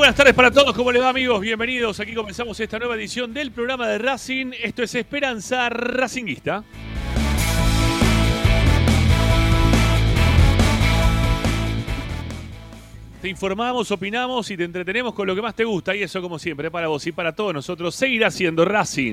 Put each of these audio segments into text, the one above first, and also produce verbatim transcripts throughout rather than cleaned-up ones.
Buenas tardes para todos, ¿cómo les va, amigos? Bienvenidos, aquí comenzamos esta nueva edición del programa de Racing. Esto es Esperanza Racinguista. Te informamos, opinamos y te entretenemos con lo que más te gusta. Y eso, como siempre, para vos y para todos nosotros, seguirá siendo Racing.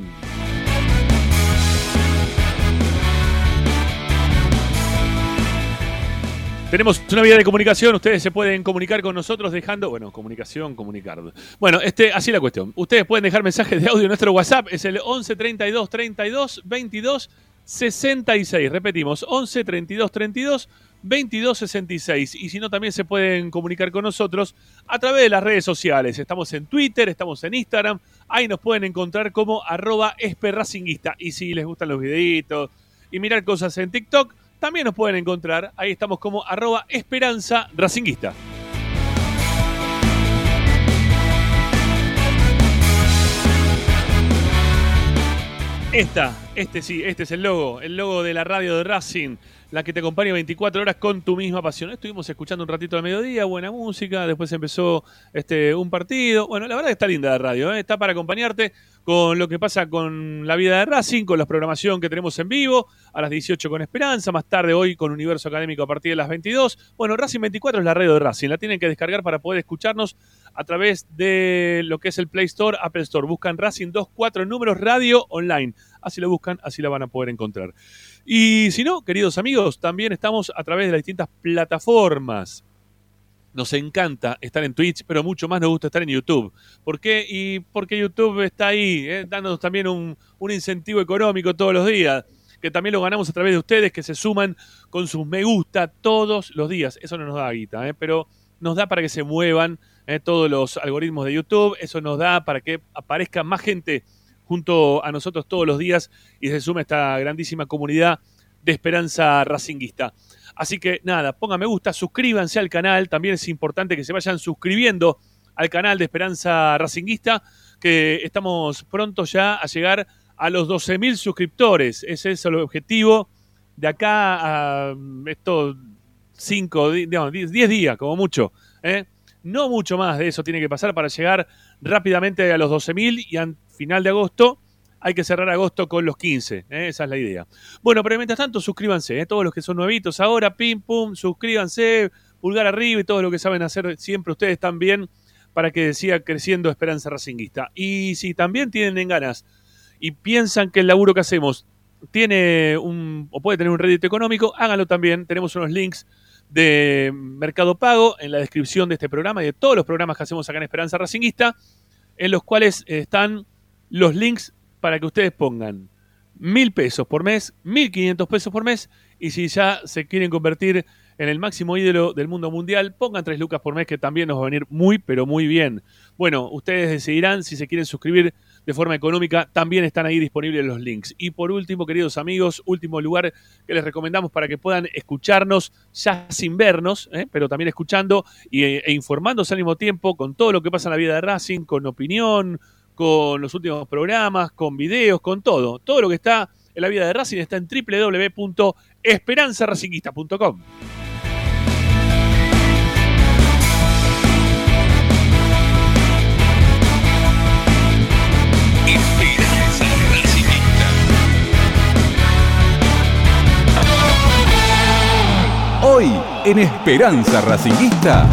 Tenemos una vía de comunicación, ustedes se pueden comunicar con nosotros dejando, bueno, comunicación, comunicar. Bueno, este, así la cuestión. Ustedes pueden dejar mensajes de audio en nuestro WhatsApp, es el once treinta y dos treinta y dos veintidós sesenta y seis. Repetimos, once treinta y dos treinta y dos veintidós sesenta y seis. Y si no, también se pueden comunicar con nosotros a través de las redes sociales. Estamos en Twitter, estamos en Instagram, ahí nos pueden encontrar como arroba esperracinguista. Y si les gustan los videitos y mirar cosas en TikTok, también nos pueden encontrar, ahí estamos como arroba Esperanza Racinguista. Esta, este sí, este es el logo, el logo de la radio de Racing, la que te acompaña veinticuatro horas con tu misma pasión. Estuvimos escuchando un ratito al mediodía, buena música, después empezó este, un partido. Bueno, la verdad que está linda la radio, ¿eh? Está para acompañarte con lo que pasa con la vida de Racing, con la programación que tenemos en vivo, a las dieciocho con Esperanza, más tarde hoy con Universo Académico a partir de las veintidós. Bueno, Racing veinticuatro es la radio de Racing, la tienen que descargar para poder escucharnos a través de lo que es el Play Store, Apple Store. Buscan Racing veinticuatro números radio online. Así lo buscan, así la van a poder encontrar. Y si no, queridos amigos, también estamos a través de las distintas plataformas. Nos encanta estar en Twitch, pero mucho más nos gusta estar en YouTube. ¿Por qué? Y porque YouTube está ahí, eh, dándonos también un, un incentivo económico todos los días, que también lo ganamos a través de ustedes, que se suman con sus me gusta todos los días. Eso no nos da guita, eh, pero nos da para que se muevan eh, todos los algoritmos de YouTube. Eso nos da para que aparezca más gente junto a nosotros todos los días y se suma esta grandísima comunidad de Esperanza Racinguista. Así que nada, pongan me gusta, suscríbanse al canal, también es importante que se vayan suscribiendo al canal de Esperanza Racinguista, que estamos pronto ya a llegar a los doce mil suscriptores. Ese es el objetivo de acá a estos cinco, digamos, diez días como mucho, ¿eh? No mucho más de eso tiene que pasar para llegar rápidamente a los doce mil y a final de agosto hay que cerrar agosto con los quince, ¿eh? Esa es la idea. Bueno, pero mientras tanto suscríbanse, ¿eh? Todos los que son nuevitos ahora, pim, pum, suscríbanse, pulgar arriba y todo lo que saben hacer siempre ustedes también para que siga creciendo Esperanza Racinguista. Y si también tienen ganas y piensan que el laburo que hacemos tiene un o puede tener un rédito económico, háganlo también. Tenemos unos links de Mercado Pago en la descripción de este programa y de todos los programas que hacemos acá en Esperanza Racinguista, en los cuales están los links para que ustedes pongan mil pesos por mes, mil quinientos pesos por mes, y si ya se quieren convertir en el máximo ídolo del mundo mundial, pongan tres lucas por mes, que también nos va a venir muy, pero muy bien. Bueno, ustedes decidirán si se quieren suscribir de forma económica, también están ahí disponibles los links. Y por último, queridos amigos, último lugar que les recomendamos para que puedan escucharnos ya sin vernos, ¿eh? pero también escuchando y, e informándose al mismo tiempo con todo lo que pasa en la vida de Racing, con opinión, con los últimos programas, con videos, con todo. Todo lo que está en la vida de Racing está en doble u doble u doble u punto esperanza racinguista punto com. Esperanza Racinguista. Hoy en Esperanza Racinguista.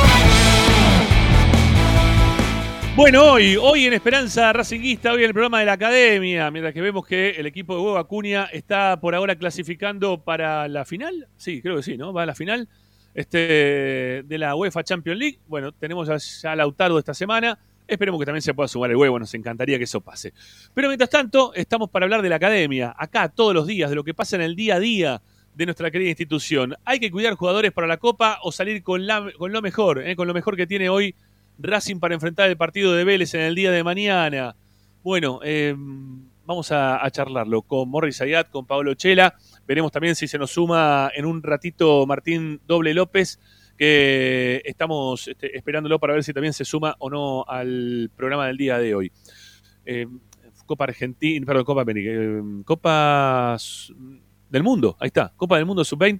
Bueno, hoy, hoy en Esperanza Racinguista, hoy en el programa de la Academia, mientras que vemos que el equipo de Hugo Acuña está por ahora clasificando para la final, sí, creo que sí, ¿no? Va a la final este, de la UEFA Champions League. Bueno, tenemos ya, ya a Lautaro esta semana, esperemos que también se pueda sumar el huevo, nos encantaría que eso pase. Pero mientras tanto, estamos para hablar de la Academia, acá todos los días, de lo que pasa en el día a día de nuestra querida institución. Hay que cuidar jugadores para la Copa o salir con, la, con lo mejor, ¿eh? con lo mejor que tiene hoy Racing para enfrentar el partido de Vélez en el día de mañana. Bueno, eh, vamos a, a charlarlo con Morris Ayat, con Paolo Chela. Veremos también si se nos suma en un ratito Martín Doble López, que estamos este, esperándolo para ver si también se suma o no al programa del día de hoy. Eh, Copa Argentina, perdón, Copa América, eh, Copa del Mundo, ahí está, Copa del Mundo sub veinte.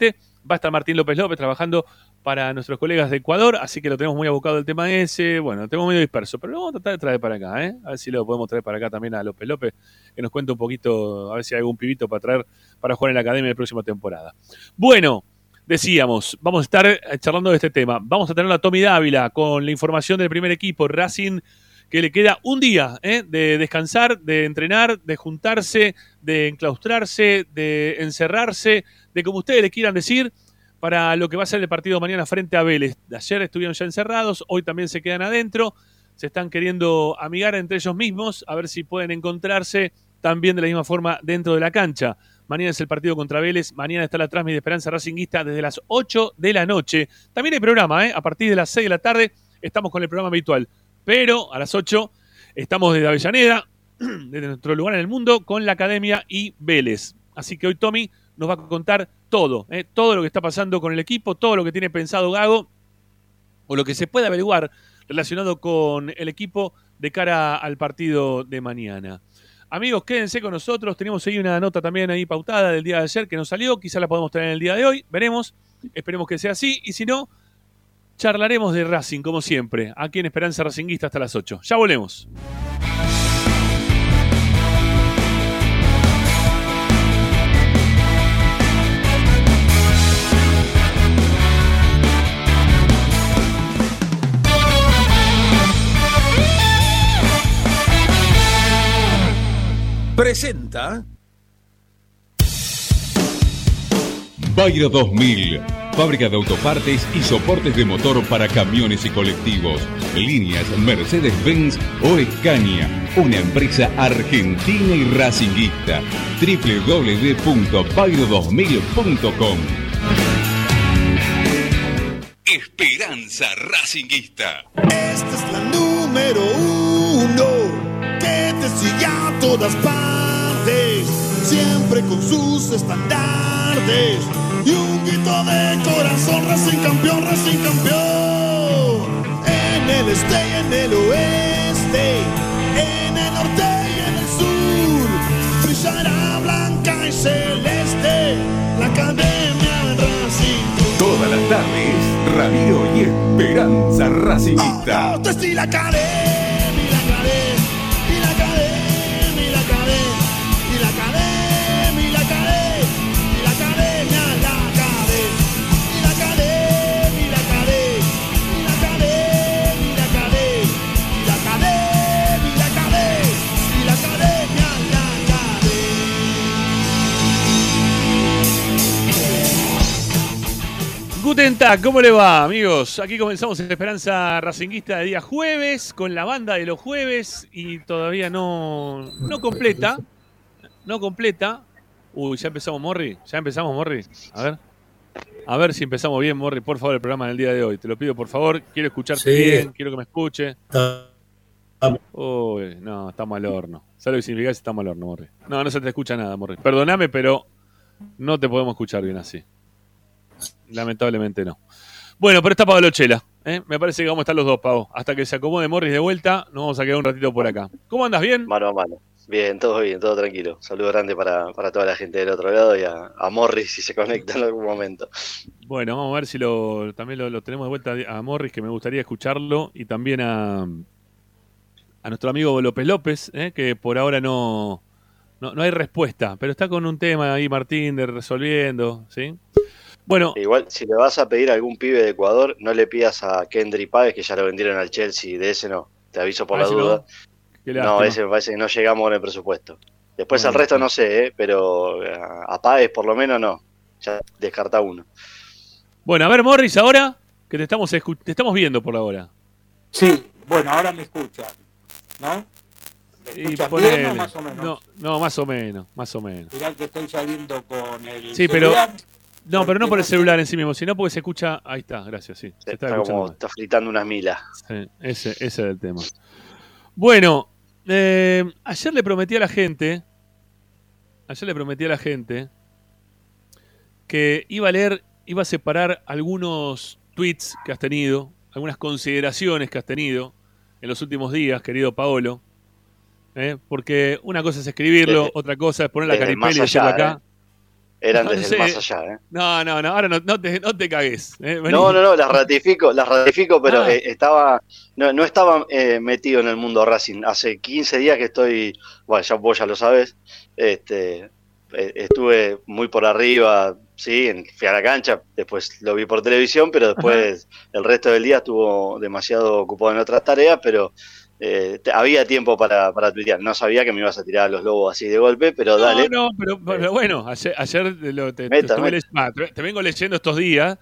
Va a estar Martín López López trabajando para nuestros colegas de Ecuador, así que lo tenemos muy abocado el tema ese. Bueno, lo tenemos medio disperso, pero lo vamos a tratar de traer para acá, ¿eh? A ver si lo podemos traer para acá también a López López, que nos cuente un poquito, a ver si hay algún pibito para traer para jugar en la academia de la próxima temporada. Bueno, decíamos, vamos a estar charlando de este tema. Vamos a tener a Tommy Dávila con la información del primer equipo, Racing, que le queda un día ¿eh? de descansar, de entrenar, de juntarse, de enclaustrarse, de encerrarse, de como ustedes le quieran decir, para lo que va a ser el partido mañana frente a Vélez. Ayer estuvieron ya encerrados, hoy también se quedan adentro, se están queriendo amigar entre ellos mismos, a ver si pueden encontrarse también de la misma forma dentro de la cancha. Mañana es el partido contra Vélez, mañana está la transmisión de Esperanza Racinguista desde las ocho de la noche. También hay programa, ¿eh? A partir de las seis de la tarde estamos con el programa habitual. Pero a las ocho estamos desde Avellaneda, desde nuestro lugar en el mundo, con la Academia y Vélez. Así que hoy Tommy nos va a contar todo, ¿eh? todo lo que está pasando con el equipo, todo lo que tiene pensado Gago, o lo que se puede averiguar relacionado con el equipo de cara al partido de mañana. Amigos, quédense con nosotros. Tenemos ahí una nota también ahí pautada del día de ayer que nos salió. Quizá la podemos tener en el día de hoy. Veremos. Esperemos que sea así. Y si no, charlaremos de Racing, como siempre, aquí en Esperanza Racinguista hasta las ocho. Ya volvemos. Presenta Bayro dos mil, fábrica de autopartes y soportes de motor para camiones y colectivos. Líneas Mercedes-Benz o Escaña, una empresa argentina y racinguista. doble u doble u doble u punto bayro dos mil punto com. Esperanza Racinguista. Esta es la número uno, que te sigue a todas partes, siempre con sus estandartes y un grito de corazón. Racing campeón, Racing campeón. En el este y en el oeste, en el norte y en el sur, brillará blanca y celeste la Academia Racing. Todas las tardes, Radio y Esperanza Racinguista. Oh, no, te la Academia. Guten Tag, ¿cómo le va, amigos? Aquí comenzamos en Esperanza Racinguista de día jueves, con la banda de los jueves, y todavía no, no completa, no completa. Uy, ya empezamos, Morri, ya empezamos, Morri. A ver, a ver si empezamos bien, Morri, por favor, el programa del día de hoy. Te lo pido, por favor, quiero escucharte sí. bien, quiero que me escuche. Uy, no, estamos al horno. ¿Sabes lo que significa eso? Estamos al horno, Morri. No, no se te escucha nada, Morri. Perdóname, pero no te podemos escuchar bien así. Lamentablemente no. Bueno, pero está Pablo Chela, ¿eh? Me parece que vamos a estar los dos, Pau. Hasta que se acomode Morris de vuelta, nos vamos a quedar un ratito por acá. ¿Cómo andas? ¿Bien? Mano a mano. Bien, todo bien, todo tranquilo. Saludo grande para, para toda la gente del otro lado y a, a Morris si se conecta en algún momento. Bueno, vamos a ver si lo también lo, lo tenemos de vuelta a Morris, que me gustaría escucharlo, y también a, a nuestro amigo López López, ¿eh? Que por ahora no, no, no hay respuesta, pero está con un tema ahí Martín de resolviendo, ¿sí? Bueno, igual, si le vas a pedir a algún pibe de Ecuador, no le pidas a Kendry Páez, que ya lo vendieron al Chelsea. De ese no, te aviso por la duda. No, no, ese me parece que no llegamos con el presupuesto. Después bueno, al resto no sé, ¿eh? Pero a, a Páez por lo menos no. Ya descarta uno. Bueno, a ver, Morris, ahora que te estamos, escu- te estamos viendo por ahora. Sí, bueno, ahora me escuchan, ¿no? ¿Me escuchan ponele, bien o más o menos? No, no, más o menos, más o menos. Mirá que estoy saliendo con el sí, celular. Pero... No, pero no por el celular en sí mismo, sino porque se escucha... Ahí está, gracias, sí. Se está, está como, está fritando unas milas. Sí, ese, ese es el tema. Bueno, eh, ayer le prometí a la gente... Ayer le prometí a la gente que iba a leer, iba a separar algunos tweets que has tenido, algunas consideraciones que has tenido en los últimos días, querido Paolo. ¿eh? Porque una cosa es escribirlo, desde, otra cosa es poner la caripela y decirlo acá. ¿eh? eran No, no desde sé. el más allá. ¿eh? No, no, no, ahora no, no, te, no te cagues. ¿eh? Vení. No, no, no, las ratifico, las ratifico, pero Ah. eh, estaba, no, no estaba eh, metido en el mundo Racing. Hace quince días que estoy, bueno, ya vos ya lo sabes, este, eh, estuve muy por arriba, sí, en, fui a la cancha, después lo vi por televisión, pero después Ajá. el resto del día estuvo demasiado ocupado en otras tareas, pero eh, te, había tiempo para, para tuitear. No sabía que me ibas a tirar a los lobos así de golpe, pero no, dale. No, pero, pero bueno, ayer, ayer lo, te, meta, te, meta. leyendo, te vengo leyendo estos días.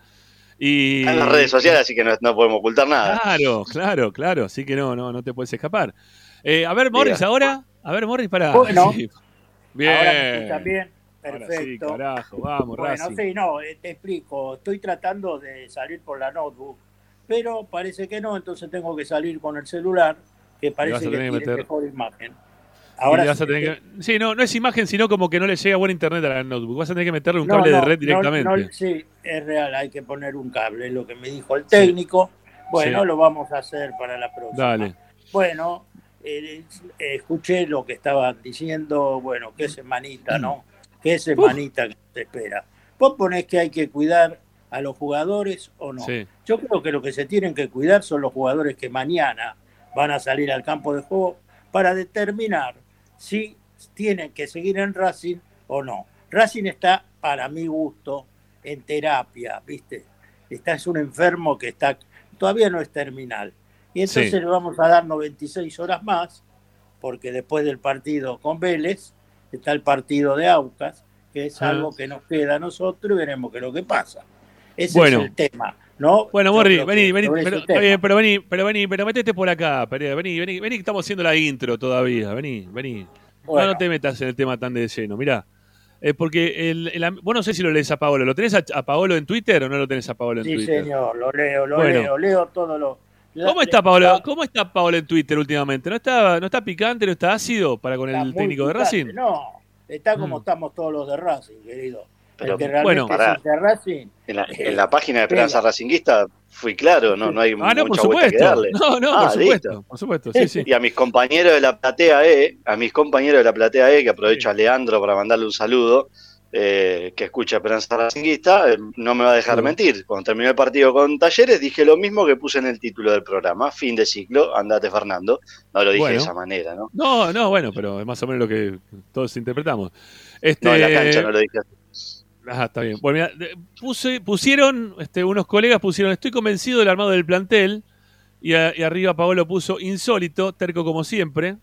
Y, Está en las redes sociales, así que no, no podemos ocultar nada. Claro, claro, claro, así que no, no, no te puedes escapar. Eh, a ver, Morris, Diga. ahora, a ver, Morris, para. Bueno, sí. Bien. Ahora me escuchan bien, perfecto. Sí, carajo, vamos, Bueno, Racing. sí, no, te explico, estoy tratando de salir por la notebook, pero parece que no, entonces tengo que salir con el celular, que parece que tiene meter... mejor imagen. Ahora vas a tener que... Sí, no, no es imagen, sino como que no le llega buena internet a la notebook. Vas a tener que meterle un no, cable no, de red directamente. No, no, sí, es real, hay que poner un cable, es lo que me dijo el técnico. Sí. Bueno, sí. lo vamos a hacer para la próxima. Dale. Bueno, eh, eh, escuché lo que estaban diciendo, bueno, qué semanita, ¿no? Qué semanita que se espera. Vos ponés que hay que cuidar a los jugadores o no. Sí. Yo creo que lo que se tienen que cuidar son los jugadores que mañana van a salir al campo de juego para determinar si tienen que seguir en Racing o no. Racing está, para mi gusto, en terapia, ¿viste? Está, es un enfermo que está todavía no es terminal. Y entonces sí. le vamos a dar noventa y seis horas más, porque después del partido con Vélez está el partido de Aucas, que es ah. algo que nos queda a nosotros y veremos qué es lo que pasa. Ese bueno. es el tema. ¿No? Bueno, Morri, vení, vení, pero, está bien, pero vení, pero vení, pero metete por acá, Pereira, vení, vení, vení, que estamos haciendo la intro todavía, vení, vení. Bueno. No, no te metas en el tema tan de lleno, mirá. Eh, porque el, el, vos no sé si lo lees a Paolo, ¿lo tenés a, a Paolo en Twitter o no lo tenés a Paolo en sí, Twitter? Sí, señor, lo leo, lo bueno. leo, leo todo lo... La, ¿Cómo está Paolo? La, ¿Cómo está Paolo en Twitter últimamente? ¿No está, no está picante, no está ácido para con el técnico picante. de Racing? No, está como mm. estamos todos los de Racing, querido. Pero, el que realmente bueno, es de Racing. En la, en la página de Esperanza eh, Racinguista fui claro, no, no hay ah, no, mucha por vuelta que darle. No, no, ah, por supuesto, por supuesto, sí, sí. Y a mis compañeros de la Platea E, a mis compañeros de la Platea E, que aprovecho sí. a Leandro para mandarle un saludo, eh, que escucha Esperanza Racinguista, eh, no me va a dejar sí. mentir. Cuando terminó el partido con Talleres, dije lo mismo que puse en el título del programa, fin de ciclo, andate Fernando. No lo dije bueno. de esa manera, ¿no? No, no, bueno, pero es más o menos lo que todos interpretamos. Este... No, en la cancha no lo dije así. Ah, está bien. Bueno, mira, puse, pusieron, este, unos colegas pusieron, estoy convencido del armado del plantel, y, a, y arriba Paolo puso insólito, terco como siempre.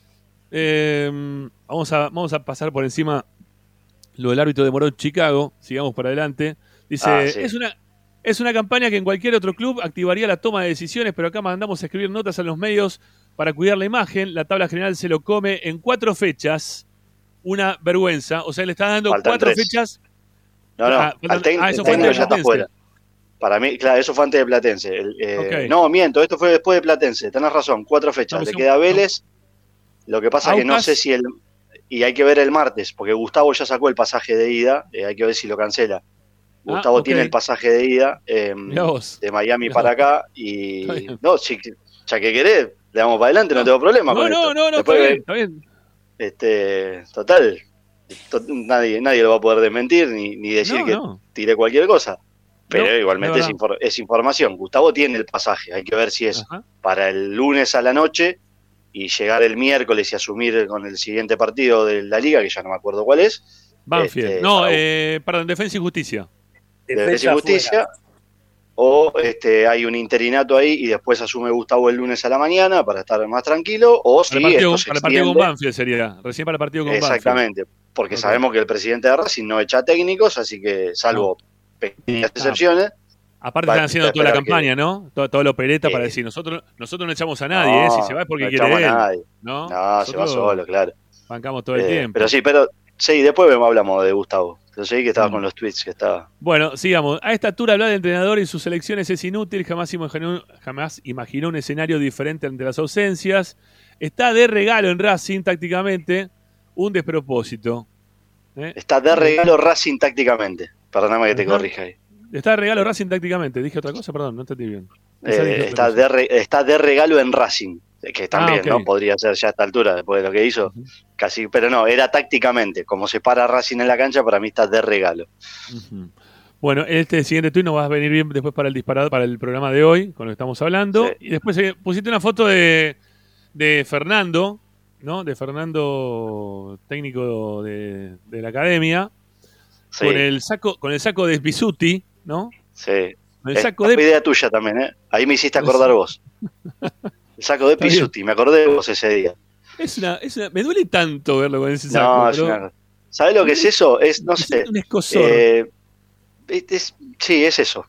Eh, vamos, a, vamos a pasar por encima lo del árbitro de Morón Chicago, sigamos para adelante. Dice, ah, sí. es una es una campaña que en cualquier otro club activaría la toma de decisiones, pero acá mandamos a escribir notas a los medios para cuidar la imagen. La tabla general se lo come en cuatro fechas. Una vergüenza. O sea, le está dando Faltan cuatro tres. fechas. No, no, ah, al técnico, ah, el técnico ya está fuera. Para mí, claro, eso fue antes de Platense. El, eh, okay. No, miento, esto fue después de Platense. Tenés razón, cuatro fechas. No, Le queda Vélez. No. Lo que pasa es que no sé si el... Y hay que ver el martes, porque Gustavo ya sacó el pasaje de ida. Eh, hay que ver si lo cancela. Gustavo ah, okay. tiene el pasaje de ida eh, de Miami Mirá para vos. acá. Y no, si, ya que querés, le damos para adelante, no, no tengo problema. No, con no, esto. no, no, Después, está bien, está bien. Este, total... Nadie, nadie lo va a poder desmentir ni, ni decir no, que no. tiré cualquier cosa. Pero no, igualmente no, es, infor- es información. Gustavo tiene el pasaje. Hay que ver si es Ajá. para el lunes a la noche y llegar el miércoles y asumir con el siguiente partido de la liga, que ya no me acuerdo cuál es. Banfield. Este, no, para, eh, perdón, Defensa y Justicia. Defensa y Justicia. Fuera. O este, hay un interinato ahí y después asume Gustavo el lunes a la mañana para estar más tranquilo. O si para el partido, esto se para el partido con Banfield sería. Recién para el partido con Exactamente. Banfield. Exactamente. Porque okay. sabemos que el presidente de Racing no echa técnicos, así que salvo no. pequeñas ah. excepciones. Aparte están haciendo toda la campaña, que... ¿no? Todo, todo lo pereta eh. para decir, nosotros nosotros no echamos a nadie, no, ¿eh? Si se va es porque no quiere él. A nadie. No, no se va solo, claro. Bancamos todo el eh, tiempo. Pero sí, pero sí, después hablamos de Gustavo. Yo sé que estaba mm. con los tweets que estaba. Bueno, sigamos. A esta altura hablar de entrenador y sus elecciones es inútil. Jamás imaginó, jamás imaginó un escenario diferente ante las ausencias. Está de regalo en Racing tácticamente un despropósito. ¿Eh? Está de regalo Racing tácticamente. Perdóname que te Ajá. corrija ahí. Está de regalo Racing tácticamente. ¿Dije otra cosa? Perdón, no entendí bien. Eh, está, de re, está de regalo en Racing. que también, ah, okay. ¿no? Podría ser ya a esta altura, después de lo que hizo, uh-huh. casi, pero no, era tácticamente, como se para Racing en la cancha, para mí está de regalo. Uh-huh. Bueno, este siguiente tuit nos va a venir bien después para el disparador, para el programa de hoy, con lo que estamos hablando, sí. Y después eh, pusiste una foto de, de Fernando, ¿no? De Fernando, técnico de, de la academia, sí. con el saco, con el saco de Pisuti, ¿no? Sí. Con el saco es de... idea tuya también, ¿eh? Ahí me hiciste acordar vos. El saco de Pisuti, me acordé de vos ese día. Es una, es una, me duele tanto verlo con ese saco. No, pero... es una... ¿Sabés lo que es eso? Es, no sé. Un escozor. Eh, es, es, sí, es eso.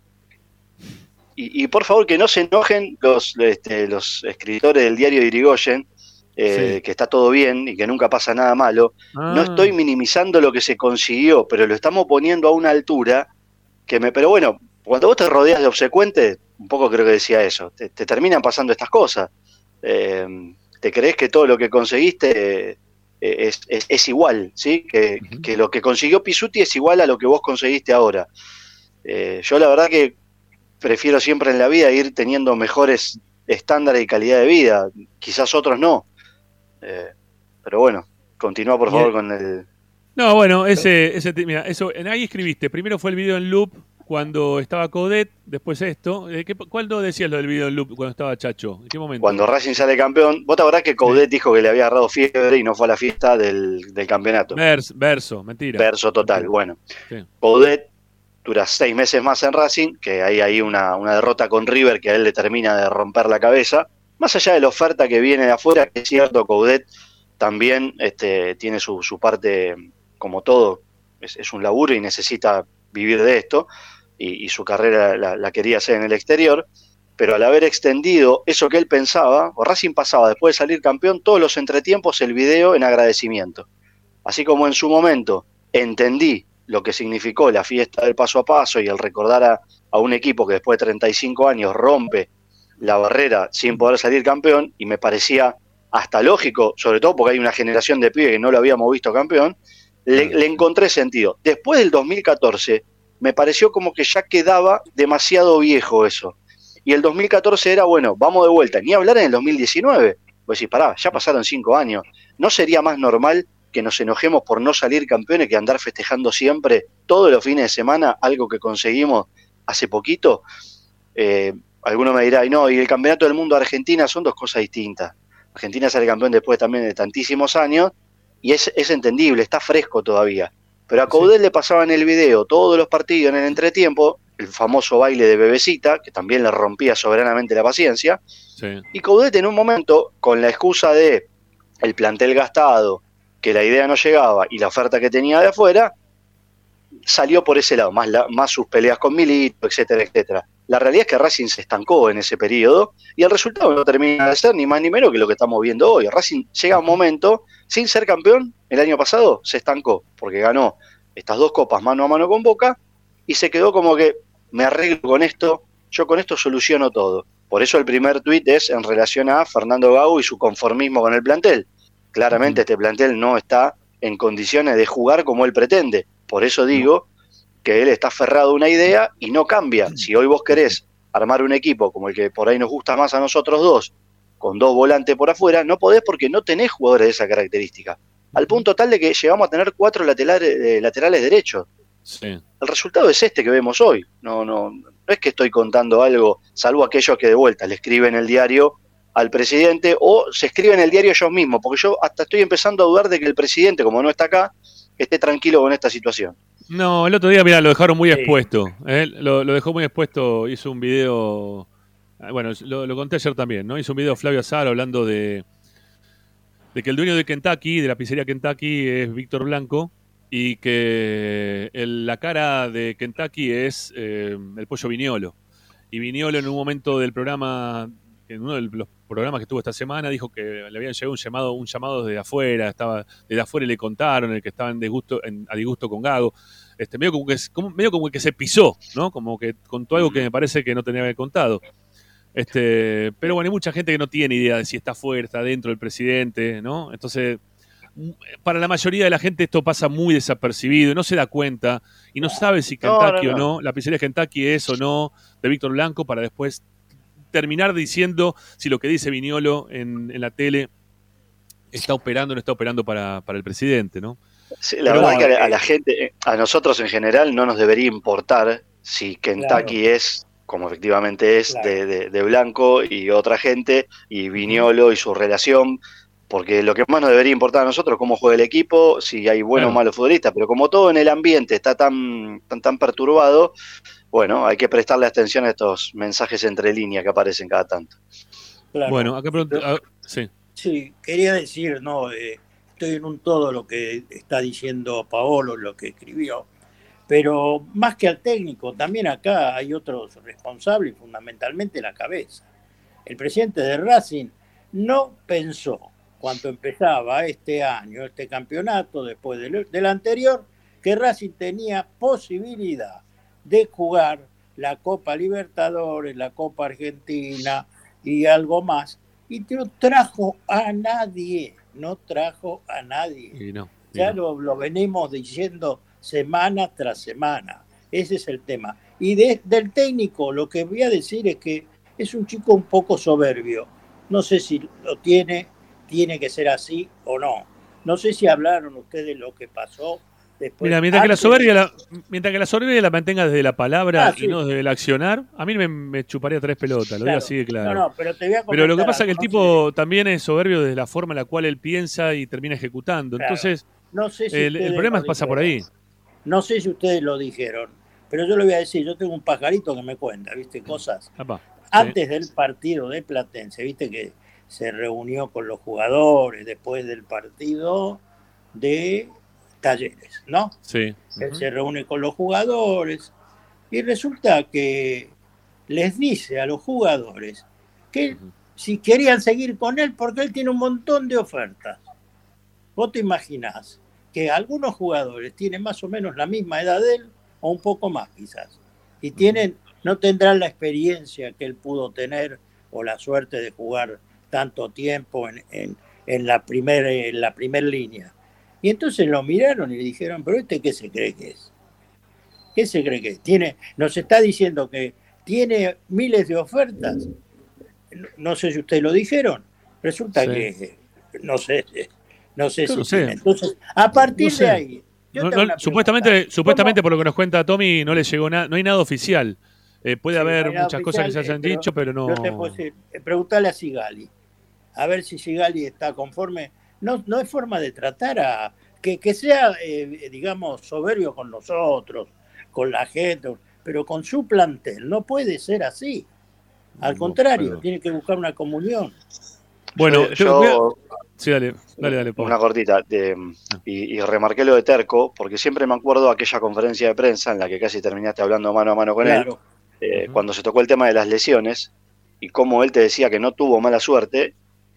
Y, y por favor que no se enojen los, este, los escritores del diario de Irigoyen, eh, sí. que está todo bien y que nunca pasa nada malo. Ah. No estoy minimizando lo que se consiguió, pero lo estamos poniendo a una altura que me... Pero bueno, cuando vos te rodeas de obsecuentes, un poco creo que decía eso, te, te terminan pasando estas cosas. Eh, te crees que todo lo que conseguiste eh, es, es, es igual, ¿sí? Que, uh-huh. que lo que consiguió Pisuti es igual a lo que vos conseguiste ahora. Eh, yo la verdad que prefiero siempre en la vida ir teniendo mejores estándares y calidad de vida, quizás otros no. Eh, pero bueno, continúa por favor con el... No, bueno, ese, ese mira, eso, ahí escribiste, primero fue el video en loop cuando estaba Coudet, después esto. ¿Qué, ¿Cuándo decías lo del video en loop cuando estaba Chacho? ¿En qué momento? Cuando Racing sale campeón. ¿Vos te acordás que Coudet sí. dijo que le había agarrado fiebre y no fue a la fiesta del, del campeonato? Verso, verso, mentira. Verso total, mentira. Bueno. Sí. Coudet dura seis meses más en Racing, que hay ahí una, una derrota con River que a él le termina de romper la cabeza. Más allá de la oferta que viene de afuera, que es cierto, Coudet también este, tiene su, su parte, como todo, es, es un laburo y necesita vivir de esto. Y, y su carrera la, la quería hacer en el exterior, pero al haber extendido eso que él pensaba, o Racing pasaba después de salir campeón todos los entretiempos el video en agradecimiento. Así como en su momento entendí lo que significó la fiesta del paso a paso y el recordar a, a un equipo que después de treinta y cinco años rompe la barrera sin poder salir campeón, y me parecía hasta lógico, sobre todo porque hay una generación de pibes que no lo habíamos visto campeón, le, le encontré sentido. Después del dos mil catorce me pareció como que ya quedaba demasiado viejo eso. Y el dos mil catorce era, bueno, vamos de vuelta. Ni hablar en el dos mil diecinueve. Pues sí, pará, ya pasaron cinco años. ¿No sería más normal que nos enojemos por no salir campeones que andar festejando siempre, todos los fines de semana, algo que conseguimos hace poquito? Eh, alguno me dirá, y no, y el campeonato del mundo de Argentina son dos cosas distintas. Argentina sale campeón después también de tantísimos años, y es, es entendible, está fresco todavía. Pero a Coudet sí. le pasaba en el video todos los partidos en el entretiempo, el famoso baile de Bebecita, que también le rompía soberanamente la paciencia, sí. y Coudet en un momento, con la excusa de el plantel gastado, que la idea no llegaba, y la oferta que tenía de afuera, salió por ese lado, más, la, más sus peleas con Milito, etcétera, etcétera. La realidad es que Racing se estancó en ese periodo, y el resultado no termina de ser ni más ni menos que lo que estamos viendo hoy. Racing llega a un momento, sin ser campeón, el año pasado se estancó, porque ganó estas dos copas mano a mano con Boca, y se quedó como que, me arreglo con esto, yo con esto soluciono todo. Por eso el primer tuit es en relación a Fernando Gago y su conformismo con el plantel. Claramente este plantel no está en condiciones de jugar como él pretende. Por eso digo que él está aferrado a una idea y no cambia. Si hoy vos querés armar un equipo como el que por ahí nos gusta más a nosotros dos, con dos volantes por afuera, no podés porque no tenés jugadores de esa característica. Al punto tal de que llegamos a tener cuatro laterales, eh, laterales derechos. Sí. El resultado es este que vemos hoy. No, no, no es que estoy contando algo, salvo aquellos que de vuelta le escriben el diario al presidente o se escriben el diario ellos mismos, porque yo hasta estoy empezando a dudar de que el presidente, como no está acá, esté tranquilo con esta situación. No, el otro día, mira, lo dejaron muy sí. expuesto. ¿eh? Lo, lo dejó muy expuesto, hizo un video, bueno, lo, lo conté ayer también, ¿no? Hizo un video Flavio Azar hablando de, de que el dueño de Kentucky, de la pizzería Kentucky, es Víctor Blanco, y que el, la cara de Kentucky es eh, el pollo Viñolo. Y Viñolo en un momento del programa, en uno de los programas que tuvo esta semana, dijo que le habían llegado un llamado, un llamado desde afuera, estaba desde afuera y le contaron el que estaba en disgusto, en, a disgusto con Gago. Este, medio como que como, medio como que se pisó, ¿no? Como que contó algo que me parece que no tenía que haber contado. Este, pero bueno, hay mucha gente que no tiene idea de si está afuera, está dentro del presidente, ¿no? Entonces, para la mayoría de la gente esto pasa muy desapercibido, no se da cuenta y no sabe si Kentucky no, no, no. o no, la pizzería Kentucky es o no de Víctor Blanco, para después terminar diciendo si lo que dice Viñolo en, en la tele está operando o no está operando para, para el presidente, ¿no? Sí, la Pero verdad es que a, a la gente, a nosotros en general, no nos debería importar si Kentucky claro. es, como efectivamente es, claro. de, de, de blanco y otra gente, y Viñolo y su relación, porque lo que más nos debería importar a nosotros es cómo juega el equipo, si hay buenos claro. o malos futbolistas, pero como todo en el ambiente está tan, tan, tan perturbado, bueno, hay que prestarle atención a estos mensajes entre líneas que aparecen cada tanto. Claro. Bueno, acá pregunto, ah, sí. Sí, quería decir, no, eh, estoy en un todo lo que está diciendo Paolo, lo que escribió, pero más que al técnico, también acá hay otros responsables, fundamentalmente la cabeza. El presidente de Racing no pensó, cuando empezaba este año, este campeonato, después del, del anterior, que Racing tenía posibilidad de jugar la Copa Libertadores, la Copa Argentina y algo más, y no trajo a nadie, no trajo a nadie. Y no, y ya no. Lo, lo venimos diciendo semana tras semana, ese es el tema. Y de, del técnico lo que voy a decir es que es un chico un poco soberbio, no sé si lo tiene, tiene que ser así o no. No sé si hablaron ustedes de lo que pasó. Después, Mira, mientras que, la soberbia la, mientras que la soberbia la mantenga desde la palabra ah, sí. y no desde el accionar, a mí me, me chuparía tres pelotas, lo claro. digo así de claro. No, no, pero, te voy a pero lo que pasa es que el no tipo sé. también es soberbio desde la forma en la cual él piensa y termina ejecutando. Claro. Entonces, no sé si el, el problema pasa por ahí. No sé si ustedes lo dijeron, pero yo le voy a decir, yo tengo un pajarito que me cuenta, ¿viste? Cosas. Apá, Antes sí. del partido de Platense, ¿viste? Que se reunió con los jugadores después del partido de Talleres, ¿no? Sí. Él uh-huh. se reúne con los jugadores y resulta que les dice a los jugadores que uh-huh. si querían seguir con él, porque él tiene un montón de ofertas. Vos te imaginás que algunos jugadores tienen más o menos la misma edad de él, o un poco más quizás, y tienen, no tendrán la experiencia que él pudo tener, o la suerte de jugar tanto tiempo en, en, en la primera en la primer línea. Y entonces lo miraron y le dijeron, pero ¿este qué se cree que es? ¿Qué se cree que es? Tiene, nos está diciendo que tiene miles de ofertas. No, no sé si ustedes lo dijeron. Resulta sí. que, no sé, no sé si no sé. tiene. Entonces, a partir no sé. de ahí... No, no, supuestamente, supuestamente por lo que nos cuenta Tommy, no le llegó nada, no hay nada oficial. Eh, puede sí, haber no muchas oficial, cosas que se hayan pero, dicho, pero no... Yo te puedo decir, preguntarle a Sigali, a ver si Sigali está conforme. No, no es forma de tratar a... Que, que sea, eh, digamos, soberbio con nosotros, con la gente, pero con su plantel. No puede ser así. Al no, contrario, bueno. tiene que buscar una comunión. Bueno, yo... yo, yo sí, dale, dale, dale. Una cortita. De, y, y remarqué lo de Terco, porque siempre me acuerdo de aquella conferencia de prensa en la que casi terminaste hablando mano a mano con claro. él, eh, uh-huh. cuando se tocó el tema de las lesiones, y cómo él te decía que no tuvo mala suerte.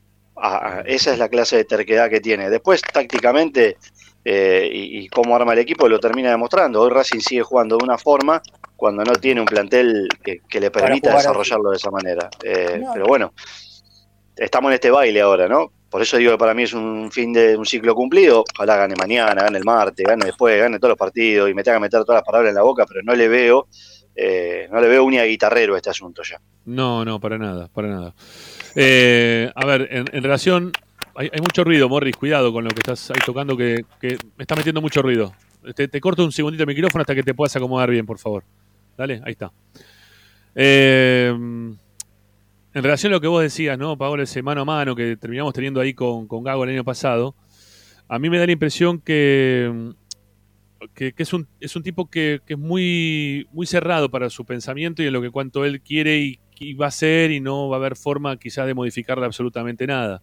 Ah, esa es la clase de terquedad que tiene. Después, tácticamente, eh, y, y cómo arma el equipo, lo termina demostrando. Hoy Racing sigue jugando de una forma cuando no tiene un plantel que, que le permita desarrollarlo así. de esa manera. Eh, no. Pero bueno, estamos en este baile ahora, ¿no? Por eso digo que para mí es un fin de un ciclo cumplido. Ojalá gane mañana, gane el martes, gane después, gane todos los partidos y me tenga que meter todas las palabras en la boca, pero no le veo, eh, no le veo ni a guitarrero a este asunto ya. No, no, para nada, para nada. Eh, a ver, en, en relación, hay, hay mucho ruido, Morris, cuidado con lo que estás ahí tocando, que, que me está metiendo mucho ruido. Te, te corto un segundito el micrófono hasta que te puedas acomodar bien, por favor. Dale, ahí está. Eh, en relación a lo que vos decías, ¿no, Paolo? Ese mano a mano que terminamos teniendo ahí con, con Gago el año pasado, a mí me da la impresión que, que, que es, un, es un tipo que, que es muy, muy cerrado para su pensamiento y en lo que cuanto él quiere y y va a ser y no va a haber forma quizás de modificarle absolutamente nada.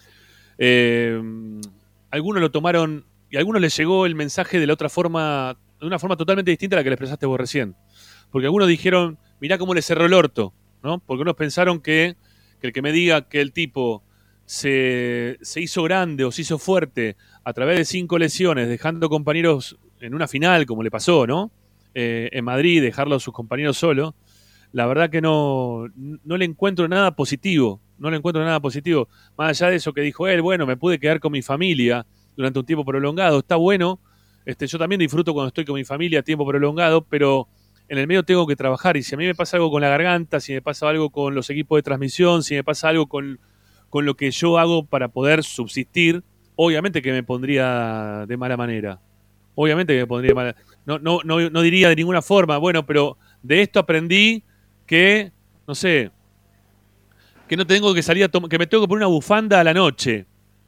Eh, algunos lo tomaron y a algunos les llegó el mensaje de la otra forma, de una forma totalmente distinta a la que le expresaste vos recién. Porque algunos dijeron, mirá cómo le cerró el orto, ¿no? Porque unos pensaron que, que el que me diga que el tipo se, se hizo grande o se hizo fuerte a través de cinco lesiones, dejando compañeros en una final, como le pasó, ¿no? Eh, en Madrid, dejarlo a sus compañeros solos. La verdad que no, no le encuentro nada positivo, no le encuentro nada positivo. Más allá de eso que dijo él, bueno, me pude quedar con mi familia durante un tiempo prolongado, está bueno, este, yo también disfruto cuando estoy con mi familia a tiempo prolongado, pero en el medio tengo que trabajar, y si a mí me pasa algo con la garganta, si me pasa algo con los equipos de transmisión, si me pasa algo con, con lo que yo hago para poder subsistir, obviamente que me pondría de mala manera. Obviamente que me pondría de mala no, no, no, no diría de ninguna forma, bueno, pero de esto aprendí que, no sé, que no tengo que salir a tomar, que me tengo que poner una bufanda a la noche.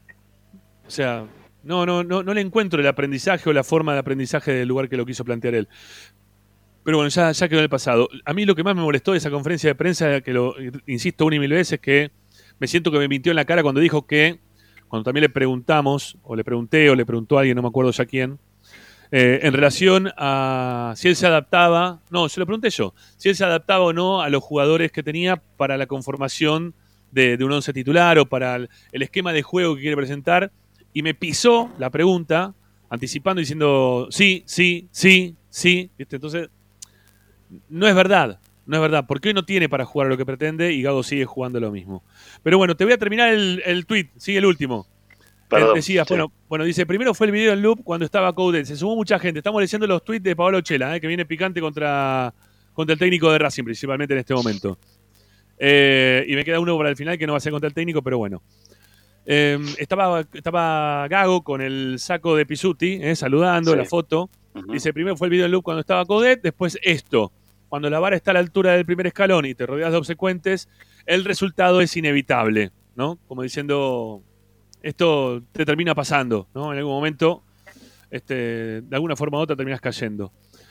O sea, no, no, no, no le encuentro el aprendizaje o la forma de aprendizaje del lugar que lo quiso plantear él. Pero bueno, ya, ya quedó en el pasado. A mí lo que más me molestó de esa conferencia de prensa, que lo insisto una y mil veces, que me siento que me mintió en la cara cuando dijo que, cuando también le preguntamos, o le pregunté, o le preguntó a alguien, no me acuerdo ya quién, eh, en relación a si él se adaptaba, no, se lo pregunté yo, si él se adaptaba o no a los jugadores que tenía para la conformación de, de un once titular o para el, el esquema de juego que quiere presentar, y me pisó la pregunta, anticipando, diciendo sí, sí, sí, sí, ¿viste? Entonces, no es verdad, no es verdad, porque hoy no tiene para jugar lo que pretende y Gago sigue jugando lo mismo. Pero bueno, te voy a terminar el, el tweet, sigue el último. Perdón, Decías, sí. bueno, bueno, dice, primero fue el video en loop cuando estaba Coudet, se sumó mucha gente, estamos leyendo los tweets de Paolo Chela, eh, que viene picante contra, contra el técnico de Racing, principalmente en este momento. Eh, y me queda uno para el final que no va a ser contra el técnico, pero bueno. Eh, estaba, estaba Gago con el saco de Pisuti, eh, saludando, sí. La foto. Uh-huh. Dice, primero fue el video en loop cuando estaba Coudet, después esto. Cuando la vara está a la altura del primer escalón y te rodeas de obsecuentes, el resultado es inevitable, ¿no? Como diciendo, esto te termina pasando, ¿no? En algún momento, este, de alguna forma u otra terminas cayendo.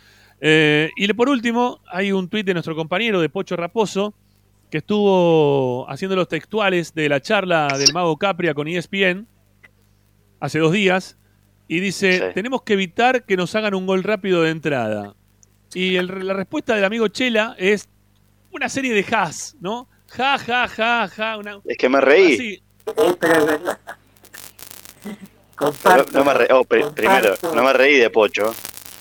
Eh, y por último, hay un tuit de nuestro compañero de Pocho Raposo, que estuvo haciendo los textuales de la charla del Mago Capria con E S P N hace dos días, y dice, sí. Tenemos que evitar que nos hagan un gol rápido de entrada. Y el, la respuesta del amigo Chela es una serie de has, ¿no? Ja, ja, ja, ja. Una, es que me reí. Así. No, no me re, oh, pr primero, no me reí de Pocho.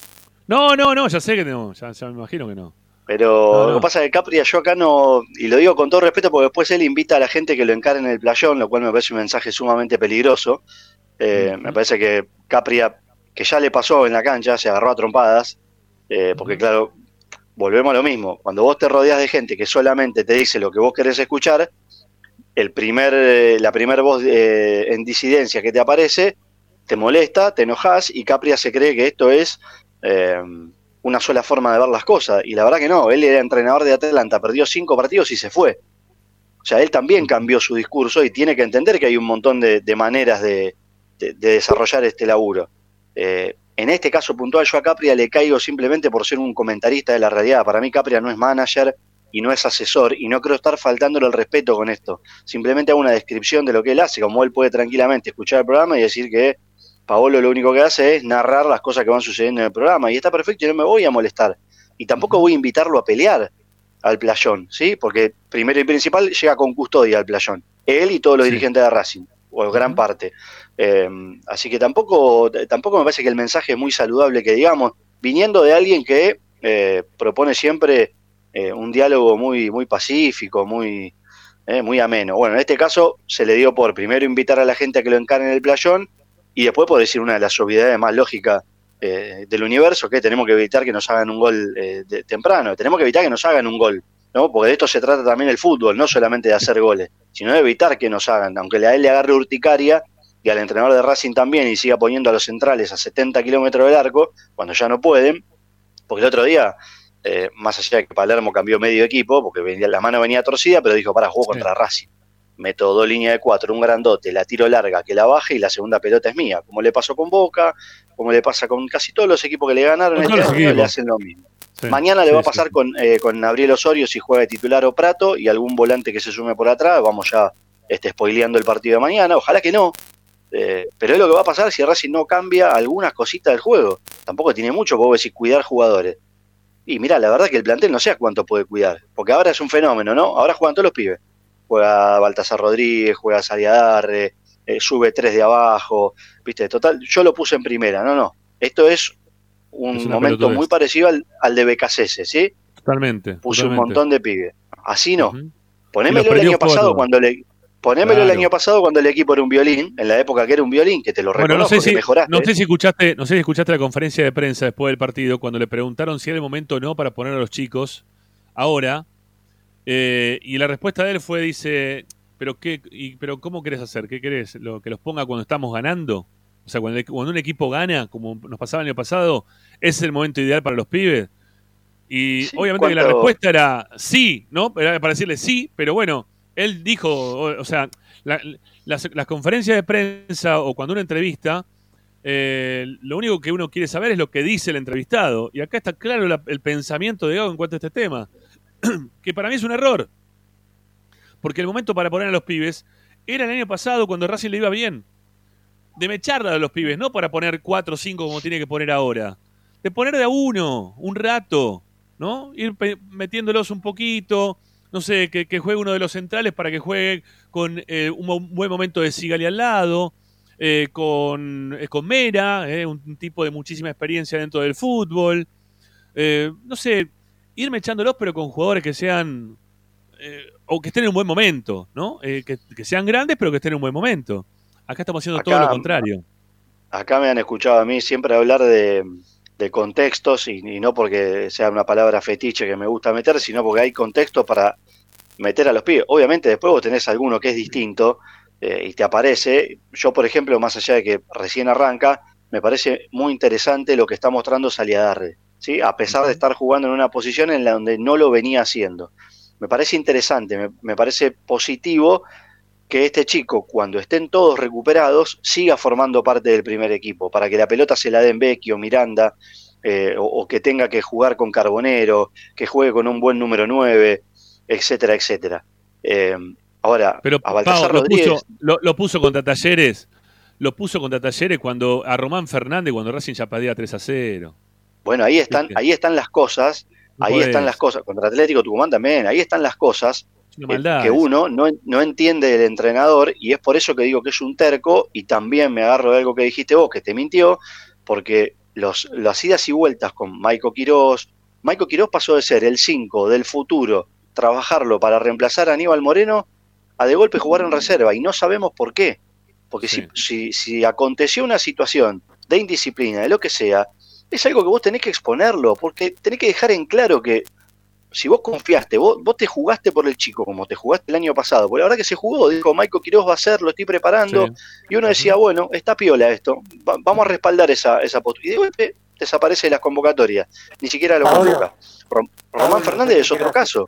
No, no, no, ya sé que no, ya, ya me imagino que no. Pero no, no. Lo que pasa es que Capria, yo acá no, y lo digo con todo respeto porque después él invita a la gente que lo encare en el playón, lo cual me parece un mensaje sumamente peligroso. Eh, uh-huh. Me parece que Capria, que ya le pasó en la cancha, se agarró a trompadas. Eh, porque claro, volvemos a lo mismo, cuando vos te rodeas de gente que solamente te dice lo que vos querés escuchar, el primer, eh, la primera voz eh, en disidencia que te aparece, te molesta, te enojas y Capria se cree que esto es eh, una sola forma de ver las cosas, y la verdad que no, él era entrenador de Atlanta, perdió cinco partidos y se fue. O sea, él también cambió su discurso y tiene que entender que hay un montón de, de maneras de, de, de desarrollar este laburo. Eh, En este caso puntual yo a Capria le caigo simplemente por ser un comentarista de la realidad. Para mí Capria no es manager y no es asesor, y no creo estar faltándole el respeto con esto. Simplemente hago una descripción de lo que él hace, como él puede tranquilamente escuchar el programa y decir que Paolo lo único que hace es narrar las cosas que van sucediendo en el programa, y está perfecto y no me voy a molestar. Y tampoco voy a invitarlo a pelear al playón, ¿sí? Porque primero y principal llega con custodia al playón, él y todos los sí. dirigentes de Racing, o gran parte. Eh, así que tampoco tampoco me parece que el mensaje es muy saludable, que digamos, viniendo de alguien que eh, propone siempre eh, un diálogo muy muy pacífico, muy eh, muy ameno. Bueno, en este caso se le dio por primero invitar a la gente a que lo encaren en el playón, y después por decir una de las obviedades más lógicas eh, del universo, que tenemos que evitar que nos hagan un gol eh, de, temprano, tenemos que evitar que nos hagan un gol, ¿no? Porque de esto se trata también el fútbol, no solamente de hacer goles, sino de evitar que nos hagan, aunque a él le agarre urticaria, y al entrenador de Racing también, y siga poniendo a los centrales a setenta kilómetros del arco, cuando ya no pueden, porque el otro día, eh, más allá de que Palermo cambió medio equipo, porque venía, la mano venía torcida, pero dijo, para, juego sí. contra Racing, meto dos líneas de cuatro, un grandote, la tiro larga, que la baje, y la segunda pelota es mía, como le pasó con Boca, como le pasa con casi todos los equipos que le ganaron, este año le hacen lo mismo. Sí, Mañana sí, le va a pasar sí. con, eh, con Gabriel Osorio si juega de titular o Prato, y algún volante que se sume por atrás. Vamos ya este, spoileando el partido de mañana, ojalá que no, eh, pero es lo que va a pasar si Racing no cambia algunas cositas del juego. Tampoco tiene mucho, vos decís, cuidar jugadores. Y mirá, la verdad que el plantel no sé a cuánto puede cuidar, porque ahora es un fenómeno, ¿no? Ahora juegan todos los pibes. Juega Baltasar Rodríguez, juega Sariadarre, eh, sube tres de abajo, viste, total, yo lo puse en primera, no, no, esto es un es momento muy parecido al, al de B K C S, ¿sí? Totalmente. Puse totalmente. un montón de pibes, así no. Uh-huh. Ponémelo el año pasado cuando le Ponémelo claro. el año pasado cuando el equipo era un violín, en la época que era un violín, que te lo reconozco, bueno, no sé si, que mejoraste. No sé si escuchaste, no sé si escuchaste la conferencia de prensa después del partido, cuando le preguntaron si era el momento o no para poner a los chicos ahora, eh, y la respuesta de él fue, dice, pero qué, y, pero ¿cómo querés hacer? ¿Qué querés? ¿Lo, ¿Que los ponga cuando estamos ganando? O sea, cuando, cuando un equipo gana, como nos pasaba el año pasado, ¿es el momento ideal para los pibes? Y sí, obviamente ¿cuánto? Que la respuesta era sí, ¿no? Era para decirle sí, pero bueno, él dijo, o, o sea, la, las, las conferencias de prensa o cuando una entrevista, eh, lo único que uno quiere saber es lo que dice el entrevistado. Y acá está claro la, el pensamiento de Gago en cuanto a este tema, que para mí es un error. Porque el momento para poner a los pibes era el año pasado cuando Racing le iba bien. De mecharla a los pibes, no para poner cuatro o cinco como tiene que poner ahora. De poner de a uno, un rato, ¿no? Ir metiéndolos un poquito, no sé, que, que juegue uno de los centrales para que juegue con eh, un buen momento de Sigali al lado, eh, con, eh, con Mera, eh, un, un tipo de muchísima experiencia dentro del fútbol. Eh, no sé, irme echándolos, pero con jugadores que sean, eh, o que estén en un buen momento, ¿no? Eh, que, que sean grandes, pero que estén en un buen momento. Acá estamos haciendo acá, todo lo contrario. Acá me han escuchado a mí siempre hablar de... de contextos, y, y no porque sea una palabra fetiche que me gusta meter, sino porque hay contextos para meter a los pibes. Obviamente después vos tenés alguno que es distinto eh, y te aparece. Yo, por ejemplo, más allá de que recién arranca, me parece muy interesante lo que está mostrando Saliadarre, ¿sí? A pesar de estar jugando en una posición en la donde no lo venía haciendo. Me parece interesante, me, me parece positivo que este chico, cuando estén todos recuperados, siga formando parte del primer equipo, para que la pelota se la den Vecchio, Miranda, eh, o, o que tenga que jugar con Carbonero, que juegue con un buen número nueve, etcétera, etcétera. Eh, ahora, pero a Baltasar Pau, lo, Rodríguez, puso, lo, lo puso contra Talleres, lo puso contra Talleres cuando a Román Fernández, cuando Racing ya perdía tres a cero. Bueno, ahí están, ahí están las cosas, no ahí podés. están las cosas, contra Atlético Tucumán también, ahí están las cosas que uno no, no entiende del entrenador, y es por eso que digo que es un terco, y también me agarro de algo que dijiste vos, que te mintió, porque los, las idas y vueltas con Maico Quirós, Maico Quirós pasó de ser el cinco del futuro, trabajarlo para reemplazar a Aníbal Moreno, a de golpe jugar en reserva, y no sabemos por qué, porque sí. si, si, si aconteció una situación de indisciplina, de lo que sea, es algo que vos tenés que exponerlo, porque tenés que dejar en claro que si vos confiaste, vos, vos te jugaste por el chico como te jugaste el año pasado, porque la verdad que se jugó, dijo Maico Quirós va a hacer, lo estoy preparando, sí. Y uno decía, bueno, está piola esto, va, vamos a respaldar esa, esa postura, y de golpe desaparece de las convocatorias, ni siquiera lo convoca. Rom, Román Paolo, Fernández es otro hacer, caso.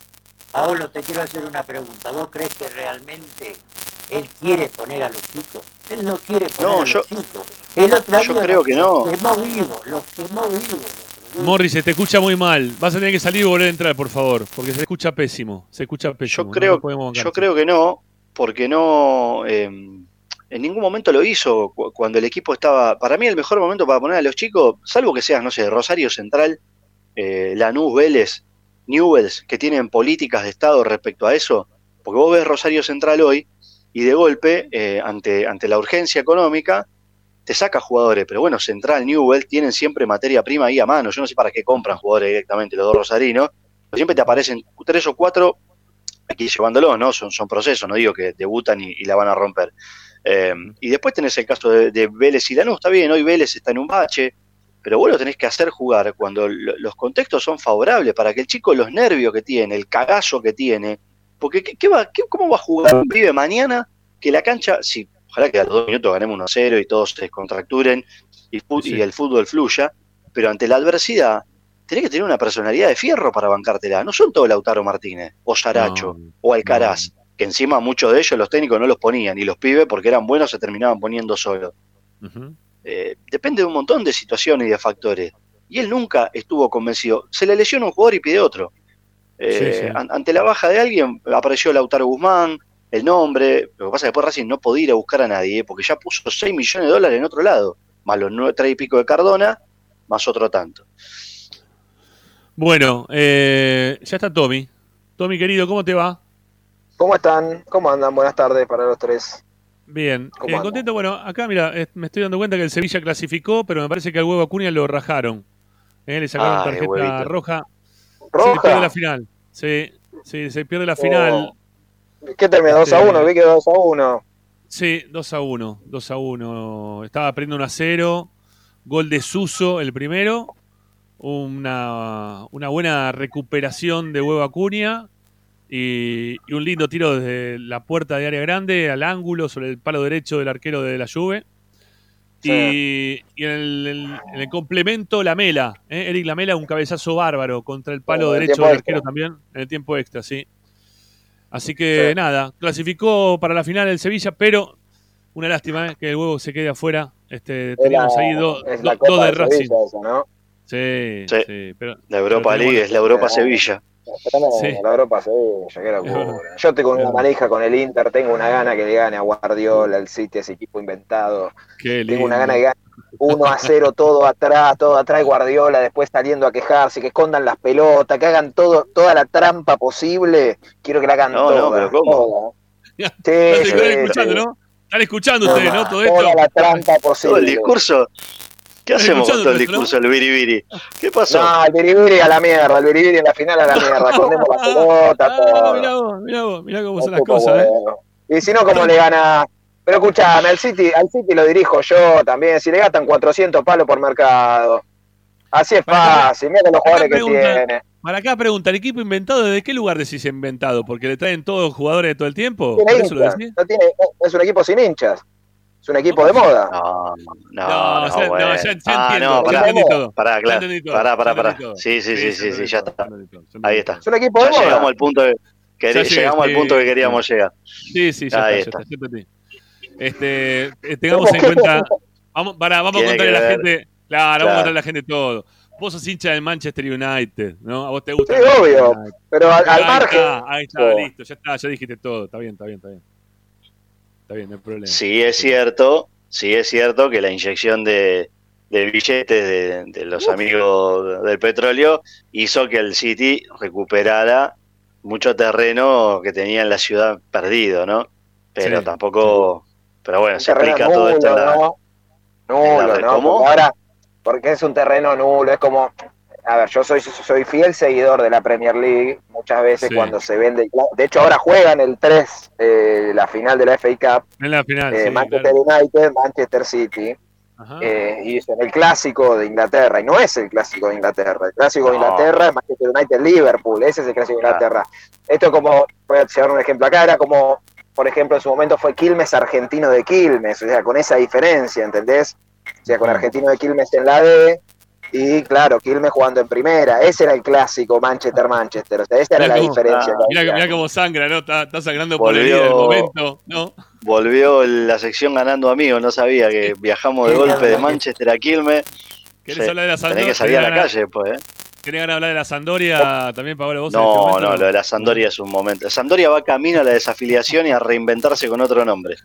Paolo, te quiero hacer una pregunta, ¿vos crees que realmente él quiere poner a los chicos? Él no quiere poner no, a yo, los chicos. El otro yo creo que no. Los quemó vivos, los quemó vivos. Morris, se te escucha muy mal. Vas a tener que salir y volver a entrar, por favor, porque se escucha pésimo. Se escucha pésimo. Yo creo, no yo creo que no, porque no, eh, en ningún momento lo hizo cuando el equipo estaba. Para mí el mejor momento para poner a los chicos, salvo que seas, no sé, Rosario Central, eh, Lanús, Vélez, Newell's, que tienen políticas de Estado respecto a eso, porque vos ves Rosario Central hoy y de golpe, eh, ante, ante la urgencia económica, te saca jugadores, pero bueno, Central, Newell tienen siempre materia prima ahí a mano. Yo no sé para qué compran jugadores directamente los dos rosarinos, pero siempre te aparecen tres o cuatro aquí llevándolos, ¿no? Son, son procesos, no digo que debutan y, y la van a romper. Eh, y después tenés el caso de, de Vélez y Lanús, está bien, hoy Vélez está en un bache, pero vos lo tenés que hacer jugar cuando lo, los contextos son favorables, para que el chico los nervios que tiene, el cagazo que tiene, porque ¿qué, qué va, qué, ¿cómo va a jugar un pibe mañana que la cancha, si ojalá que a los dos minutos ganemos uno a cero y todos se descontracturen y, sí. y el fútbol fluya, pero ante la adversidad tenés que tener una personalidad de fierro para bancártela. No son todos Lautaro Martínez, o Saracho, no, o Alcaraz, no. que encima muchos de ellos los técnicos no los ponían, y los pibes porque eran buenos se terminaban poniendo solos. Uh-huh. Eh, depende de un montón de situaciones y de factores. Y él nunca estuvo convencido. Se le lesiona un jugador y pide otro. Eh, sí, sí. An- ante la baja de alguien apareció Lautaro Guzmán, el nombre, lo que pasa es que después Racing no podía ir a buscar a nadie, porque ya puso seis millones de dólares en otro lado, más los nueve, tres y pico de Cardona, más otro tanto. Bueno, eh, ya está Tommy. Tommy, querido, ¿cómo te va? ¿Cómo están? ¿Cómo andan? Buenas tardes para los tres. Bien, eh, contento. Bueno, acá mira, eh, me estoy dando cuenta que el Sevilla clasificó, pero me parece que al Huevo Acuña lo rajaron. Eh, le sacaron ah, tarjeta roja. ¿Roja? Se pierde la final. Sí, sí, se pierde la final. Oh. ¿Qué terminó? ¿dos a uno? Vi que dos a uno. Sí, dos a uno. dos a uno. Estaba perdiendo uno a cero. Gol de Suso, el primero. Una, una buena recuperación de Huevo Acuña. Y, y un lindo tiro desde la puerta de área grande al ángulo sobre el palo derecho del arquero de la Juve. Sí. Y, y en, el, el, en el complemento, Lamela. ¿eh? Eric Lamela, un cabezazo bárbaro contra el palo oh, derecho del arquero extra. También, en el tiempo extra, sí. Así que sí. nada, clasificó para la final el Sevilla, pero una lástima ¿eh? que el Huevo se quede afuera. Este, teníamos la, ahí dos do, do de, de Racing. Eso, ¿no? Sí, sí, sí. Pero, la Europa League es la Europa Sevilla. Sí. La Europa Sevilla, que era bueno. Yo tengo una manija con el Inter, tengo una gana que le gane a Guardiola, el City, ese equipo inventado. Qué tengo una gana que gane uno a cero, todo atrás, todo atrás Guardiola, después saliendo a quejarse, que escondan las pelotas, que hagan todo, toda la trampa posible. Quiero que la hagan no, toda. No, pero ¿cómo? Sí, sí, están escuchando, ¿no? Están escuchando ustedes, ¿no? Todo esto. Toda la trampa posible. Todo el discurso. ¿Qué hacemos con todo el discurso del biribiri? ¿Qué pasó? No, el biribiri a la mierda, el biribiri en la final a la mierda, escondemos la pelota, ah, todo. Mirá vos, mirá vos, mirá cómo son las cosas, bueno. ¿eh? Y si no, ¿cómo le gana? Pero escuchame, al City, al City lo dirijo yo también, si le gastan cuatrocientos palos por mercado. Así es fácil, mira los jugadores que tiene. Para acá pregunta, ¿el equipo inventado desde qué lugar decís inventado? ¿Porque le traen todos jugadores de todo el tiempo? ¿Por eso lo decís? No tiene, es un equipo sin hinchas. Es un equipo de moda. No, no, no, no, ya, bueno. no ya, ya ah, entiendo. No, pará, ya entendí todo. Pará, claro. Pará, pará, pará. Sí, sí, sí, sí, sí, ya está. Ahí está. Es un equipo ya de moda. Llegamos al punto de, que, ya llegamos llegué, al punto sí, que queríamos sí. llegar. Sí, sí, ya Ahí está, está. ya está, ya entendí. Este, eh, tengamos en cuenta, vamos, para, vamos a contarle a la gente, claro, claro, vamos a contarle a la gente todo. Vos sos hincha del Manchester United, ¿no? A vos te gusta. Sí, obvio, pero al, al margen. Está, ahí está, oh. listo, ya está, ya dijiste todo, está bien, está bien, está bien. Está bien, no hay problema. Sí, es cierto, sí es cierto que la inyección de, de billetes de, de los amigos del petróleo hizo que el City recuperara mucho terreno que tenía en la ciudad perdido, ¿no? Pero sí, tampoco, sí. pero bueno, se aplica nulo, todo esto en la, ¿no? Nulo, en la, ¿no? ¿cómo? Porque ahora, porque es un terreno nulo, es como, a ver, yo soy soy fiel seguidor de la Premier League, muchas veces sí. cuando se vende, de hecho ahora juegan el tres, eh, la final de la F A Cup, en la final, eh, sí, Manchester claro. United, Manchester City, eh, y es en el clásico de Inglaterra, y no es el clásico de Inglaterra, el clásico de Inglaterra no. es Manchester United-Liverpool, ese es el clásico de Inglaterra. Claro. Esto como, voy a llevar un ejemplo acá, era como, por ejemplo, en su momento fue Quilmes Argentino de Quilmes, o sea, con esa diferencia, ¿entendés? O sea, con Argentino de Quilmes en la D, y claro, Quilmes jugando en primera, ese era el clásico Manchester-Manchester, o sea, esa era mirá la cómo, diferencia. Ah, mirá, mirá cómo sangra, ¿no? Está, está sangrando volvió, por el día del momento, ¿no? Volvió la sección ganando amigos, no sabía que viajamos de golpe de Manchester a Quilmes. ¿Querés sí, hablar de la Sampdoria? Tenés que salir a la calle después, ¿eh? ¿Querés ganar hablar de la Sampdoria también, Pablo? ¿Vos no, en este no, lo de la Sampdoria es un momento. La Sampdoria va camino a la desafiliación y a reinventarse con otro nombre.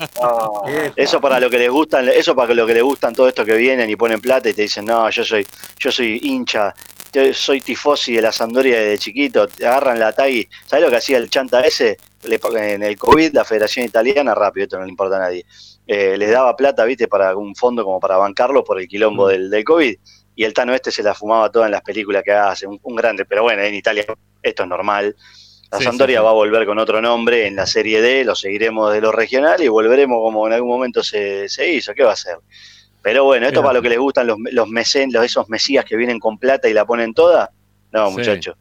Oh. Eso para lo que les gustan, eso para lo que les gustan todos estos que vienen y ponen plata y te dicen, no, yo soy, yo soy hincha, yo soy tifosi de la Sampdoria desde chiquito, te agarran la tagui. ¿Sabés lo que hacía el chanta ese? En el COVID, la Federación Italiana, rápido, esto no le importa a nadie, eh, les daba plata, viste, para un fondo como para bancarlo por el quilombo mm. del, del COVID. Y el Tano este se la fumaba toda en las películas que hace, un, un grande, pero bueno, en Italia esto es normal. La sí, Sampdoria sí, sí. va a volver con otro nombre en la Serie D, lo seguiremos de lo regional y volveremos como en algún momento se, se hizo, ¿qué va a ser? Pero bueno, esto sí, para lo que les gustan los, los mecen, los esos mesías que vienen con plata y la ponen toda, no, sí. muchachos.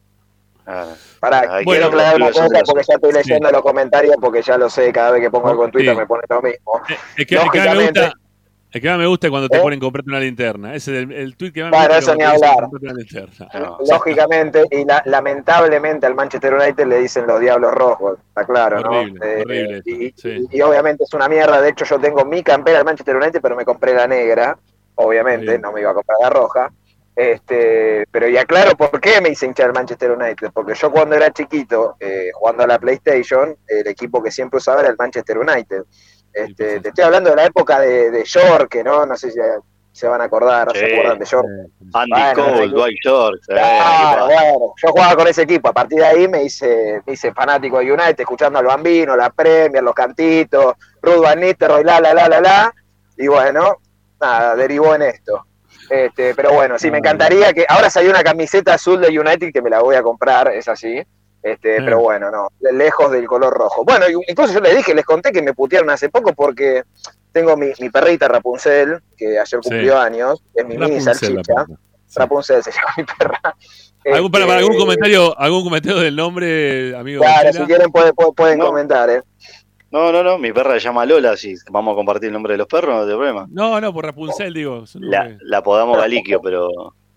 Ah, Pará, bueno, quiero aclarar una cosa porque ya estoy leyendo sí. los comentarios porque ya lo sé, cada vez que pongo algo en Twitter sí. me pone lo mismo. Es que, Lógicamente, es que El que más me gusta es cuando te ¿Eh? ponen comprarte una linterna. Ese es el, el tweet que más bueno, me gusta. Bueno, eso ni hablar. No. Lógicamente, y la, lamentablemente al Manchester United le dicen los Diablos Rojos, está claro, horrible, ¿no? Horrible, eh, y, sí. y, y obviamente es una mierda. De hecho, yo tengo mi campera del Manchester United, pero me compré la negra. Obviamente, Bien. no me iba a comprar la roja. Este, pero y aclaro por qué me hice hincha del Manchester United, porque yo cuando era chiquito, eh, jugando a la PlayStation, el equipo que siempre usaba era el Manchester United. Este, te estoy hablando de la época de, de York, ¿no? No sé si se van a acordar, sí. ¿se acuerdan de York? Andy bueno, Cole, Dwight York. Claro, bueno, yo jugaba con ese equipo, a partir de ahí me hice, me hice fanático de United, escuchando al Bambino, la Premier, los cantitos, Ruud van Nistelrooy, la, la, la, la, la, y bueno, nada, derivó en esto. Este, pero bueno, sí, me encantaría que, ahora salió una camiseta azul de United que me la voy a comprar, es así, Este, eh. Pero bueno, no, lejos del color rojo. Bueno, incluso yo les dije, les conté que me putearon hace poco porque tengo mi, mi perrita Rapunzel, que ayer cumplió sí. años, es mi mini salchicha. Sí. Rapunzel se llama mi perra. ¿Algún, para, para algún comentario algún comentario del nombre, amigo? Claro, si quieren puede, puede, pueden no. comentar, ¿eh? No, no, no, mi perra se llama Lola, si vamos a compartir el nombre de los perros, no hay problema. No, no, por Rapunzel, digo. La, la apodamos Galiquio, pero...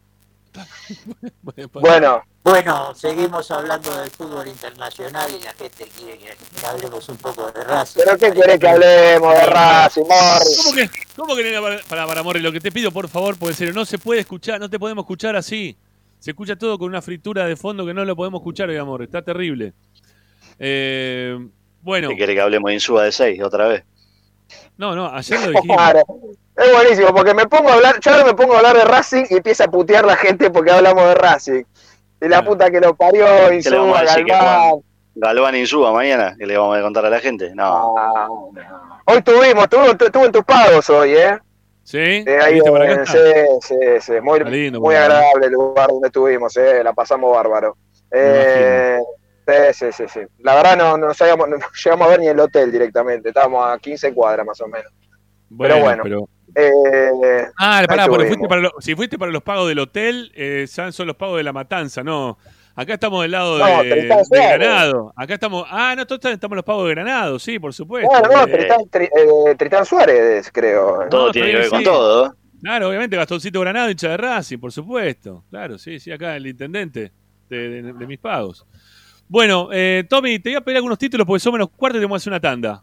Bueno, bueno, seguimos hablando del fútbol internacional y la gente quiere que hablemos un poco de Racing. ¿Pero qué quiere que hablemos de Racing, Morri? ¿Cómo que, cómo que nena, para, para, para Morri? Lo que te pido, por favor, porque en serio, no se puede escuchar, no te podemos escuchar así. Se escucha todo con una fritura de fondo que no lo podemos escuchar, amor, está terrible. Eh, bueno. ¿Qué quiere que hablemos de Insúa de seis otra vez? No, no, ayer lo dijimos. Claro. Es buenísimo, porque me pongo a hablar, yo ahora me pongo a hablar de Racing y empieza a putear la gente porque hablamos de Racing. Y la puta que lo parió, Insúa, Galván. Galván e Insúa mañana, que le vamos a contar a la gente. No. Ah, hoy tuvimos, estuvo en tus pagos hoy, ¿eh? Sí, eh, ahí, eh, sí, sí, sí, muy, lindo, muy agradable el lugar donde estuvimos, eh, la pasamos bárbaro. Eh, sí, sí, sí, sí. La verdad no, no, nos llegamos, no llegamos a ver ni el hotel directamente, estábamos a quince cuadras más o menos. Bueno, pero bueno. Pero... Eh, ah, pará, porque fuiste para lo, si fuiste para los pagos del hotel, eh, son los pagos de la matanza, no. Acá estamos del lado de, no, de Granado. Acá estamos. Ah, no, todos estamos los pagos de Granado, sí, por supuesto. Bueno, no, Tritán, eh, Tritán Suárez, creo. Todo no, tiene que ver sí. con todo. Claro, obviamente, Gastoncito Granado, hincha de Racing, por supuesto. Claro, sí, sí, acá el intendente de, de, de mis pagos. Bueno, eh, Tommy, te voy a pedir algunos títulos porque son menos cuartos y tenemos que hacer una tanda.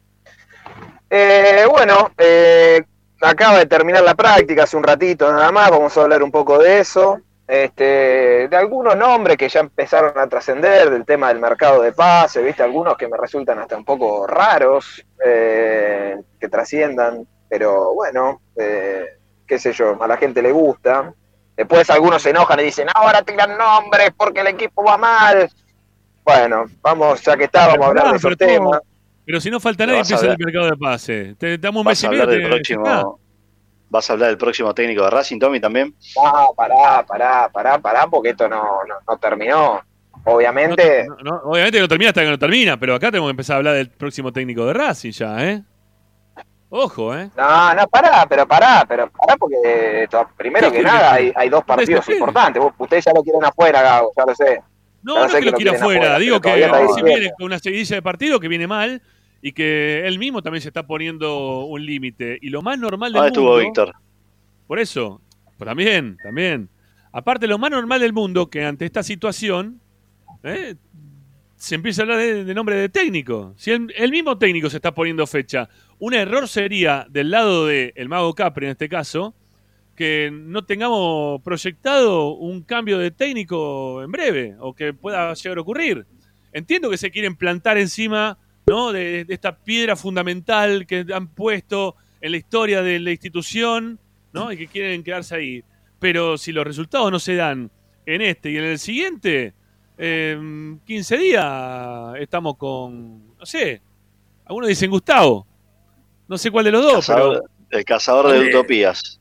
Eh, bueno, eh, acaba de terminar la práctica hace un ratito nada más, vamos a hablar un poco de eso. Este, de algunos nombres que ya empezaron a trascender del tema del mercado de pase, viste, algunos que me resultan hasta un poco raros, eh, que trasciendan, pero bueno, eh, qué sé yo, a la gente le gusta. Después algunos se enojan y dicen, ahora tiran nombres porque el equipo va mal. Bueno, vamos, ya que está, vamos a hablar de esos temas. Pero si no falta nadie, empieza el mercado de pase. Te damos un mes y medio. Del próximo... ¿Vas a hablar del próximo técnico de Racing, Tommy, también? No, pará, pará, pará, pará, porque esto no, no, no terminó. Obviamente... No, no, no, obviamente no termina hasta que no termina, pero acá tenemos que empezar a hablar del próximo técnico de Racing ya, ¿eh? Ojo, ¿eh? No, no, pará, pero pará, pero pará, porque esto, primero que nada hay, hay dos partidos importantes. Ustedes ya lo quieren afuera, Gabo, ya lo sé. No, no, no es que lo quiera afuera, afuera, digo que Racing viene con una seguidilla de partido que viene mal. Y que él mismo también se está poniendo un límite. Y lo más normal del ah, mundo... estuvo Víctor. Por eso, pues también, también. Aparte, lo más normal del mundo, que ante esta situación, ¿eh? se empieza a hablar de, de nombre de técnico. Si el, el mismo técnico se está poniendo fecha, un error sería del lado del Mago Capri, en este caso, que no tengamos proyectado un cambio de técnico en breve, o que pueda llegar a ocurrir. Entiendo que se quieren plantar encima... ¿no? De, de esta piedra fundamental que han puesto en la historia de la institución, ¿no? Y que quieren quedarse ahí. Pero si los resultados no se dan en este y en el siguiente, eh, quince días estamos con, no sé, algunos dicen Gustavo, no sé cuál de los dos, cazador, pero... El cazador de utopías.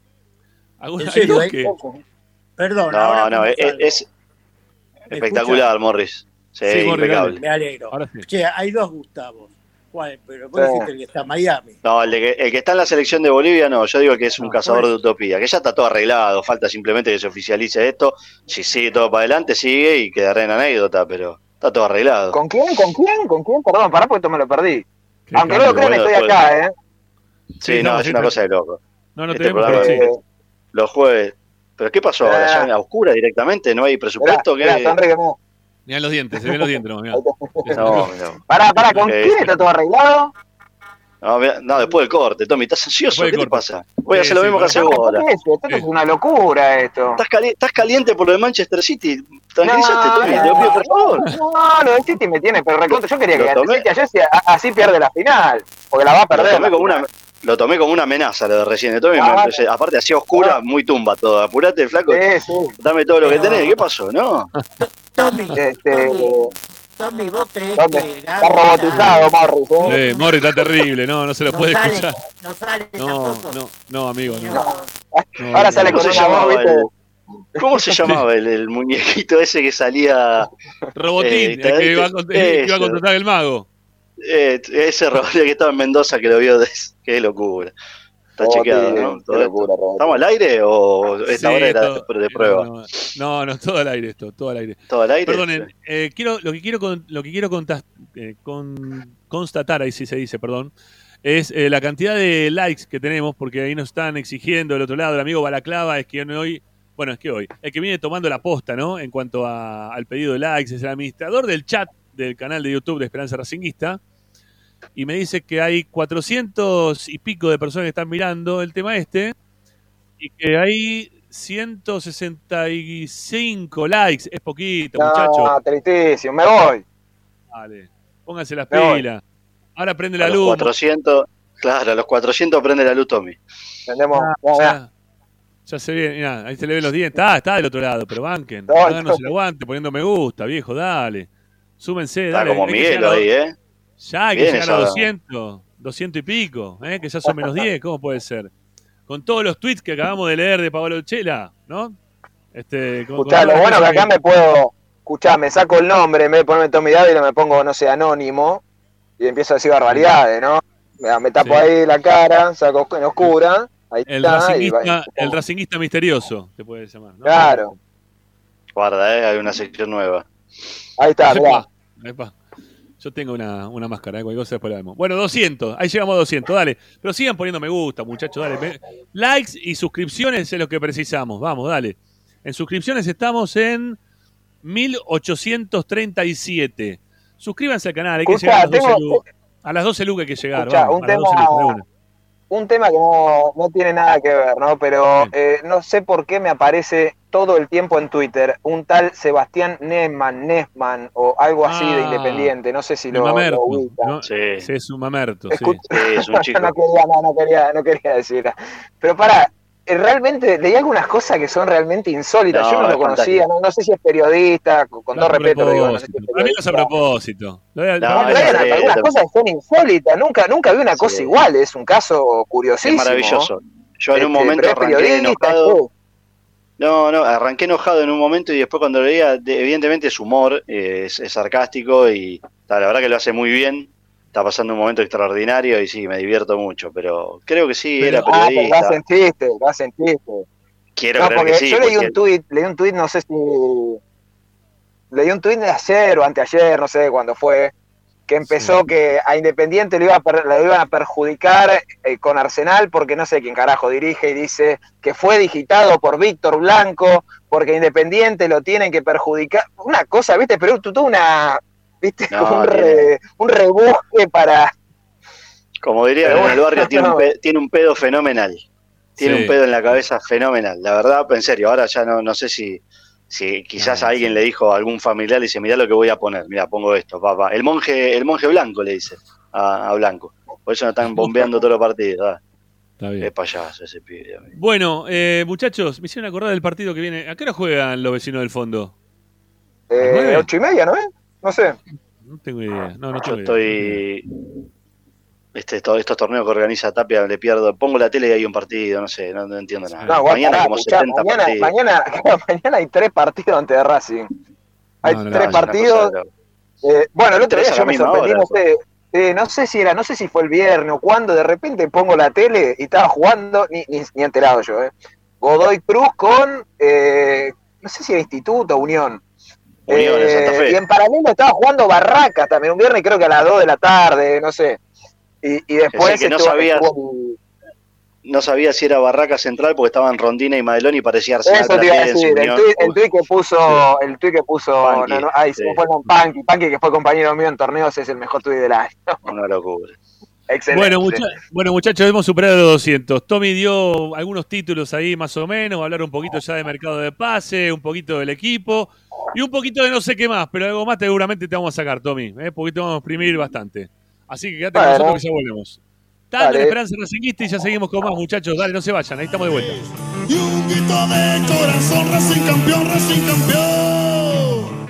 ¿En serio, hay que... Perdón. No, no, es, es espectacular, Morris. Sí, sí, impecable. Me alegro. Sí. Che, hay dos Gustavos. ¿Cuál? Pero vos dijiste el que está en Miami. No, el, de que, el que está en la selección de Bolivia, no. Yo digo que es un no, cazador de utopía, que ya está todo arreglado. Falta simplemente que se oficialice esto. Si sigue todo para adelante, sigue y quedará en anécdota, pero está todo arreglado. ¿Con quién? ¿Con quién? ¿Con quién? Perdón, pará porque esto me lo perdí. Aunque no lo crean, estoy después... acá, ¿eh? Sí, sí no, no, es una te... cosa de loco. No, no este tenemos programa, que... sí. Los jueves. ¿Pero qué pasó ahora? ¿Ya en la oscura directamente? ¿No hay presupuesto? Mirá, mirá, que... no. Mirá los dientes, se ven los dientes. No, mirá. no, no. Pará, pará, ¿con okay. quién está todo arreglado? No, mirá, no, después del corte, Tommy, ¿estás ansioso? ¿Qué corte. te pasa? Voy a hacer sí, lo mismo sí, que hace vos ahora. Esto, esto sí. es una locura esto. ¿Estás caliente, ¿Estás caliente por lo de Manchester City? Tranquilízate, no, Tommy, no, te lo pido por favor. No, lo del City me tiene, pero recontra. Yo quería que el City ayer así pierde la final, porque la va a perder. Lo tomé como una, lo tomé como una amenaza lo de recién, Tommy. Ah, me, aparte, así oscura, ah. muy tumba todo. Apurate, flaco. Sí, sí. Dame todo lo que tenés. ¿Qué pasó? No. Tommy, este... Tommy, vos creés Tommy, que está robotizado, Morris, ¿eh? Sí, Morris está terrible, no, no se lo no puede sale, escuchar. No sale No, no, no, amigo, no. no. no Ahora no, sale con una voz, ¿viste? ¿Cómo se llamaba el, el muñequito ese que salía? Robotín, eh, el que iba, a, que iba a contratar el mago. Eh, ese Robotín que estaba en Mendoza que lo vio, de, qué locura. Está Robotín, chequeado, ¿no? Todo locura, ¿estamos al aire o esta sí, hora era esto, de prueba? No, no, no, todo al aire esto, todo al aire. ¿Todo al aire? Perdonen, eh, quiero, lo que quiero, lo que quiero contar, eh, con, constatar, ahí sí se dice, perdón, es eh, la cantidad de likes que tenemos, porque ahí nos están exigiendo del otro lado. El amigo Balaclava es que hoy, bueno, es que hoy, el que viene tomando la posta, ¿no? En cuanto a, al pedido de likes, es el administrador del chat del canal de YouTube de Esperanza Racinguista. Y me dice que hay cuatrocientos y pico de personas que están mirando el tema este y que hay ciento sesenta y cinco likes. Es poquito, no, muchachos. No, tristísimo. Me voy. Vale, pónganse las pilas. Ahora prende la a luz. Los cuatrocientos, claro, a los cuatrocientos prende la luz, Tommy. Prendemos. Ah, ya, ya se ve, mirá, ahí se le ven los dientes. Ah, está del otro lado, pero banquen. No, háganos no. el aguante poniendo me gusta, viejo, dale. Súmense, está dale. Como Miguel ahí, ¿eh? Ya hay que llegar a doscientos, doscientos y pico, ¿eh? Que ya son menos diez, ¿cómo puede ser? Con todos los tweets que acabamos de leer de Pablo Chela, ¿no? Este, con, Escuchá, lo bueno que acá que... me puedo, escuchá, me saco el nombre, en vez de ponerme Tommy Dávila me pongo, no sé, anónimo, y empiezo a decir barbaridades, ¿no? Me, me tapo sí. ahí la cara, saco en oscura, ahí el está. Racinguista, y va, el racinguista misterioso, te puede llamar, ¿no? Claro. Guarda, ¿eh? Hay una sección nueva. Ahí está, mirá. Epa. Yo tengo una, una máscara, ¿eh? Cualquier cosa después la vemos. Bueno, doscientos, ahí llegamos a doscientos, dale. Pero sigan poniendo me gusta, muchachos, dale. Likes y suscripciones es lo que precisamos, vamos, dale. En suscripciones estamos en mil ochocientos treinta y siete. Suscríbanse al canal, hay que Escucha, llegar a las, tengo, doce lucas, a las doce lucas hay que llegar. Escucha, vamos, un, tema, un tema que no, no tiene nada que ver, ¿no? Pero eh, no sé por qué me aparece todo el tiempo en Twitter un tal Sebastián Nesman, Nesman o algo así ah, de Independiente, no sé si lo, mamerto, lo ubica. ¿no? Sí. sí, es un mamerto. Escucha, sí. sí, es un chico. no, quería, no, no, quería, no quería decir. Pero para, realmente leí algunas cosas que son realmente insólitas. No, yo no lo conocía, no, no sé si es periodista, con, con todo respeto lo digo. No sé si es periodista. A propósito. No, no, no, algunas cosas son insólitas, nunca, nunca vi una cosa sí. igual, es un caso curiosísimo. Es maravilloso. Yo en este, un momento arranqué enojado. No, no, arranqué enojado en un momento y después cuando lo veía, evidentemente es humor, eh, es, es sarcástico y ta, la verdad que lo hace muy bien. Está pasando un momento extraordinario y sí, me divierto mucho, pero creo que sí, pero, era periodista. Ah, lo sentiste, lo sentiste. Quiero no, creer porque que sí. Yo leí porque... un tuit, leí un tuit, no sé si... Leí un tuit de ayer o anteayer, no sé cuándo fue, que empezó sí. que a Independiente lo, iba a per, lo iban a perjudicar eh, con Arsenal porque no sé quién carajo dirige y dice que fue digitado por Víctor Blanco porque Independiente lo tienen que perjudicar. Una cosa, ¿viste? Pero tú una... ¿Viste? No, Como un, re, un rebusque para... Como diría bueno, en el barrio, tiene un, pedo, tiene un pedo fenomenal. Tiene sí. un pedo en la cabeza fenomenal. La verdad, en serio, ahora ya no, no sé si... Si quizás no, alguien sí. le dijo a algún familiar, le dice, mirá lo que voy a poner, mirá, pongo esto, papá. El monje, el monje Blanco le dice a, a Blanco. Por eso no están bombeando todos los partidos. Ah. Está bien. Es payaso ese pibe. Amigo. Bueno, eh, muchachos, me hicieron acordar del partido que viene. ¿A qué hora juegan los vecinos del fondo? Eh, ocho y media, ¿no es? No sé. No tengo idea. No, no tengo Yo estoy... Este, todo, estos torneos que organiza Tapia le pierdo, pongo la tele y hay un partido, no sé, no, no entiendo nada. No, mañana pará, como escuchá, setenta mañana, partidos. Mañana, mañana hay tres partidos ante de Racing. Hay no, no, tres no, partidos. Eh, bueno, el otro día yo me sorprendí, no sé, eh, no sé si era, no sé si fue el viernes o cuando, de repente pongo la tele y estaba jugando, ni, ni, ni enterado yo, eh. Godoy Cruz con, eh, no sé si era Instituto o Unión. Unión eh, en Santa Fe. Y en paralelo estaba jugando Barracas también, un viernes creo que a las dos de la tarde, no sé. Y, y después que no sabía no sabía si era Barraca Central porque estaban Rondina y Madelón y parecía Arsenal. Eso te iba a decir, el tuit, el tuit que puso sí. el tuit que puso Punky, no, no, ay, sí. fue con Punky, Punky que fue compañero mío en torneos, es el mejor tuit del año. Una locura. Excelente. Bueno, mucha, bueno, muchachos, hemos superado los doscientos. Tommy dio algunos títulos ahí más o menos, hablar un poquito ya de mercado de pase, un poquito del equipo y un poquito de no sé qué más, pero algo más seguramente te vamos a sacar, Tommy, ¿eh? Porque te vamos a exprimir bastante. Así que quédate bueno. con nosotros que ya volvemos. Tanto en Esperanza Racinguista y ya seguimos con más, muchachos. Dale, no se vayan, ahí estamos de vuelta. Y un grito de corazón, Racing campeón, Racing campeón.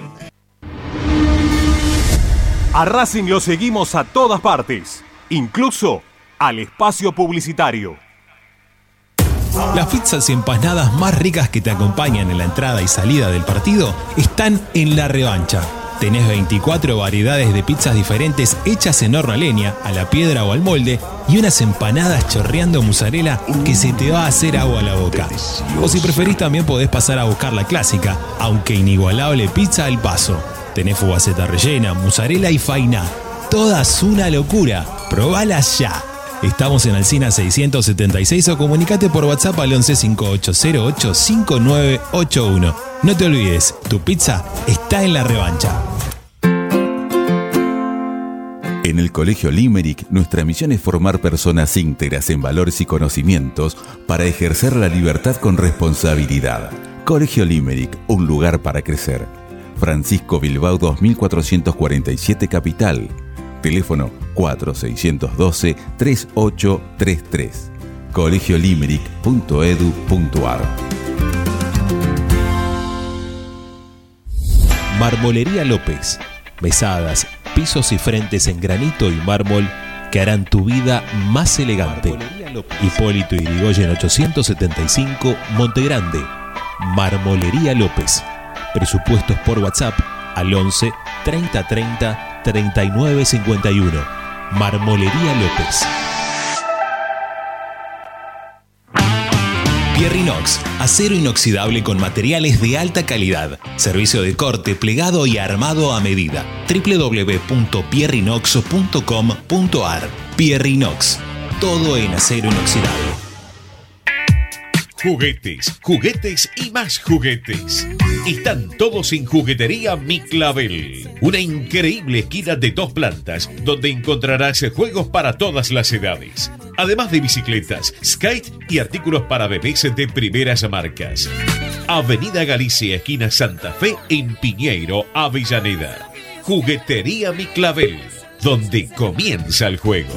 A Racing lo seguimos a todas partes, incluso al espacio publicitario. Las pizzas y empanadas más ricas que te acompañan en la entrada y salida del partido están en La Revancha. Tenés veinticuatro variedades de pizzas diferentes hechas en horno a leña, a la piedra o al molde y unas empanadas chorreando mozzarella que se te va a hacer agua a la boca. O si preferís también podés pasar a buscar la clásica, aunque inigualable pizza al paso. Tenés fugaceta rellena, mozzarella y fainá. Todas una locura. Probalas ya. Estamos en Alsina seiscientos setenta y seis o comunicate por WhatsApp al once cinco ocho cero ocho cinco nueve ocho uno. No te olvides, tu pizza está en La Revancha. En el Colegio Limerick, nuestra misión es formar personas íntegras en valores y conocimientos para ejercer la libertad con responsabilidad. Colegio Limerick, un lugar para crecer. Francisco Bilbao dos mil cuatrocientos cuarenta y siete Capital. Teléfono cuatro seis uno dos tres ocho tres tres. colegio limerick punto edu punto ar. Marmolería López. Mesadas, pisos y frentes en granito y mármol que harán tu vida más elegante. Hipólito Yrigoyen ochocientos setenta y cinco, Montegrande. Marmolería López. Presupuestos por WhatsApp al once treinta treinta treinta y nueve cincuenta y uno. Marmolería López. Pierrinox, acero inoxidable con materiales de alta calidad. Servicio de corte, plegado y armado a medida. doble u doble u doble u punto pierrinox punto com punto ar. Pierrinox, todo en acero inoxidable. Juguetes, juguetes y más juguetes. Están todos en Juguetería Mi Clavel. Una increíble esquina de dos plantas donde encontrarás juegos para todas las edades. Además de bicicletas, skate y artículos para bebés de primeras marcas. Avenida Galicia, esquina Santa Fe, en Piñeiro, Avellaneda. Juguetería Mi Clavel, donde comienza el juego.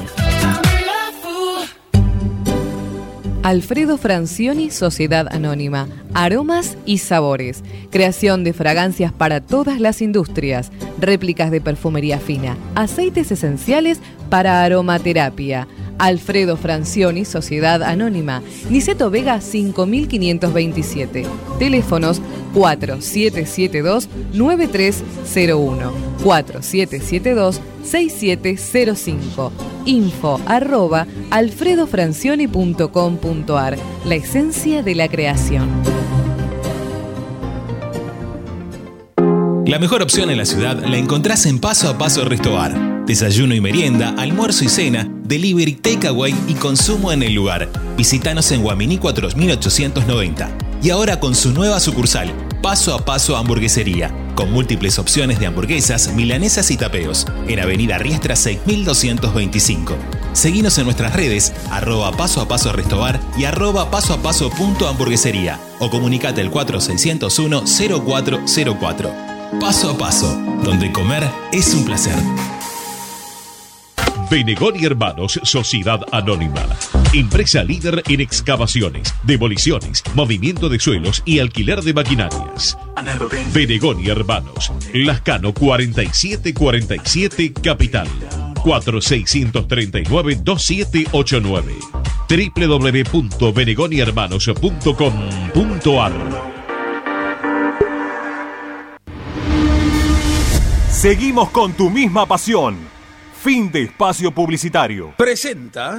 Alfredo Francioni, Sociedad Anónima. Aromas y sabores. Creación de fragancias para todas las industrias. Réplicas de perfumería fina. Aceites esenciales para aromaterapia. Alfredo Francioni, Sociedad Anónima. Niceto Vega cinco mil quinientos veintisiete. Teléfonos cuatro siete siete dos nueve tres cero uno, cuatro siete siete dos seis siete cero cinco. Info arroba alfredofrancioni punto com punto ar. La esencia de la creación. La mejor opción en la ciudad la encontrás en Paso a Paso Restobar. Desayuno y merienda, almuerzo y cena, delivery, takeaway y consumo en el lugar. Visítanos en Guaminí cuatro mil ochocientos noventa. Y ahora con su nueva sucursal, Paso a Paso Hamburguesería, con múltiples opciones de hamburguesas, milanesas y tapeos, en Avenida Riestra seis mil doscientos veinticinco. Seguinos en nuestras redes, arroba Paso a Paso Restobar y arroba paso a paso punto hamburguesería, o comunicate al cuatro seis cero uno cero cuatro cero cuatro. Paso a Paso, donde comer es un placer. Venegón y Hermanos, Sociedad Anónima. Empresa líder en excavaciones, demoliciones, movimiento de suelos y alquiler de maquinarias. Venegón y Hermanos, Lascano cuarenta y siete cuarenta y siete, Capital. cuatro seis tres nueve dos siete ocho nueve. doble u doble u doble u punto venegón y hermanos punto com punto ar. Seguimos con tu misma pasión. Fin de espacio publicitario. Presenta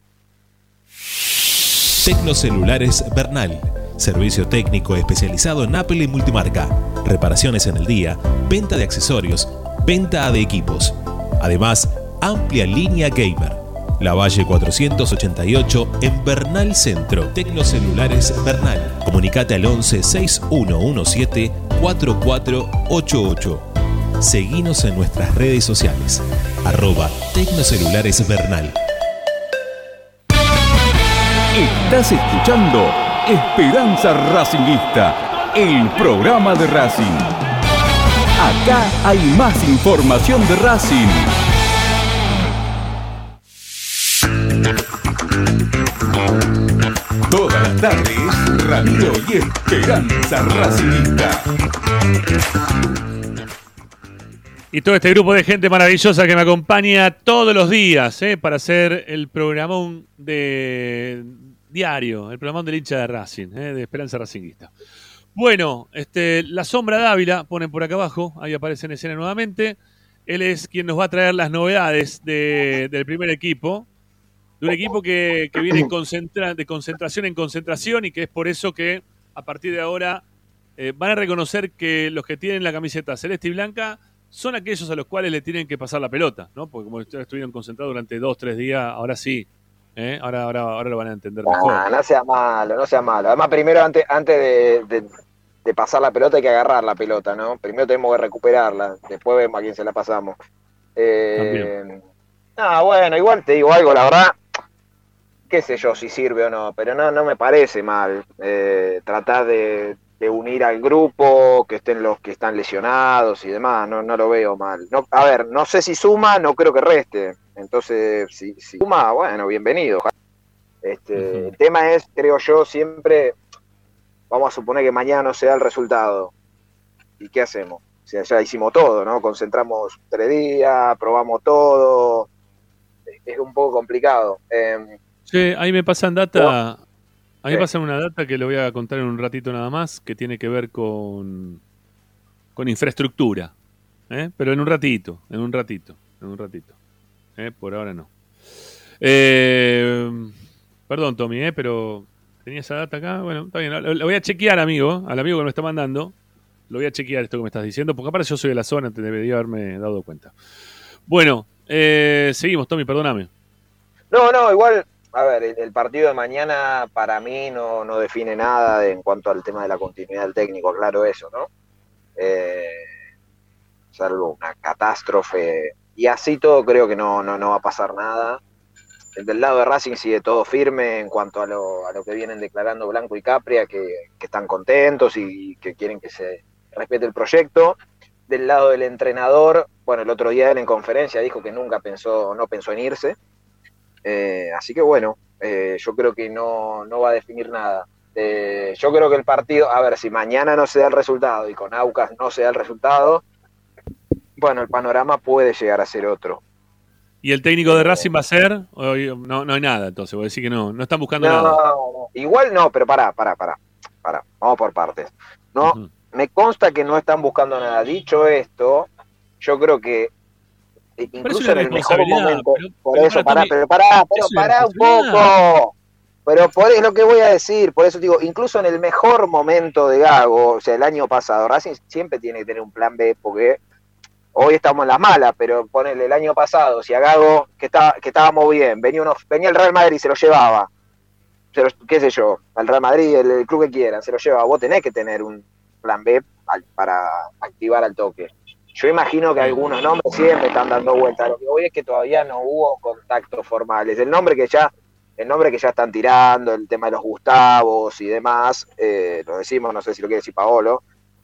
Tecnocelulares Bernal. Servicio técnico especializado en Apple y multimarca. Reparaciones en el día, venta de accesorios, venta de equipos. Además, amplia línea gamer. Lavalle cuatrocientos ochenta y ocho en Bernal Centro. Tecnocelulares Bernal. Comunicate al once seis uno uno siete cuatro cuatro ocho ocho. Seguinos en nuestras redes sociales. Arroba Tecnocelulares Bernal. Estás escuchando Esperanza Racingista, el programa de Racing. Acá hay más información de Racing. Todas las tardes, Radio y Esperanza Racingista. Y todo este grupo de gente maravillosa que me acompaña todos los días, ¿eh? Para hacer el programón de, diario, el programón del hincha de Racing, ¿eh? De Esperanza Racinguista. Bueno, este, la Sombra Dávila, ponen por acá abajo, ahí aparece en escena nuevamente. Él es quien nos va a traer las novedades de, del primer equipo, de un equipo que, que viene concentra, de concentración en concentración y que es por eso que a partir de ahora eh, van a reconocer que los que tienen la camiseta celeste y blanca son aquellos a los cuales le tienen que pasar la pelota, ¿no? Porque como estuvieron concentrados durante dos, tres días, ahora sí, ¿eh? ahora, ahora, ahora lo van a entender mejor. Ah, no sea malo, no sea malo. Además, primero, antes, antes de, de, de pasar la pelota, hay que agarrar la pelota, ¿no? Primero tenemos que recuperarla, después vemos a quién se la pasamos. Eh, no, bueno, igual te digo algo, la verdad, qué sé yo si sirve o no, pero no, no me parece mal eh, tratar de, de unir al grupo, que estén los que están lesionados y demás, no, no lo veo mal. No, a ver, no sé si suma, no creo que reste, entonces si, si suma, bueno, bienvenido. Este, uh-huh. El tema es, creo yo, siempre, vamos a suponer que mañana no se da el resultado, ¿y qué hacemos? O sea, ya hicimos todo, ¿no? Concentramos tres días, probamos todo, es un poco complicado. Eh, sí, ahí me pasan data... A mí me pasan una data que le voy a contar en un ratito nada más, que tiene que ver con, con infraestructura. ¿eh? Pero en un ratito, en un ratito, en un ratito. ¿eh? Por ahora no. Eh, perdón, Tommy, ¿eh? pero tenía esa data acá. Bueno, está bien. Lo, lo voy a chequear, amigo, al amigo que me está mandando. Lo voy a chequear esto que me estás diciendo, porque aparte yo soy de la zona, te debería haberme dado cuenta. Bueno, eh, seguimos, Tommy, perdóname. No, no, igual... A ver, el, el partido de mañana para mí no, no define nada de, en cuanto al tema de la continuidad del técnico, claro eso, ¿no? Eh, salvo una catástrofe. Y así todo creo que no, no, no va a pasar nada. Del lado de Racing sigue todo firme en cuanto a lo, a lo que vienen declarando Blanco y Capria, que, que están contentos y que quieren que se respete el proyecto. Del lado del entrenador, bueno, el otro día él en conferencia dijo que nunca pensó, no pensó en irse. Eh, así que bueno, eh, yo creo que no, no va a definir nada. Eh, yo creo que el partido, a ver, si mañana no se da el resultado y con Aucas no se da el resultado, bueno, el panorama puede llegar a ser otro. ¿Y el técnico de Racing va a ser? No, no hay nada, entonces, voy a decir que no, no están buscando no, nada. No, igual no, pero pará, pará, pará, pará, vamos por partes. No, uh-huh. Me consta que no están buscando nada. Dicho esto, yo creo que incluso en el mejor momento, pero, por pero eso, pará, pero pará, pero pará un poco, pero por eso es lo que voy a decir, por eso digo, incluso en el mejor momento de Gago, o sea, el año pasado, Racing siempre tiene que tener un plan B, porque hoy estamos en las malas, pero ponele el año pasado, si a Gago, que, está, que estábamos bien, venía, uno, venía el Real Madrid y se lo llevaba, se lo, qué sé yo, al Real Madrid, el, el club que quieran, se lo llevaba, vos tenés que tener un plan B para activar al toque. Yo imagino que algunos nombres siempre están dando vueltas. Lo que voy es que todavía no hubo contactos formales. El nombre que ya, el nombre que ya están tirando, el tema de los Gustavos y demás, eh, lo decimos, no sé si lo quiere decir Paolo.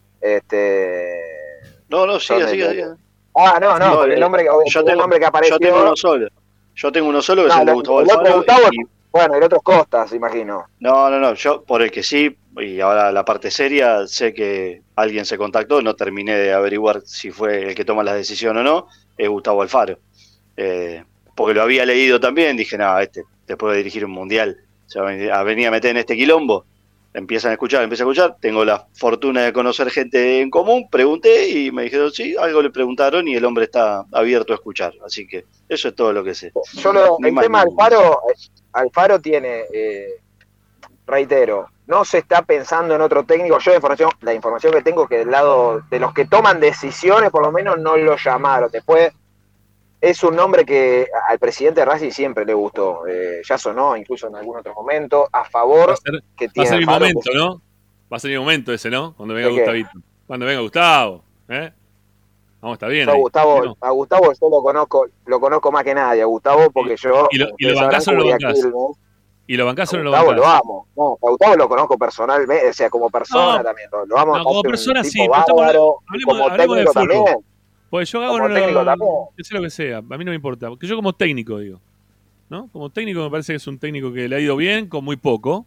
Este, no, no, sigue, sigue, sigue. Ah, no, no, no el nombre, yo tengo, el nombre que apareció. Yo tengo uno solo. Yo tengo uno solo que no, es el de Gustavo el Alfaro. Gustavo, y, bueno, el otro es Costas, imagino. No, no, no, yo por el que sí, y ahora la parte seria, sé que alguien se contactó, no terminé de averiguar si fue el que toma la decisión o no, es Gustavo Alfaro. Eh, porque lo había leído también, dije, no, este, después de dirigir un mundial, se va a venir a meter en este quilombo. Empiezan a escuchar, empiezan a escuchar, tengo la fortuna de conocer gente en común, pregunté y me dijeron sí, algo le preguntaron y el hombre está abierto a escuchar, así que eso es todo lo que sé. Yo lo, el tema Alfaro, Alfaro tiene, eh, reitero, no se está pensando en otro técnico, yo la información, la información que tengo que del lado de los que toman decisiones por lo menos no lo llamaron, después es un nombre que al presidente de Racing siempre le gustó, eh, ya sonó incluso en algún otro momento, a favor va a ser, que tiene... Va a ser mi momento, que... ¿no? Va a ser mi momento ese, ¿no? Cuando venga Gustavito. Cuando venga Gustavo, ¿eh? Vamos, está bien. Yo, ahí. Gustavo, ¿no? A Gustavo yo lo conozco, lo conozco más que nadie, a Gustavo porque yo... ¿Y lo, y lo bancás o no lo bancás? ¿no? ¿Y lo bancás o no lo bancás? Gustavo lo amo, no, a Gustavo lo conozco personalmente, o sea, como persona no, también, lo, lo amo. No, como persona sí, bárbaro, hablemos, como hablemos técnico también. Pues yo hago no, que sea lo que sea, a mí no me importa, porque yo como técnico digo, ¿no? Como técnico me parece que es un técnico que le ha ido bien con muy poco,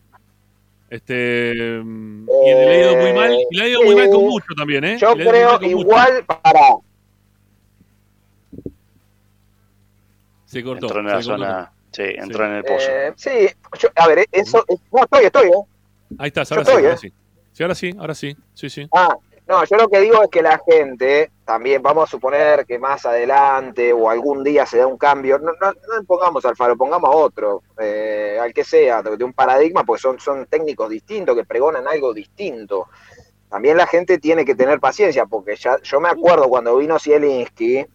este eh, y le ha ido muy mal, y le ha ido eh, muy mal con mucho también, ¿eh? Yo creo igual mucho. Para se cortó. Entró en, se la zona, Sí, entró sí. en el pozo. Eh, sí, yo, a ver, eso... No, estoy, estoy, ¿eh? Ahí estás, ahora sí, estoy, ahora ¿eh? sí. Sí, ahora sí, ahora sí. Sí, sí. Ah, no, yo lo que digo es que la gente, también vamos a suponer que más adelante o algún día se da un cambio, no, no, no pongamos a Alfaro, pongamos a otro, eh, al que sea, de un paradigma, pues son, son técnicos distintos que pregonan algo distinto. También la gente tiene que tener paciencia, porque ya yo me acuerdo cuando vino Zielinski,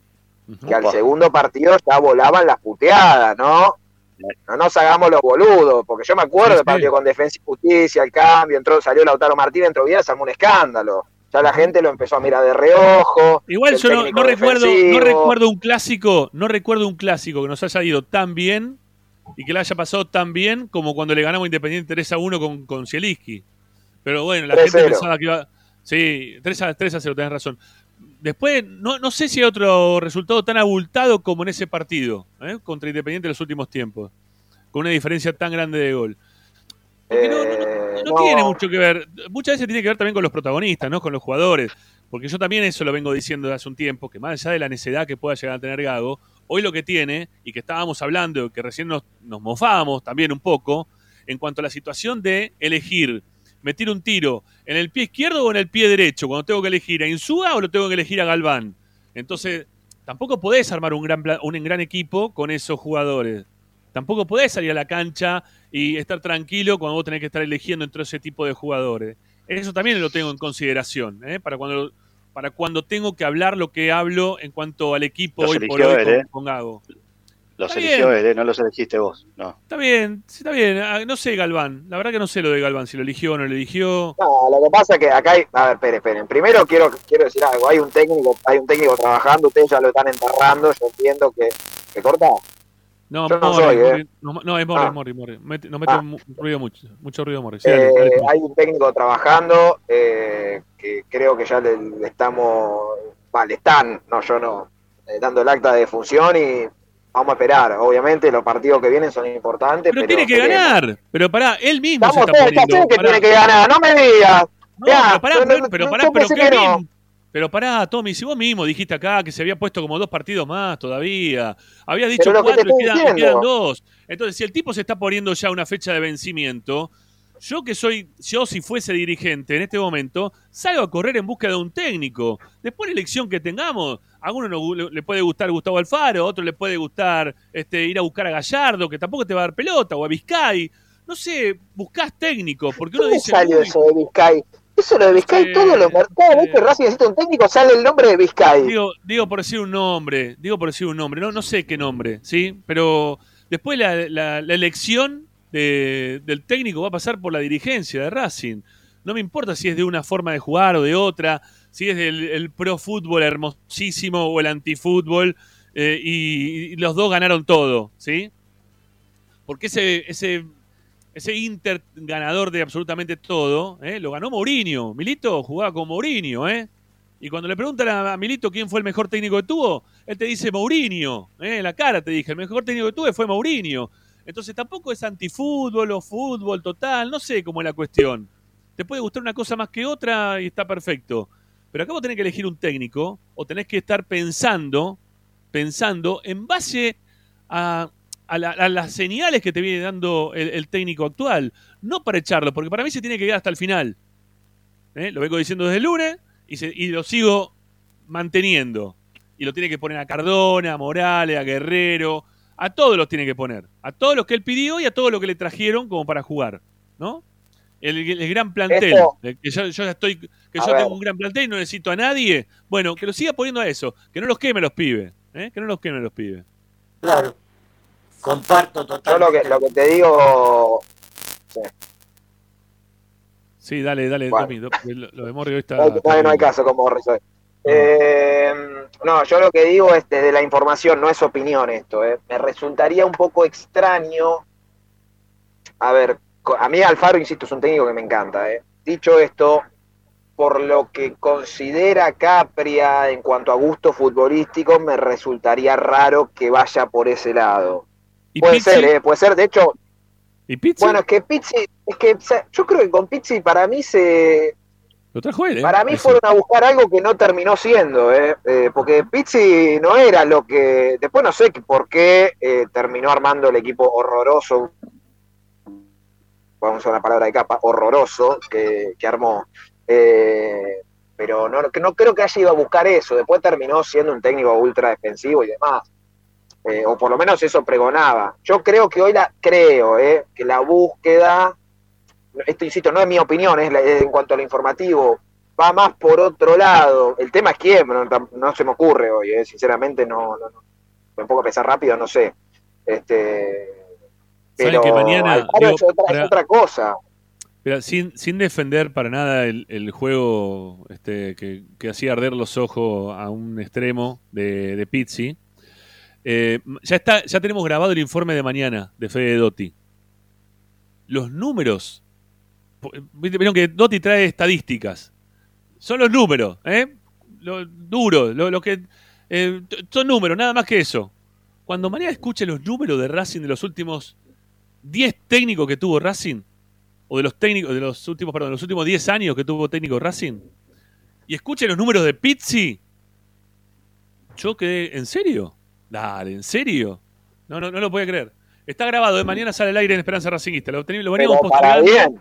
que al segundo partido ya volaban las puteadas, ¿no? No nos hagamos los boludos, porque yo me acuerdo sí, del partido sí. con Defensa y Justicia, el cambio, entró, salió Lautaro Martínez, entró Vidal, se armó un escándalo. Ya la gente lo empezó a mirar de reojo. Igual yo no, no recuerdo, no recuerdo un clásico, no recuerdo un clásico que nos haya ido tan bien y que le haya pasado tan bien como cuando le ganamos Independiente tres a uno con, con Zielinski. Pero bueno, la gente pensaba que iba. Sí, tres a cero, tenés razón. Después, no, no sé si hay otro resultado tan abultado como en ese partido, ¿eh? Contra Independiente en los últimos tiempos, con una diferencia tan grande de gol. Porque no, no, no, no, no tiene mucho que ver, muchas veces tiene que ver también con los protagonistas, ¿no? Con los jugadores, porque yo también eso lo vengo diciendo desde hace un tiempo, que más allá de la necedad que pueda llegar a tener Gago, hoy lo que tiene, y que estábamos hablando, que recién nos, nos mofábamos también un poco, en cuanto a la situación de elegir, me tiro un tiro en el pie izquierdo o en el pie derecho, cuando tengo que elegir a Insúa o lo tengo que elegir a Galván. Entonces, tampoco podés armar un gran, un gran equipo con esos jugadores. Tampoco podés salir a la cancha y estar tranquilo cuando vos tenés que estar eligiendo entre ese tipo de jugadores. Eso también lo tengo en consideración, ¿eh? Para cuando para cuando tengo que hablar lo que hablo en cuanto al equipo los hoy por hoy él, ¿eh? con, con Gago. Los está eligió bien. él, ¿eh? No los elegiste vos. No. Está bien, sí, está bien. No sé Galván, la verdad que no sé lo de Galván, si lo eligió o no lo eligió. No, lo que pasa es que acá hay, a ver, esperen, esperen. Primero quiero, quiero decir algo, hay un técnico, hay un técnico trabajando, ustedes ya lo están enterrando, yo entiendo que, ¿que corta? No, no, Mori, soy, Mori, ¿eh? no, no, es Mori, ah. es Mori, Mori. Mete, nos mete ah. un ruido mucho, mucho ruido Mori. Sí, eh, dale, dale. Hay un técnico trabajando eh, que creo que ya le, le estamos, vale, están, no, yo no, eh, dando el acta de función y vamos a esperar. Obviamente los partidos que vienen son importantes. Pero, pero tiene que queremos. ganar. Pero pará, él mismo Estamos se está poniendo. que tiene que ganar, no me digas. No, ya, pero pará, pero, pero, pero pará, pero qué no. bien. Pero pará, Tommy, si vos mismo dijiste acá que se había puesto como dos partidos más todavía. Habías dicho cuatro y quedan, quedan dos. Entonces, si el tipo se está poniendo ya una fecha de vencimiento, yo que soy, yo si fuese dirigente en este momento, salgo a correr en busca de un técnico. Después la elección que tengamos, a uno no, le puede gustar Gustavo Alfaro, a otro le puede gustar este, ir a buscar a Gallardo, que tampoco te va a dar pelota, o a Vizcay. No sé, buscás técnico, porque uno dice... ¿Cómo salió eso de Vizcay? Eso lo de Vizcay, eh, todos los mercados, ¿ves que Racing necesita un técnico? Sale el nombre de Vizcay. Digo, digo por decir un nombre, digo por decir un nombre, no, no sé qué nombre, ¿sí? Pero después la, la, la elección de, del técnico va a pasar por la dirigencia de Racing. No me importa si es de una forma de jugar o de otra, si es del el pro fútbol hermosísimo o el antifútbol, eh, y, y los dos ganaron todo, ¿sí? Porque ese... ese Ese Inter ganador de absolutamente todo, ¿eh? Lo ganó Mourinho. Milito jugaba con Mourinho, ¿eh? Y cuando le preguntan a Milito quién fue el mejor técnico que tuvo, él te dice Mourinho, ¿eh? En la cara te dije, el mejor técnico que tuve fue Mourinho. Entonces tampoco es antifútbol o fútbol total, no sé cómo es la cuestión. Te puede gustar una cosa más que otra y está perfecto. Pero acá vos tenés que elegir un técnico o tenés que estar pensando, pensando en base a... A, la, a las señales que te viene dando el, el técnico actual, no para echarlo, porque para mí se tiene que quedar hasta el final. ¿Eh? Lo vengo diciendo desde el lunes y, se, y lo sigo manteniendo. Y lo tiene que poner a Cardona, a Morales, a Guerrero, a todos los tiene que poner. A todos los que él pidió y a todos los que le trajeron como para jugar, ¿no? El, el, el gran plantel, Esto, que yo, yo ya estoy, que yo ver. tengo un gran plantel y no necesito a nadie. Bueno, que lo siga poniendo a eso, que no los queme los pibes, ¿eh? Que no los queme los pibes. Claro. Comparto totalmente. Yo lo que, lo que te digo... Sí, sí dale, dale, bueno. Tommy, lo, lo de Morri hoy está... No, no, no hay caso con Morri hoy. No. Eh, no, yo lo que digo es desde la información, no es opinión esto. Eh. Me resultaría un poco extraño... A ver, a mí Alfaro, insisto, es un técnico que me encanta. Eh. Dicho esto, por lo que considera Capria en cuanto a gusto futbolístico, me resultaría raro que vaya por ese lado. Puede Pizzi? ser, ¿eh? Puede ser, de hecho... ¿Y Pizzi? Bueno, es que Pizzi, es que yo creo que con Pizzi para mí se... Lo trajo él, ¿eh? Para mí Eso. fueron a buscar algo que no terminó siendo, ¿eh? Eh, porque Pizzi no era lo que... Después no sé por qué eh, terminó armando el equipo horroroso, vamos a usar una palabra de capa, horroroso, que, que armó. Eh, pero no, no creo que haya ido a buscar eso. Después terminó siendo un técnico ultra defensivo y demás. Eh, o por lo menos eso pregonaba. Yo creo que hoy la... Creo, ¿eh? Que la búsqueda... Esto, insisto, no es mi opinión, es, la, es en cuanto a lo informativo, va más por otro lado. El tema es quién, no, no se me ocurre hoy, eh, sinceramente no, no, no, me pongo a pensar rápido, no sé. Este, pero que mañana, digo, es, otra, para, es otra cosa. Pero sin, sin defender para nada el, el juego este, que, que hacía arder los ojos a un extremo de, de Pizzi, eh, ya, está, ya tenemos grabado el informe de mañana de Fede Dotti. Los números... Vieron que Dotti trae estadísticas. Son los números, ¿eh? Lo duro, lo, lo que eh, son números, nada más que eso. Cuando mañana escuche los números de Racing de los últimos diez técnicos que tuvo Racing, o de los técnicos de los últimos, perdón, de los últimos diez años que tuvo técnico Racing, y escuche los números de Pizzi, yo quedé, ¿en serio? Dale, ¿en serio? No, no, no lo puedo creer. Está grabado, de mañana sale al aire en Esperanza Racingista. Lo, lo veníamos postergando.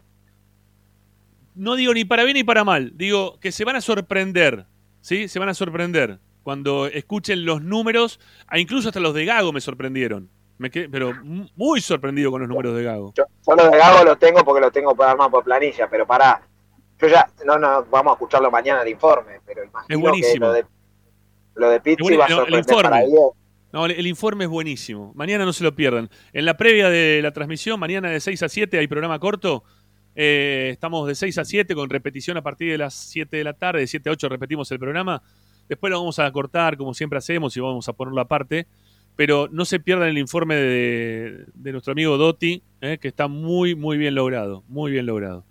No digo ni para bien ni para mal. Digo que se van a sorprender. ¿Sí? Se van a sorprender cuando escuchen los números. Incluso hasta los de Gago me sorprendieron. Me quedé, pero muy sorprendido con los números de Gago. Yo, yo los de Gago los tengo porque los tengo para armar por planilla. Pero pará. Yo ya, no, no, vamos a escucharlo mañana el informe. Pero imagino es buenísimo. Que lo de, lo de Pizzi va a sorprender el informe. para bien. No, el informe es buenísimo. Mañana no se lo pierdan. En la previa de la transmisión, mañana de seis a siete hay programa corto. Eh, estamos de seis a siete con repetición a partir de las siete de la tarde. De siete a ocho repetimos el programa. Después lo vamos a cortar como siempre hacemos y vamos a ponerlo aparte. Pero no se pierdan el informe de, de nuestro amigo Dotti, eh, que está muy, muy bien logrado. Muy bien logrado.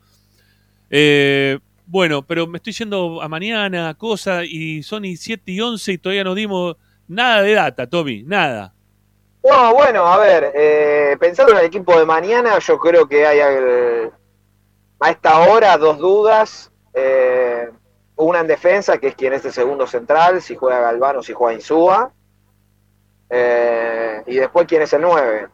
Eh, bueno, pero me estoy yendo a mañana, cosa, y son y siete y once y todavía no dimos... Nada de data, Tommy, nada. No, bueno, a ver, eh, pensando en el equipo de mañana, yo creo que hay el, a esta hora dos dudas. Eh, una en defensa, que es quien es el segundo central, si juega Galván o si juega Insúa. Eh, y después quién es el nueve.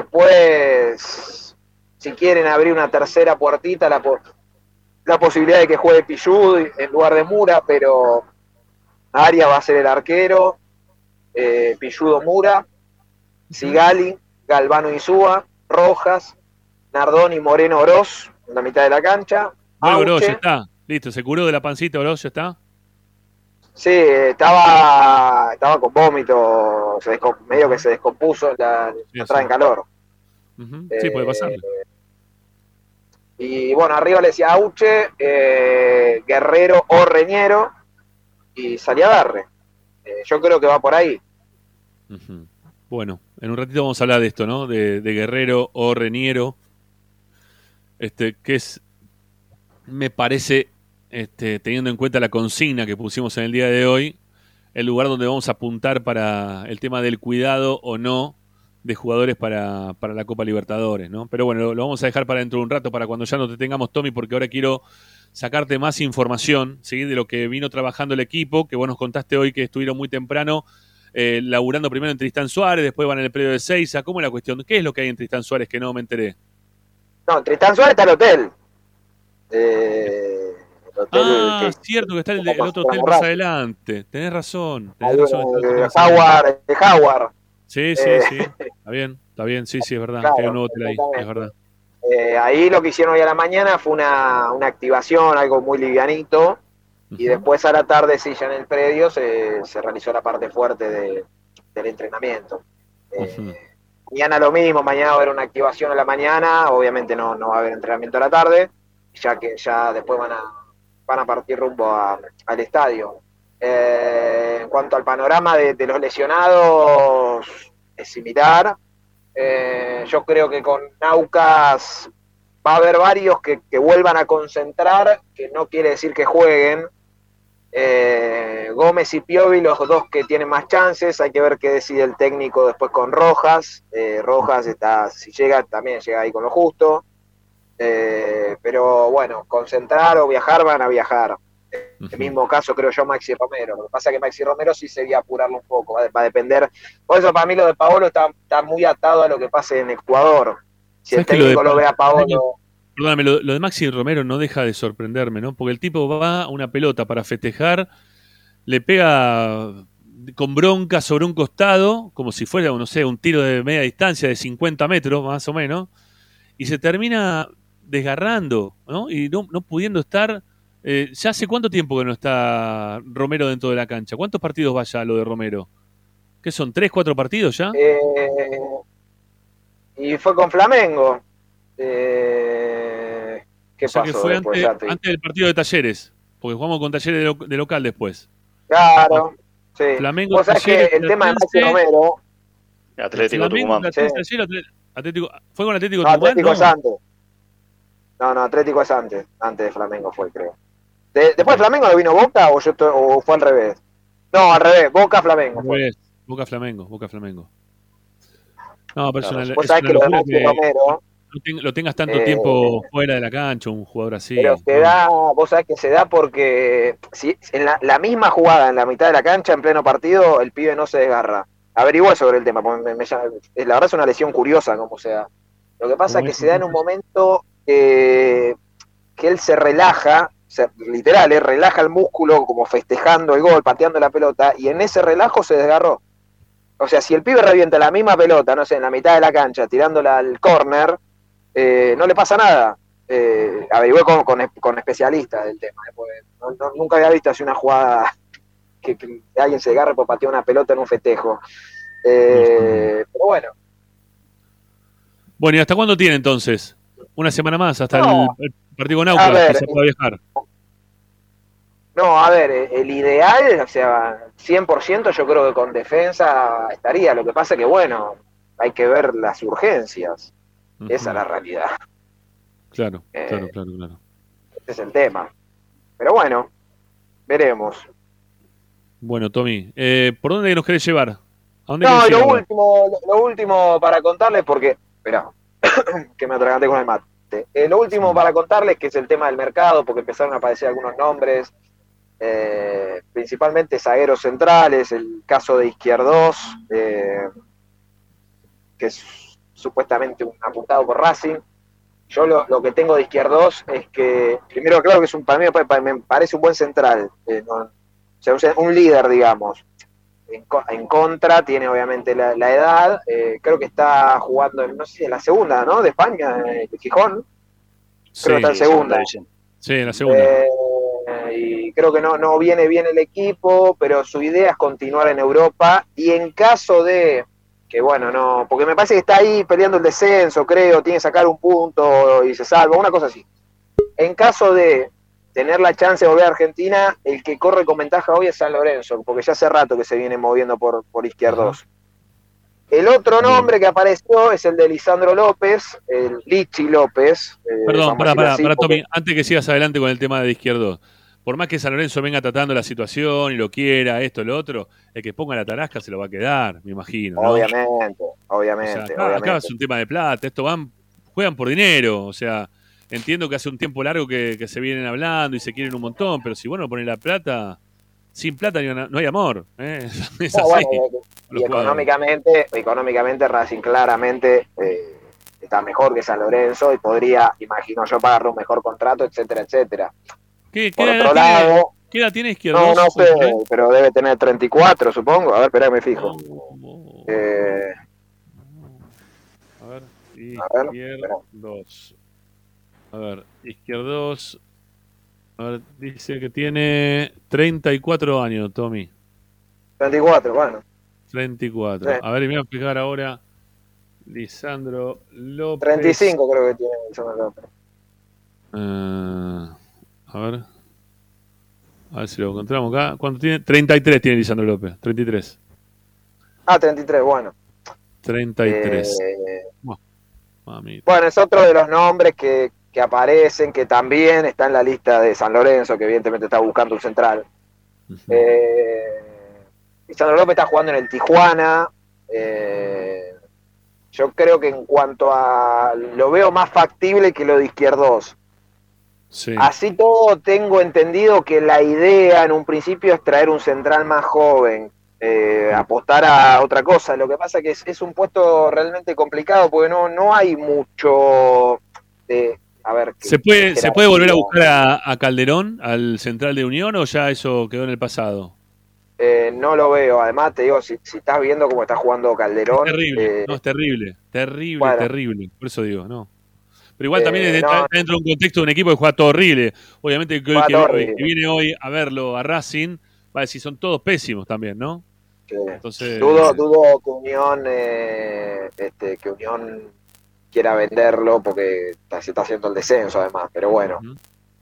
Después, si quieren abrir una tercera puertita, la, la posibilidad de que juegue Pichud en lugar de Mura, pero Arias va a ser el arquero. Eh, Pilludo Mura, Sigali, Galvano Insúa, Rojas, Nardoni, Moreno, Oroz, en la mitad de la cancha. Bueno, Oroz ya está, listo, se curó de la pancita, Oroz ya está. Sí, estaba estaba con vómito, se medio que se descompuso, la, sí, entrada sí. en calor. Uh-huh. Sí, eh, puede pasar. Y bueno, arriba le decía Auche, eh, Guerrero o Reñero, y salía Darre. Eh, yo creo que va por ahí. Uh-huh. Bueno, en un ratito vamos a hablar de esto, ¿no? De, de Guerrero o Reñero. Este, que es, me parece, este, teniendo en cuenta la consigna que pusimos en el día de hoy, el lugar donde vamos a apuntar para el tema del cuidado o no de jugadores para, para la Copa Libertadores, ¿no? Pero bueno, lo, lo vamos a dejar para dentro de un rato, para cuando ya no te tengamos, Tommy, porque ahora quiero sacarte más información, ¿sí? De lo que vino trabajando el equipo, que vos nos contaste hoy que estuvieron muy temprano eh, laburando primero en Tristán Suárez, después van en el predio de Seiza. ¿Cómo es la cuestión? ¿Qué es lo que hay en Tristán Suárez que no me enteré? No, en Tristán Suárez está el hotel. Eh, el hotel ah, que es cierto que está el, el otro hotel más adelante. Tenés razón. Tenés Hay, razón eh, Howard, de Howard. Sí, sí, eh, sí. Está bien, está bien. Sí, sí, es verdad. Claro, que hay un nuevo hotel ahí, es verdad. Eh, ahí lo que hicieron hoy a la mañana fue una, una activación, algo muy livianito, uh-huh. Y después a la tarde, sí, ya en el predio se, se realizó la parte fuerte de, del entrenamiento. Eh, uh-huh. Mañana lo mismo, mañana va a haber una activación a la mañana, obviamente no, no va a haber entrenamiento a la tarde, ya que ya después van a, van a partir rumbo a, al estadio. Eh, en cuanto al panorama de, de los lesionados, es similar. Eh, yo creo que con Naucas va a haber varios que, que vuelvan a concentrar, que no quiere decir que jueguen. Eh, Gómez y Piovi, los dos que tienen más chances, hay que ver qué decide el técnico después con Rojas. Eh, Rojas está, si llega, también llega ahí con lo justo. Eh, pero bueno, concentrar o viajar van a viajar. El uh-huh. mismo caso creo yo Maxi Romero. Lo que pasa es que Maxi Romero sí sería apurarlo un poco, va, va a depender. Por eso para mí lo de Paolo está, está muy atado a lo que pase en Ecuador. Si el técnico lo, de, lo ve a Paolo... Perdóname, lo, lo de Maxi Romero no deja de sorprenderme, ¿no? Porque el tipo va a una pelota para festejar, le pega con bronca sobre un costado, como si fuera, no sé, un tiro de media distancia de cincuenta metros, más o menos, y se termina desgarrando, ¿no? Y no, no pudiendo estar... Eh, ¿Ya hace cuánto tiempo que no está Romero dentro de la cancha? ¿Cuántos partidos va ya lo de Romero? ¿Qué son? ¿Tres, cuatro partidos ya? Eh, y fue con Flamengo. Eh, ¿Qué o sea pasó que fue después, antes, antes del partido de Talleres, porque jugamos con Talleres de, lo, de local después. Claro, sí. Flamengo, o sea Talleres, que el tema de Maxi Romero... Atlético Flamengo, Tucumán. Sí. Atlético, ¿Fue con Atlético no, Tucumán? Atlético no. es antes. No, no, Atlético es antes. Antes de Flamengo fue, creo. De, ¿Después Flamengo le vino Boca o, yo to, o fue al revés? No, al revés, Boca Flamengo. Al revés. Boca Flamengo, Boca Flamengo. No, pero claro, es una, vos es sabés una que lo de locura Maxi que Romero, lo, ten, lo tengas tanto eh, tiempo fuera de la cancha, un jugador así. Pero se ¿no? da, vos sabés que se da porque si en la, la misma jugada en la mitad de la cancha, en pleno partido, el pibe no se desgarra. Averigüé sobre el tema, porque me, me, la verdad es una lesión curiosa, como sea. Lo que pasa es que se da en un momento eh, que él se relaja, se, literal, eh, relaja el músculo como festejando el gol, pateando la pelota, y en ese relajo se desgarró. O sea, si el pibe revienta la misma pelota, no sé, en la mitad de la cancha, tirándola al córner, eh, no le pasa nada. Eh, averigüé con, con, con especialistas del tema, eh, porque no, no, nunca había visto así una jugada que, que alguien se desgarre por patear una pelota en un festejo. Eh, pero bueno. Bueno, ¿y hasta cuándo tiene entonces? Una semana más, hasta no, el, el partido con Aucas, que se pueda viajar. No, a ver, el ideal, o sea, cien por ciento yo creo que con defensa estaría. Lo que pasa es que, bueno, hay que ver las urgencias. Uh-huh. Esa es la realidad. Claro, eh, claro, claro, claro. Ese es el tema. Pero bueno, veremos. Bueno, Tommy, eh, ¿por dónde nos querés llevar? ¿A dónde no, querés lo llevar? último, lo, lo último para contarles, porque, esperá, que me atraganté con el mate. Eh, lo último para contarles que es el tema del mercado, porque empezaron a aparecer algunos nombres. Eh, principalmente zagueros centrales, el caso de Izquierdos, eh, que es supuestamente un apuntado por Racing. Yo lo, lo que tengo de Izquierdos es que, primero, claro que es un, para mí me parece un buen central, eh, no, o sea, un, un líder, digamos. En, en contra, tiene obviamente la, la edad, eh, creo que está jugando en, no sé, en la segunda, ¿no? De España, eh, de Gijón. Creo Sí, que está en segunda. Sí, en la segunda. Eh, y creo que no, no viene bien el equipo, pero su idea es continuar en Europa, y en caso de que, bueno, no, porque me parece que está ahí peleando el descenso, creo, tiene que sacar un punto y se salva, una cosa así. En caso de tener la chance de volver a Argentina, el que corre con ventaja hoy es San Lorenzo, porque ya hace rato que se viene moviendo por, por Izquierdos. El otro nombre que apareció es el de Lisandro López, el Lichi López. Eh, Perdón, para, para, para, Tommy, porque... antes que sigas adelante con el tema de Izquierdos, por más que San Lorenzo venga tratando la situación y lo quiera, esto, lo otro, el que ponga la tarasca se lo va a quedar, me imagino, ¿no? Obviamente, obviamente. O sea, acá, obviamente. acá es un tema de plata, esto van, juegan por dinero, o sea, entiendo que hace un tiempo largo que, que se vienen hablando y se quieren un montón, pero si vos no pones la plata, sin plata no hay amor, ¿eh? Es no, así. Bueno, y, y económicamente, económicamente Racing claramente eh, está mejor que San Lorenzo y podría, imagino yo, pagarle un mejor contrato, etcétera, etcétera. ¿Qué, Por qué otro edad lado, tiene, ¿qué edad tiene Izquierdos? No, no sé, pero debe tener treinta y cuatro, supongo. A ver, espera que me fijo. Oh, eh, a ver, Izquierdos. A ver, Izquierdos. A ver, dice que tiene treinta y cuatro años, Tommy. treinta y cuatro, bueno. treinta y cuatro. Sí. A ver, me voy a explicar ahora. Lisandro López. treinta y cinco creo que tiene Lisandro López. Uh, a ver. A ver si lo encontramos acá. ¿Cuánto tiene? treinta y tres tiene Lisandro López. treinta y tres. Ah, treinta y tres, bueno. treinta y tres. Eh, oh, mamita. Bueno, es otro de los nombres que, que aparecen, que también está en la lista de San Lorenzo, que evidentemente está buscando un central. Uh-huh. eh, Lisandro López está jugando en el Tijuana. Eh, yo creo que en cuanto a... Lo veo más factible que lo de Izquierdos. Sí. Así todo, tengo entendido que la idea en un principio es traer un central más joven, eh, apostar a otra cosa. Lo que pasa que es, es un puesto realmente complicado porque no, no hay mucho de... A ver, ¿Se puede, ¿se puede volver a buscar a, a Calderón, al central de Unión, o ya eso quedó en el pasado? Eh, no lo veo. Además, te digo, si, si estás viendo cómo está jugando Calderón... Es terrible, eh, no, es terrible, terrible, bueno. terrible. Por eso digo, no. Pero igual también eh, está no, dentro de un contexto de un equipo que juega todo horrible. Obviamente que, Juega que, todo que, horrible. que viene hoy a verlo a Racing, va a decir, son todos pésimos también, ¿no? Sí. Entonces, dudo, dudo que Unión, eh, este, que Unión quiera venderlo porque está, se está haciendo el descenso además, pero bueno. Uh-huh.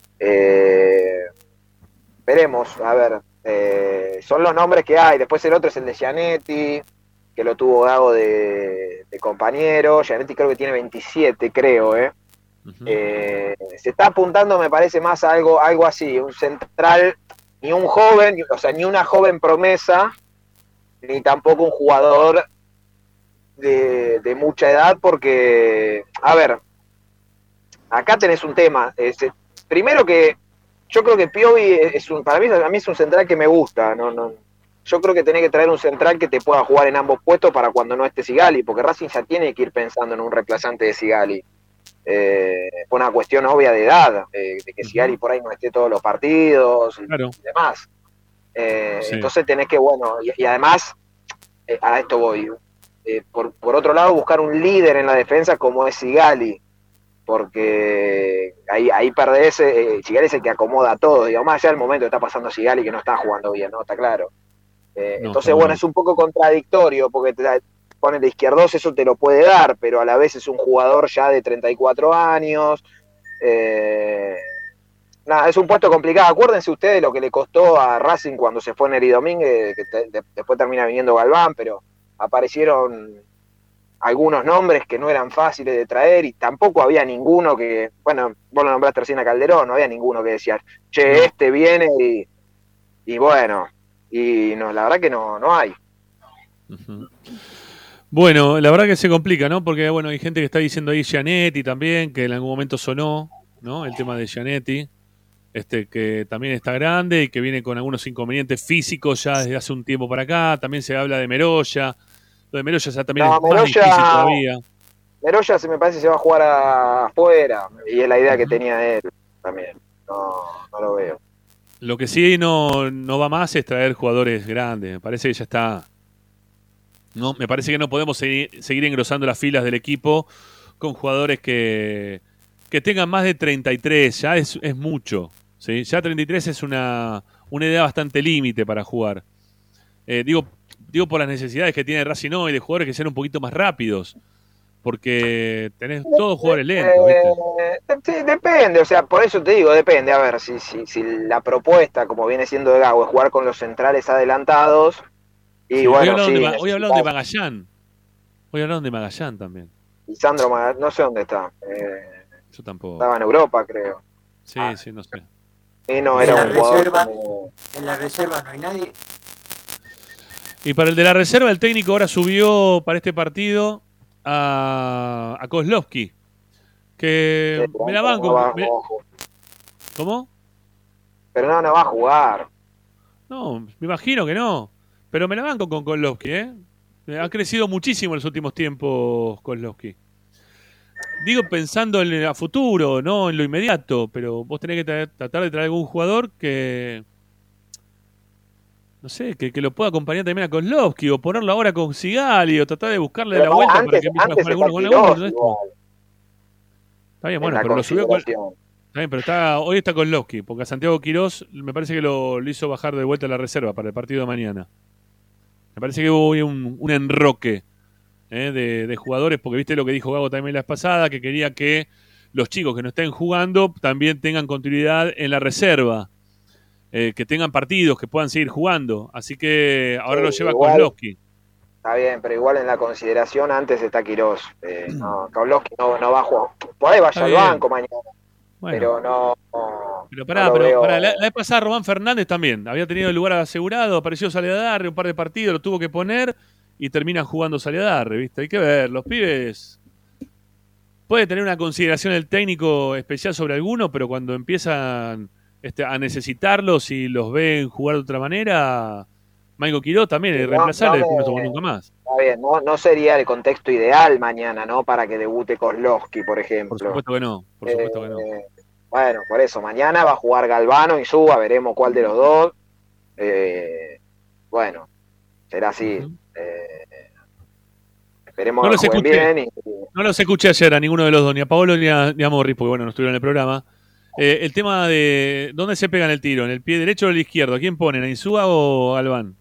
eh, veremos, a ver, eh, son los nombres que hay. Después el otro es el de Gianetti, que lo tuvo Gago de, de compañero. Gianetti creo que tiene veintisiete, creo, ¿eh? Uh-huh. Eh, se está apuntando, me parece, más a algo, algo así, un central, ni un joven, o sea, ni una joven promesa, ni tampoco un jugador de, de mucha edad, porque, a ver, acá tenés un tema. Es, primero que yo creo que Piovi es un, para mí, a mí es un central que me gusta, no, no. Yo creo que tenés que traer un central que te pueda jugar en ambos puestos para cuando no esté Sigali, porque Racing ya tiene que ir pensando en un reemplazante de Sigali. Eh, fue una cuestión obvia de edad, eh, de que Sigali por ahí no esté todos los partidos y, claro. y demás. Eh, sí. Entonces tenés que, bueno, y, y además, eh, a esto voy, eh, por, por otro lado, buscar un líder en la defensa como es Sigali, porque ahí, ahí perdés, eh, Sigali es el que acomoda todo, digamos, más allá del momento que está pasando Sigali que no está jugando bien, ¿no? Está claro. Eh, no, entonces, bueno, bien. Es un poco contradictorio, porque te pone de izquierdos, eso te lo puede dar, pero a la vez es un jugador ya de treinta y cuatro años. Eh, nada, es un puesto complicado. Acuérdense ustedes lo que le costó a Racing cuando se fue Neri Domínguez, que te, de, después termina viniendo Galván, pero aparecieron algunos nombres que no eran fáciles de traer y tampoco había ninguno que, bueno, vos lo nombraste recién a Calderón, no había ninguno que decía, che, este viene y, y bueno, y no, la verdad que no, no hay. Uh-huh. Bueno, la verdad que se complica, ¿no? Porque, bueno, hay gente que está diciendo ahí Gianetti también, que en algún momento sonó, ¿no? El tema de Gianetti, este, que también está grande y que viene con algunos inconvenientes físicos ya desde hace un tiempo para acá. También se habla de Meroya. Lo de Meroya ya también no, es Meroya, más difícil todavía. Meroya se me parece que se va a jugar afuera, y es la idea uh-huh. que tenía él también. No, no lo veo. Lo que sí no, no va más es traer jugadores grandes. Me parece que ya está... No, me parece que no podemos seguir, seguir engrosando las filas del equipo con jugadores que, que tengan más de treinta y tres, ya es, es mucho, ¿sí? Ya treinta y tres es una, una idea bastante límite para jugar. Eh, digo, digo por las necesidades que tiene Racing hoy de jugadores que sean un poquito más rápidos, porque tenés todos jugadores lentos, ¿viste? Sí, depende, o sea, por eso te digo, depende. A ver, si, si, si la propuesta, como viene siendo de Gago, es jugar con los centrales adelantados. Y sí, bueno, hoy, sí, de, hoy hablaron de Magallán. Hoy hablaron de Magallán también. Y Sandro Magallán, no sé dónde está. Eh, Yo tampoco. Estaba en Europa, creo. Sí, ah. sí, no sé. Y no, era un jugador reserva, como... En la reserva no hay nadie. Y para el de la reserva, el técnico ahora subió para este partido a, a Kozlowski. Que sí, me la banco. No va, me... ¿Cómo? Pero no, no va a jugar. No, me imagino que no. Pero me la banco con Kozlowski, ¿eh? Ha crecido muchísimo en los últimos tiempos Kozlowski. Digo pensando en el futuro, no en lo inmediato, pero vos tenés que traer, tratar de traer algún jugador que, no sé, que, que lo pueda acompañar también a Kozlowski, o ponerlo ahora con Sigali, o tratar de buscarle pero la vuelta antes, para que empiece a jugar alguno con alguno. Está bien, bueno, pero lo subió con... Está bien, pero está, hoy está Kozlowski, porque a Santiago Quirós me parece que lo, lo hizo bajar de vuelta a la reserva para el partido de mañana. Me parece que hubo un, un enroque ¿eh? de, de jugadores, porque viste lo que dijo Gago también la vez pasada, que quería que los chicos que no estén jugando también tengan continuidad en la reserva, eh, que tengan partidos, que puedan seguir jugando. Así que ahora sí, lo lleva Kozlowski. Está bien, pero igual en la consideración antes está Quirós. Eh, no, Kozlowski no, no va a jugar. Por ahí vaya al banco mañana. Bueno, pero no... Pero pará, no pero pará, la, la vez pasada Román Fernández también había tenido el lugar asegurado, apareció Saliadarre, un par de partidos, lo tuvo que poner y terminan jugando Saliadarre, ¿viste? Hay que ver, los pibes puede tener una consideración el técnico especial sobre alguno, pero cuando empiezan este, a necesitarlos y los ven jugar de otra manera, Maico Quirós también es no, reemplazable, no, después no tomó nunca más. Está bien, no, no sería el contexto ideal mañana, ¿no? Para que debute Kozlowski, por ejemplo. Por supuesto que no, por supuesto eh, que no. Bueno, por eso, mañana va a jugar Galvano y Insúa, veremos cuál de los dos. Eh, bueno, será así. Uh-huh. eh, esperemos no que los jueguen escuché, bien. Y... No los escuché ayer a ninguno de los dos, ni a Paolo ni a, ni a Morris, porque bueno, no estuvieron en el programa. Eh, el tema de ¿dónde se pegan el tiro? ¿En el pie derecho o el izquierdo? ¿A quién ponen? ¿A Insúa o Galván?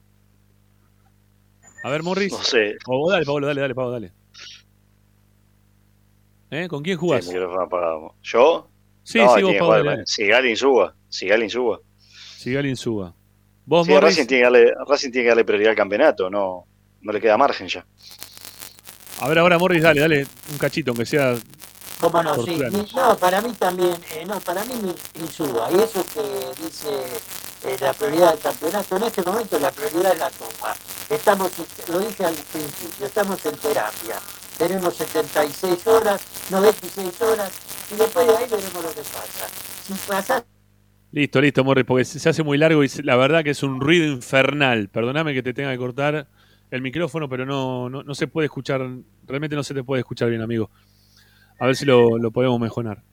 A ver, Morris. No sé. O dale, Paolo, dale, dale, Paolo, dale. ¿Eh? ¿Con quién jugás? Sí, ¿yo? Sí, no, sí, vos, Paolo. Dale. Sigal Insúa. Sigal Insúa. Sigal Insúa. ¿Vos, sí, Morris? Racing tiene, que darle, Racing tiene que darle prioridad al campeonato, no, no le queda margen ya. A ver, ahora, Morris, dale, dale un cachito, aunque sea... ¿Cómo no? Sí. No, para mí también, eh, no, para mí Insúa. Y eso que dice eh, la prioridad del campeonato, en este momento la prioridad es la Copa. Estamos, lo dije al principio, estamos en terapia. Tenemos setenta y seis horas, noventa y seis horas, y después de ahí veremos lo que pasa. Si pasa... Listo, listo, Morris, porque se hace muy largo y la verdad que es un ruido infernal. Perdóname que te tenga que cortar el micrófono, pero no, no, no se puede escuchar, realmente no se te puede escuchar bien, amigo. A ver si lo, lo podemos mejorar.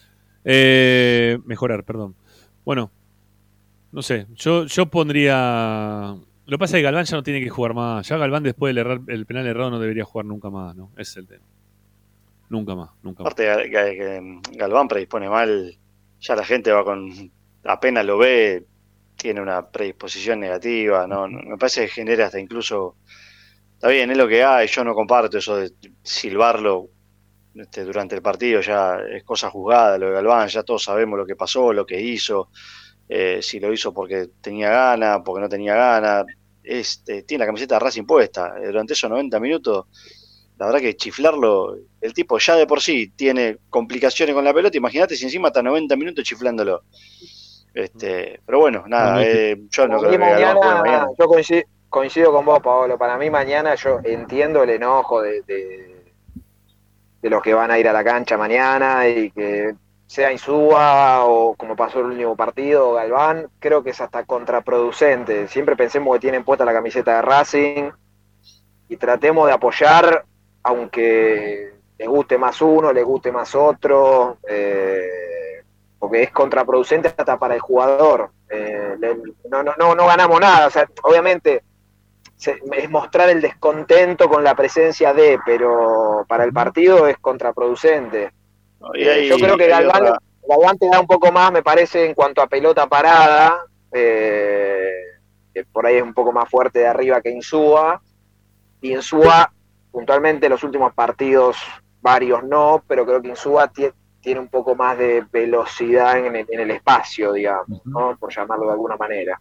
Eh, mejorar, perdón. Bueno, no sé, yo, yo pondría... Lo que pasa es que Galván ya no tiene que jugar más. Ya Galván después del errar, el penal errado no debería jugar nunca más, ¿no? Ese es el tema. Nunca más, nunca más. Aparte que Galván predispone mal, ya la gente va con... Apenas lo ve, tiene una predisposición negativa, ¿no? Me parece que genera hasta incluso... Está bien, es lo que hay, yo no comparto eso de silbarlo este, durante el partido, ya es cosa juzgada lo de Galván, ya todos sabemos lo que pasó, lo que hizo, eh, si lo hizo porque tenía ganas, porque no tenía ganas, este, tiene la camiseta de Racing puesta, durante esos noventa minutos, la verdad que chiflarlo, el tipo ya de por sí tiene complicaciones con la pelota, imagínate si encima está noventa minutos chiflándolo. Este, pero bueno, nada, eh, yo no creo que mañana, mañana. Yo coincido, coincido con vos, Paolo. Para mí mañana yo entiendo el enojo de, de, de los que van a ir a la cancha mañana y que sea Insúa o como pasó el último partido, Galván, creo que es hasta contraproducente. Siempre pensemos que tienen puesta la camiseta de Racing y tratemos de apoyar, aunque les guste más uno, les guste más otro, eh, porque es contraproducente hasta para el jugador. Eh, no, no, no, no ganamos nada, o sea, obviamente se, es mostrar el descontento con la presencia de, pero para el partido es contraproducente. Eh, yo creo que Galván, Galván te da un poco más, me parece, en cuanto a pelota parada, eh, que por ahí es un poco más fuerte de arriba que Insúa, y Insúa, puntualmente los últimos partidos, varios no, pero creo que Insúa tiene tiene un poco más de velocidad en el, en el espacio, digamos, ¿no? Por llamarlo de alguna manera.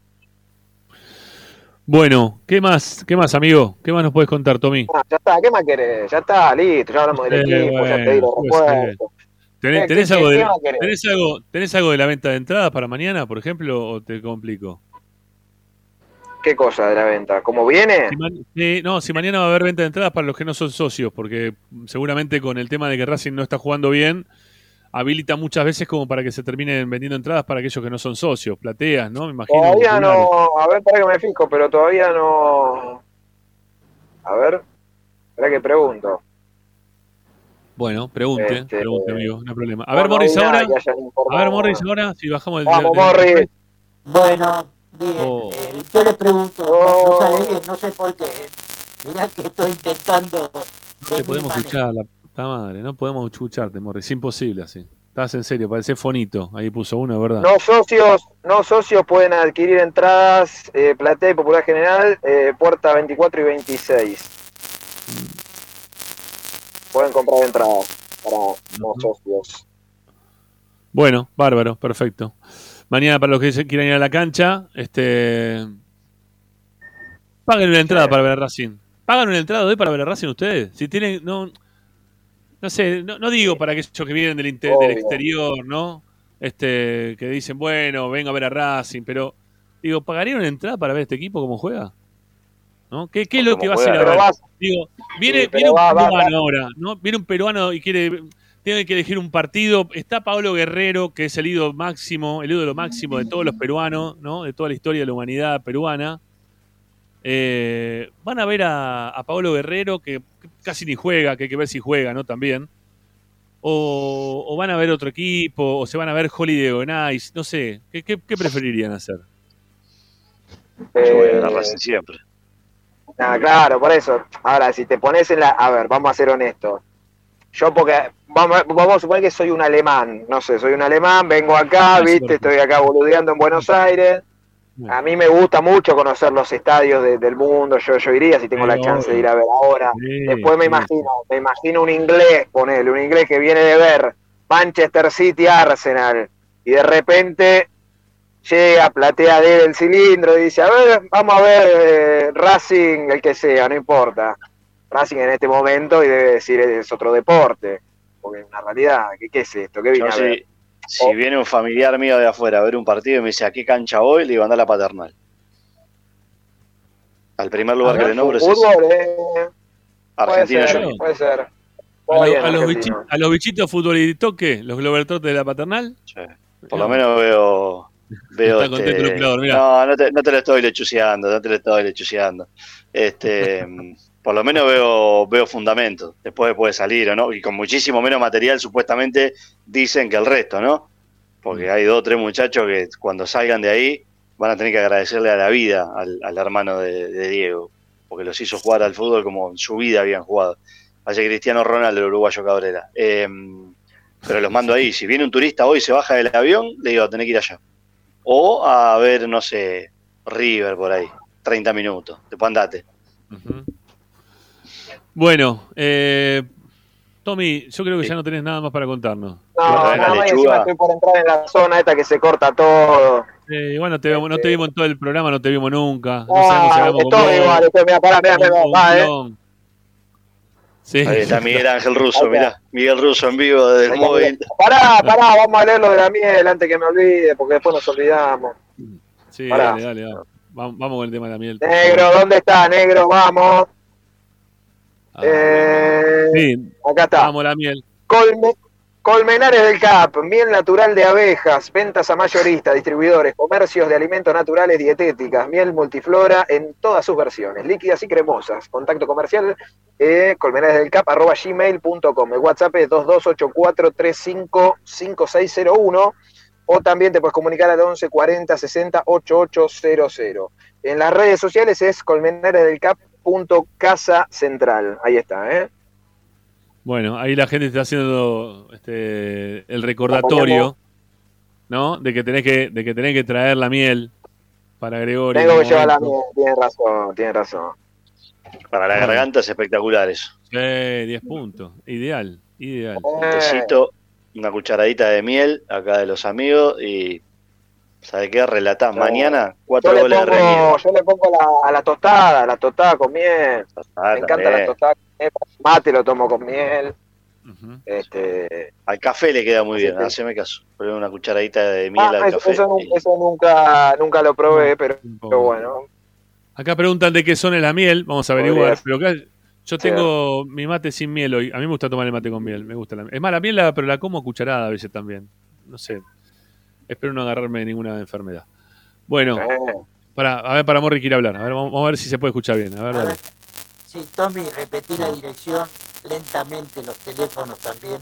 Bueno, ¿qué más, qué más, amigo? ¿Qué más nos puedes contar, Tommy? Ah, ya está, ¿qué más querés? Ya está, listo, ya hablamos del eh, equipo, bueno, ya te di los refuerzos. ¿Tenés, tenés, algo de, ¿tenés, algo, ¿Tenés algo de la venta de entradas para mañana, por ejemplo, o te complico? ¿Qué cosa de la venta? ¿Cómo viene? Si man, eh, no, si mañana va a haber venta de entradas para los que no son socios, porque seguramente con el tema de que Racing no está jugando bien, habilita muchas veces como para que se terminen vendiendo entradas para aquellos que no son socios, plateas, ¿no? Me imagino. Todavía no, a ver, para que me fijo, pero todavía no. A ver, espera que pregunto. Bueno, pregunte, este, pregunte, amigo, no hay problema. A ver, no, Morris, no ahora. A ver, Morris, ahora, si bajamos el. Vamos, el, Morris. El... Bueno, bien, oh. eh, yo le pregunto, oh. no sale bien, no sé por qué. Mirá que estoy intentando. No te podemos escuchar la. Está madre, no podemos escucharte, Morris, es imposible así. Estás en serio, parece fonito. Ahí puso uno, ¿verdad? No socios, no socios pueden adquirir entradas, eh, Platea y Popular General, eh, puerta veinticuatro y veintiséis. Pueden comprar entradas para no uh-huh. socios. Bueno, bárbaro, perfecto. Mañana para los que quieran ir a la cancha, este, paguen una entrada sí. para ver a Racing. ¿Pagan una entrada hoy para ver a Racing ustedes? Si tienen, no. No sé, no, no digo para aquellos que vienen del, inter, del exterior, ¿no? Este, que dicen, bueno, vengo a ver a Racing, pero digo, ¿pagaría una entrada para ver este equipo cómo juega? ¿No? ¿Qué, qué es lo que va a hacer ahora? Digo, viene, sí, viene un va, peruano va, va. ahora, ¿no? Viene un peruano y quiere tiene que elegir un partido. Está Paolo Guerrero, que es el ídolo máximo, el ídolo máximo de todos los peruanos, ¿no? De toda la historia de la humanidad peruana. Eh, van a ver a, a Paolo Guerrero, que casi ni juega, que hay que ver si juega, ¿no? También. O, o van a ver otro equipo, o se van a ver Holiday on Ice, no sé. ¿Qué, qué, qué preferirían hacer? Eh, Yo voy a ver a Racing siempre. Ah, claro, por eso. Ahora, si te pones en la... A ver, vamos a ser honestos. Yo porque... Vamos, vamos a suponer que soy un alemán. No sé, soy un alemán, vengo acá, viste, estoy acá boludeando en Buenos Aires. A mí me gusta mucho conocer los estadios de, del mundo. Yo, yo iría si tengo la chance de ir a ver ahora. Después me imagino, me imagino un inglés, ponele, un inglés que viene de ver Manchester City, Arsenal, y de repente llega, platea de el cilindro y dice, a ver, vamos a ver eh, Racing, el que sea, no importa. Racing en este momento, y debe decir es otro deporte, porque es una realidad. ¿Qué, qué es esto? ¿Qué vine Yo a ver? Sí. Si oh. viene un familiar mío de afuera a ver un partido y me dice, ¿a qué cancha voy? Le digo, anda a la Paternal. Al primer lugar que le nombro es fútbol, eh. Argentina. Puede ser, yo. puede ser. A, lo, a, los bichitos, ¿A los bichitos futbolitos qué? ¿Los Globertrotes de la Paternal? Sí. Por lo menos veo... veo Está este... contento el jugador, mirá. No, no te, no te lo estoy lechuceando, no te lo estoy lechuceando. Este... Por lo menos veo veo fundamentos. Después puede salir, ¿o no? Y con muchísimo menos material, supuestamente, dicen que el resto, ¿no? Porque hay dos o tres muchachos que cuando salgan de ahí van a tener que agradecerle a la vida al, al hermano de, de Diego, porque los hizo jugar al fútbol como en su vida habían jugado. Vaya Cristiano Ronaldo, el uruguayo Cabrera. Eh, pero los mando ahí. Si viene un turista hoy y se baja del avión, le digo, tenés que ir allá. O a ver, no sé, River por ahí. treinta minutos. Después andate. Uh-huh. Bueno, eh, Tommy, yo creo que sí. ya no tenés nada más para contarnos. No, no, no, encima estoy por entrar en la zona esta que se corta todo. Eh, bueno, te, no te vimos en todo el programa, no te vimos nunca. No ah, sabemos si hablamos estoy con igual, vos, estoy, mira, pará, mira, mira, va, eh. Sí. Ahí está Miguel Ángel Russo, mirá, Miguel Russo en vivo desde el móvil. Pará, pará, vamos a leer lo de la miel antes que me olvide, porque después nos olvidamos. Sí, pará. dale, dale, dale. Vamos, vamos con el tema de la miel. Negro, ¿dónde está, negro? Vamos. Ah, eh, sí, acá está. Vamos la miel. Colme, Colmenares del Cap, miel natural de abejas, ventas a mayoristas, distribuidores, comercios de alimentos naturales, dietéticas, miel multiflora en todas sus versiones, líquidas y cremosas. Contacto comercial, eh, colmenaresdelcap arroba gmail punto com. El WhatsApp es dos dos ocho cuatro tres cinco cinco seis cero uno, o también te puedes comunicar al once cuarenta sesenta ochenta y ocho cero cero. En las redes sociales es colmenaresdelcap punto casa central, ahí está, ¿eh? Bueno, ahí la gente está haciendo este, el recordatorio, ¿no? De que tenés que, de que tenés que traer la miel para Gregorio. Tengo que llevar la miel, tienes razón, tienes razón. Para la garganta es espectacular eso. Sí, diez puntos, ideal, ideal. Un tecito, una cucharadita de miel acá de los amigos y... ¿Sabe qué? Relatás. Mañana, cuatro yo goles pongo, de Reñero. Yo le pongo la, a la tostada, a la tostada con miel. Tostada, me encanta también. La tostada con miel. Mate lo tomo con miel. Uh-huh. este... Al café le queda muy bien, haceme caso. Poner una cucharadita de miel ah, al eso, café. Eso, y... eso nunca, nunca lo probé, pero, pero bueno. Acá preguntan de qué son la miel, vamos a averiguar. Pero acá yo tengo sí. mi mate sin miel hoy. A mí me gusta tomar el mate con miel. Me gusta la... Es más, la miel, la, pero la como cucharada a veces también. No sé. Espero no agarrarme de ninguna enfermedad. Bueno, para, a ver, para Morri quiere hablar. A ver, vamos, vamos a ver si se puede escuchar bien. A ver, dale. Sí, Tommy, repetí la dirección lentamente, los teléfonos también.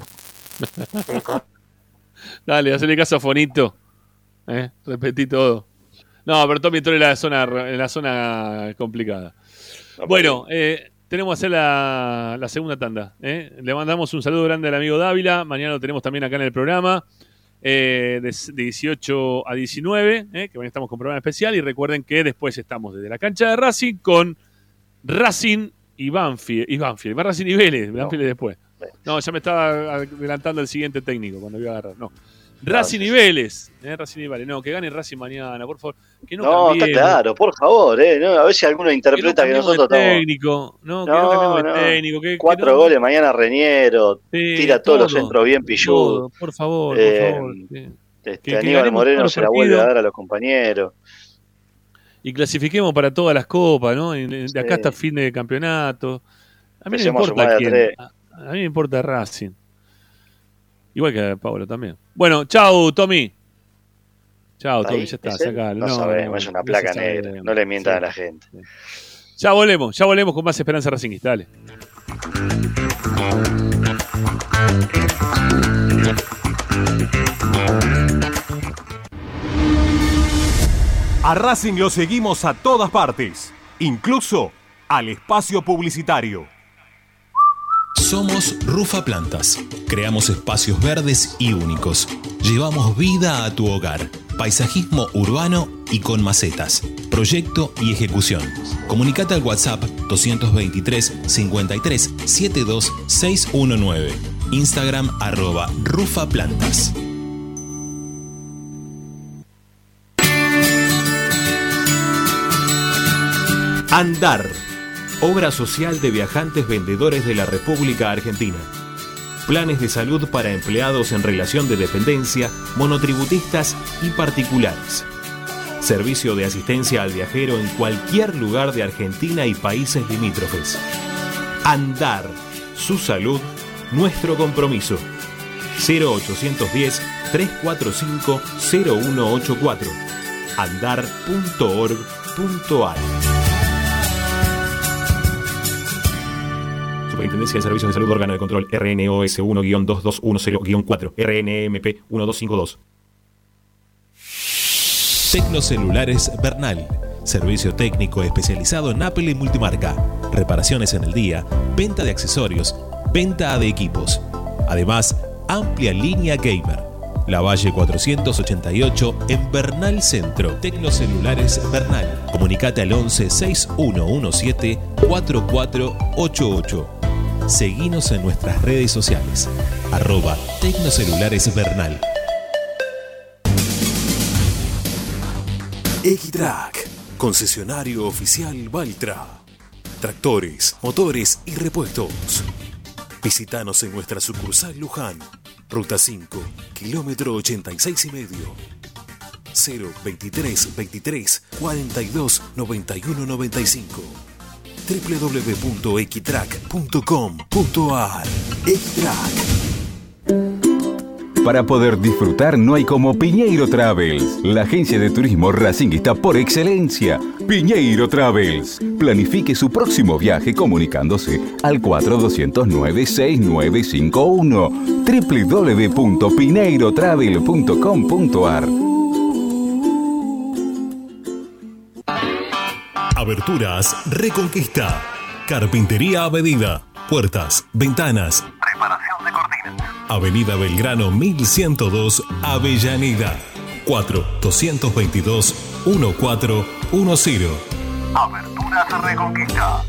Dale, hacele caso a Fonito. ¿Eh? Repetí todo. No, pero Tommy entró en la zona, en la zona complicada. Bueno, eh, tenemos que hacer la, la segunda tanda. ¿eh? Le mandamos un saludo grande al amigo Dávila. Mañana lo tenemos también acá en el programa. Eh, de, de dieciocho a diecinueve, eh, que hoy estamos con programa especial, y recuerden que después estamos desde la cancha de Racing con Racing y Banfield, y Banfield, va Racing y Vélez, no. Banfield después. No, ya me estaba adelantando el siguiente técnico cuando iba a agarrar, no. Racing y Vélez, eh, Racing y Vélez, no, que gane Racing mañana, por favor. Que no, no está claro, por favor, eh, no, a ver si alguno interpreta que, no que nosotros técnico, no, que no, no, no. técnico, que, cuatro que no. goles mañana Reñero, sí, tira todos todo, los centros bien pilludos. Por favor, eh, por favor. Sí. Este, que, Aníbal que Moreno se la vuelve a dar a los compañeros. Y clasifiquemos para todas las copas, ¿no? De sí. acá hasta fin de campeonato. A mí no me importa quién. A, a mí me importa Racing. Igual que Pablo también. Bueno, chau, Tommy. Chau, Tommy, ya está, sacalo. No, no sabemos, es una placa negra. Sabe. No le mientan sí, a la gente. Sí. Ya volvemos, ya volvemos con más Esperanza Racingista. Dale. A Racing lo seguimos a todas partes, incluso al espacio publicitario. Somos Rufa Plantas. Creamos espacios verdes y únicos. Llevamos vida a tu hogar. Paisajismo urbano y con macetas. Proyecto y ejecución. Comunicate al WhatsApp dos veintitrés, cincuenta y tres, setenta y dos, seiscientos diecinueve. Instagram arroba Rufa Plantas. Andar. Obra social de viajantes vendedores de la República Argentina. Planes de salud para empleados en relación de dependencia, monotributistas y particulares. Servicio de asistencia al viajero en cualquier lugar de Argentina y países limítrofes. Andar. Su salud, nuestro compromiso. cero ochocientos diez, trescientos cuarenta y cinco, cero uno ochenta y cuatro. andar punto org punto ar. Superintendencia de Servicios de Salud, órgano de control R N O S uno guion dos dos uno cero guion cuatro, R N M P uno dos cinco dos. Tecnocelulares Bernal. Servicio técnico especializado en Apple y multimarca. Reparaciones en el día, venta de accesorios, venta de equipos. Además, amplia línea gamer. Lavalle cuatrocientos ochenta y ocho en Bernal Centro. Tecnocelulares Bernal. Comunicate al once, seis uno uno siete, cuatro cuatro ocho ocho. Seguinos en nuestras redes sociales. Arroba Tecnocelulares Bernal. Equitrack, concesionario oficial Valtra. Tractores, motores y repuestos. Visítanos en nuestra sucursal Luján. Ruta cinco, kilómetro ochenta y seis y medio. cero veintitrés veintitrés cuarenta y dos noventa y uno noventa y cinco. doble u doble u doble u punto equitrack punto com punto ar. Equitrack. Para poder disfrutar no hay como Piñeiro Travels, la agencia de turismo racinguista por excelencia. Piñeiro Travels. Planifique su próximo viaje comunicándose al cuatro dos cero nueve, seis nueve cinco uno. doble u doble u doble u punto pineiro travel punto com punto ar. Aberturas Reconquista. Carpintería a medida. Puertas, ventanas. Preparación de cortinas. Avenida Belgrano mil ciento dos, Avellaneda. cuatro dos dos dos, uno cuatro uno cero. Aberturas Reconquista.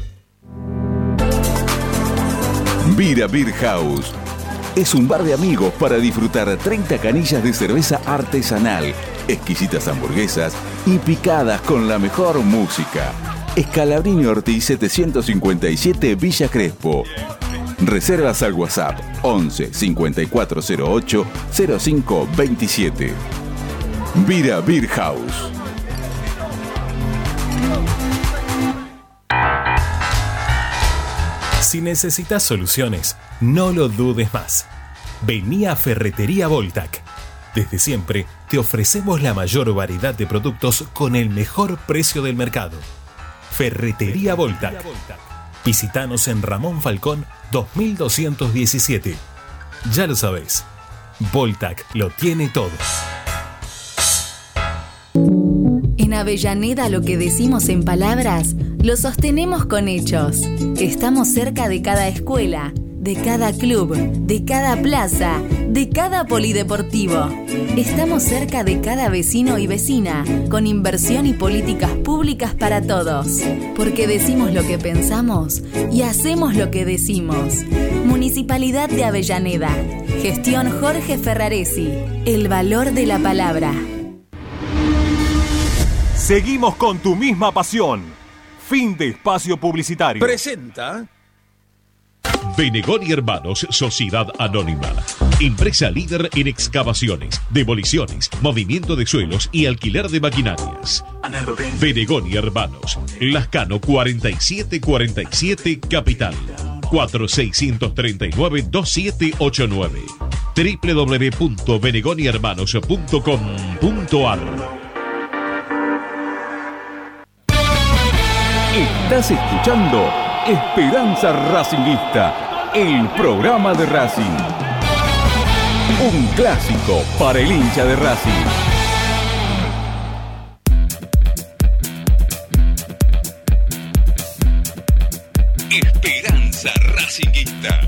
Vira Beer House. Es un bar de amigos para disfrutar treinta canillas de cerveza artesanal, exquisitas hamburguesas y picadas con la mejor música. Escalabrini Ortiz setecientos cincuenta y siete, Villa Crespo. Reservas al WhatsApp once, cincuenta y cuatro cero ocho, cero cinco veintisiete. Vira Beer House. Si necesitas soluciones, no lo dudes más. Vení a Ferretería Voltac. Desde siempre te ofrecemos la mayor variedad de productos con el mejor precio del mercado. Ferretería Voltac. Visítanos en Ramón Falcón dos mil doscientos diecisiete. Ya lo sabés, Voltac lo tiene todo. En Avellaneda lo que decimos en palabras, lo sostenemos con hechos. Estamos cerca de cada escuela, de cada club, de cada plaza, de cada polideportivo. Estamos cerca de cada vecino y vecina, con inversión y políticas públicas para todos. Porque decimos lo que pensamos y hacemos lo que decimos. Municipalidad de Avellaneda. Gestión Jorge Ferraresi. El valor de la palabra. Seguimos con tu misma pasión. Fin de espacio publicitario. Presenta Venegoni Hermanos, Sociedad Anónima. Empresa líder en excavaciones, demoliciones, movimiento de suelos y alquiler de maquinarias. Venegoni Hermanos, Lascano cuarenta y siete cuarenta y siete, Capital. cuatro seis tres nueve, dos siete ocho nueve. doble u doble u doble u punto benegoni hermanos punto com punto a r. Estás escuchando Esperanza Racingista, el programa de Racing. Un clásico para el hincha de Racing. Esperanza Racingista.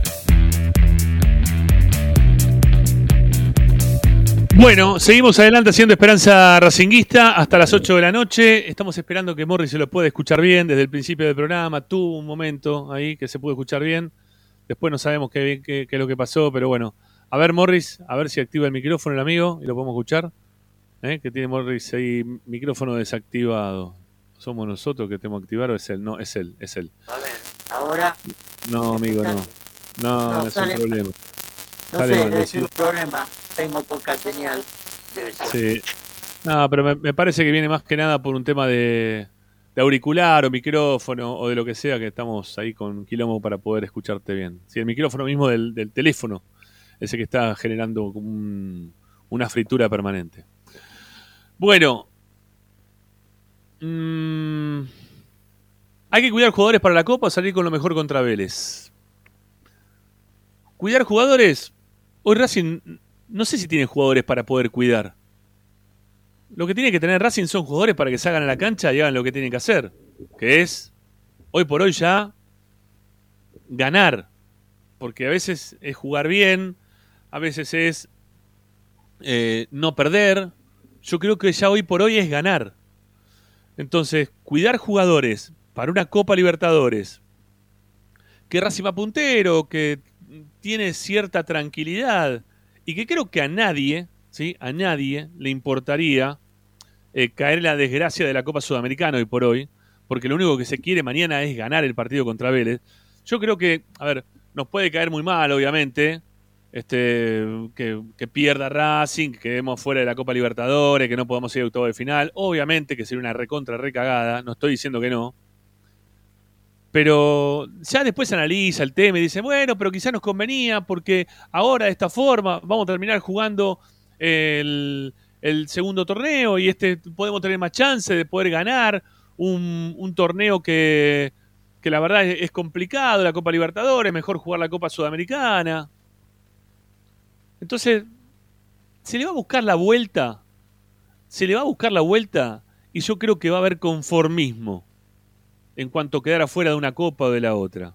Bueno, seguimos adelante haciendo Esperanza Racinguista hasta las ocho de la noche. Estamos esperando que Morris se lo pueda escuchar bien desde el principio del programa. Tuvo un momento ahí que se pudo escuchar bien. Después no sabemos qué, qué, qué es lo que pasó, pero bueno. A ver, Morris, a ver si activa el micrófono el amigo y lo podemos escuchar. ¿Eh? Que tiene Morris ahí micrófono desactivado. ¿Somos nosotros que tenemos que activar o es él? No, es él, es él. A ver, ahora... No, amigo, no. No, no, no es un problema. No sé, debe ser un problema. Tengo poca señal. Debe ser. Sí. No, pero me, me parece que viene más que nada por un tema de, de auricular o micrófono o de lo que sea, que estamos ahí con quilombo para poder escucharte bien. Sí, el micrófono mismo del, del teléfono, ese que está generando un, una fritura permanente. Bueno. Mmm, ¿hay que cuidar jugadores para la Copa o salir con lo mejor contra Vélez? ¿Cuidar jugadores? Hoy Racing no sé si tiene jugadores para poder cuidar. Lo que tiene que tener Racing son jugadores para que salgan a la cancha y hagan lo que tienen que hacer. Que es, hoy por hoy ya, ganar. Porque a veces es jugar bien, a veces es eh, no perder. Yo creo que ya hoy por hoy es ganar. Entonces, cuidar jugadores para una Copa Libertadores, que Racing va puntero, que tiene cierta tranquilidad y que creo que a nadie, ¿sí? A nadie le importaría eh, caer en la desgracia de la Copa Sudamericana hoy por hoy, porque lo único que se quiere mañana es ganar el partido contra Vélez. Yo creo que, a ver, nos puede caer muy mal, obviamente, este, que, que pierda Racing, que quedemos fuera de la Copa Libertadores, que no podamos ir a octavos de final. Obviamente que sería una recontra recagada, no estoy diciendo que no. Pero ya después se analiza el tema y dice, bueno, pero quizás nos convenía porque ahora de esta forma vamos a terminar jugando el, el segundo torneo y este podemos tener más chance de poder ganar un, un torneo que, que la verdad es, es complicado, la Copa Libertadores, mejor jugar la Copa Sudamericana. Entonces, se le va a buscar la vuelta, se le va a buscar la vuelta y yo creo que va a haber conformismo en cuanto a quedar afuera de una copa o de la otra.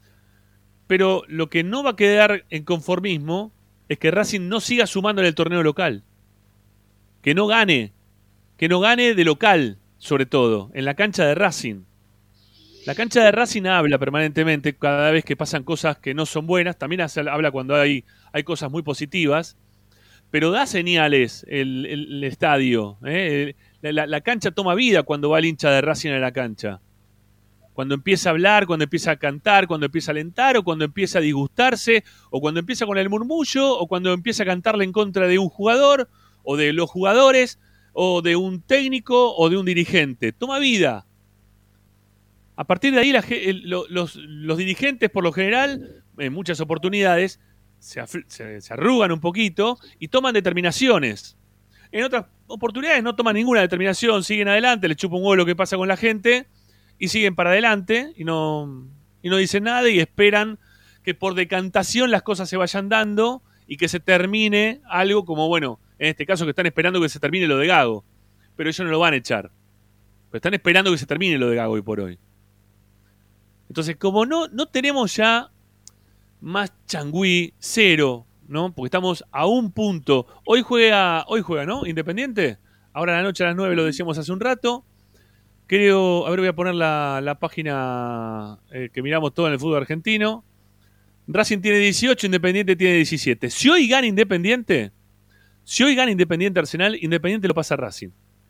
Pero lo que no va a quedar en conformismo es que Racing no siga sumando en el torneo local. Que no gane, que no gane de local, sobre todo, en la cancha de Racing. La cancha de Racing habla permanentemente cada vez que pasan cosas que no son buenas, también habla cuando hay, hay cosas muy positivas, pero da señales el, el, el estadio. ¿eh? La, la cancha toma vida cuando va el hincha de Racing a la cancha. Cuando empieza a hablar, cuando empieza a cantar, cuando empieza a alentar, o cuando empieza a disgustarse, o cuando empieza con el murmullo, o cuando empieza a cantarle en contra de un jugador, o de los jugadores, o de un técnico, o de un dirigente. Toma vida. A partir de ahí, la, los, los, los dirigentes, por lo general, en muchas oportunidades, se, se, se arrugan un poquito y toman determinaciones. En otras oportunidades no toman ninguna determinación, siguen adelante, les chupa un huevo lo que pasa con la gente, y siguen para adelante y no, y no dicen nada y esperan que por decantación las cosas se vayan dando y que se termine algo como, bueno, en este caso que están esperando que se termine lo de Gago. Pero ellos no lo van a echar. Pero están esperando que se termine lo de Gago hoy por hoy. Entonces, como no, no tenemos ya más changüí, cero, ¿no? Porque estamos a un punto. Hoy juega, hoy juega, ¿no? Independiente. Ahora a la noche a las nueve lo decíamos hace un rato. Creo, a ver, voy a poner la, la página eh, que miramos todo en el fútbol argentino. Racing tiene dieciocho, Independiente tiene diecisiete. Si hoy gana Independiente, si hoy gana Independiente Arsenal, Independiente lo pasa a Racing.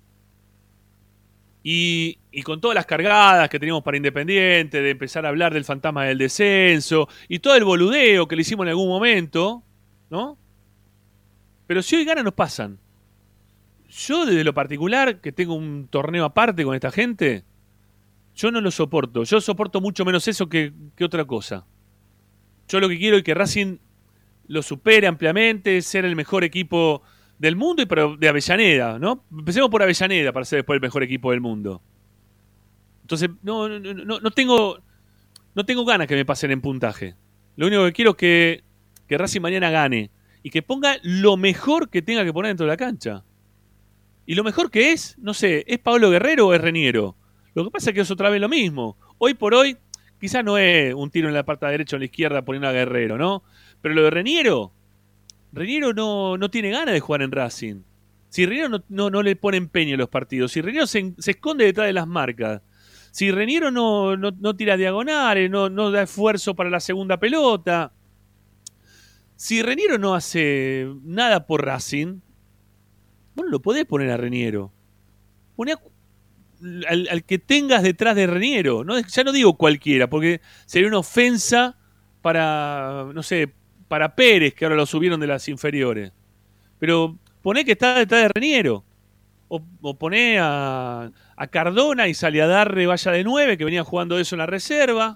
Y, y con todas las cargadas que teníamos para Independiente, de empezar a hablar del fantasma del descenso, y todo el boludeo que le hicimos en algún momento, ¿no? Pero si hoy gana, nos pasan. Yo, desde lo particular, que tengo un torneo aparte con esta gente, yo no lo soporto. Yo soporto mucho menos eso que, que otra cosa. Yo lo que quiero es que Racing lo supere ampliamente, ser el mejor equipo del mundo y pero de Avellaneda, ¿no? Empecemos por Avellaneda para ser después el mejor equipo del mundo. Entonces, no, no, no, no tengo no tengo ganas que me pasen en puntaje. Lo único que quiero es que, que Racing mañana gane y que ponga lo mejor que tenga que poner dentro de la cancha. Y lo mejor que es, no sé, ¿es Pablo Guerrero o es Reniero? Lo que pasa es que es otra vez lo mismo. Hoy por hoy, quizás no es un tiro en la parte derecha o en la izquierda poniendo a Guerrero, ¿no? Pero lo de Reniero, Reniero no, no tiene ganas de jugar en Racing. Si Reniero no, no, no le pone empeño en los partidos, si Reniero se, se esconde detrás de las marcas, si Reniero no, no, no tira diagonales, no, no da esfuerzo para la segunda pelota, si Reniero no hace nada por Racing, bueno, lo podés poner a Reniero. Poné a, al, al que tengas detrás de Reniero. ¿No? Ya no digo cualquiera, porque sería una ofensa para, no sé, para Pérez, que ahora lo subieron de las inferiores. Pero poné que está detrás de Reniero. O, o poné a, a Cardona y Saliadarre vaya de nueve, que venía jugando eso en la reserva.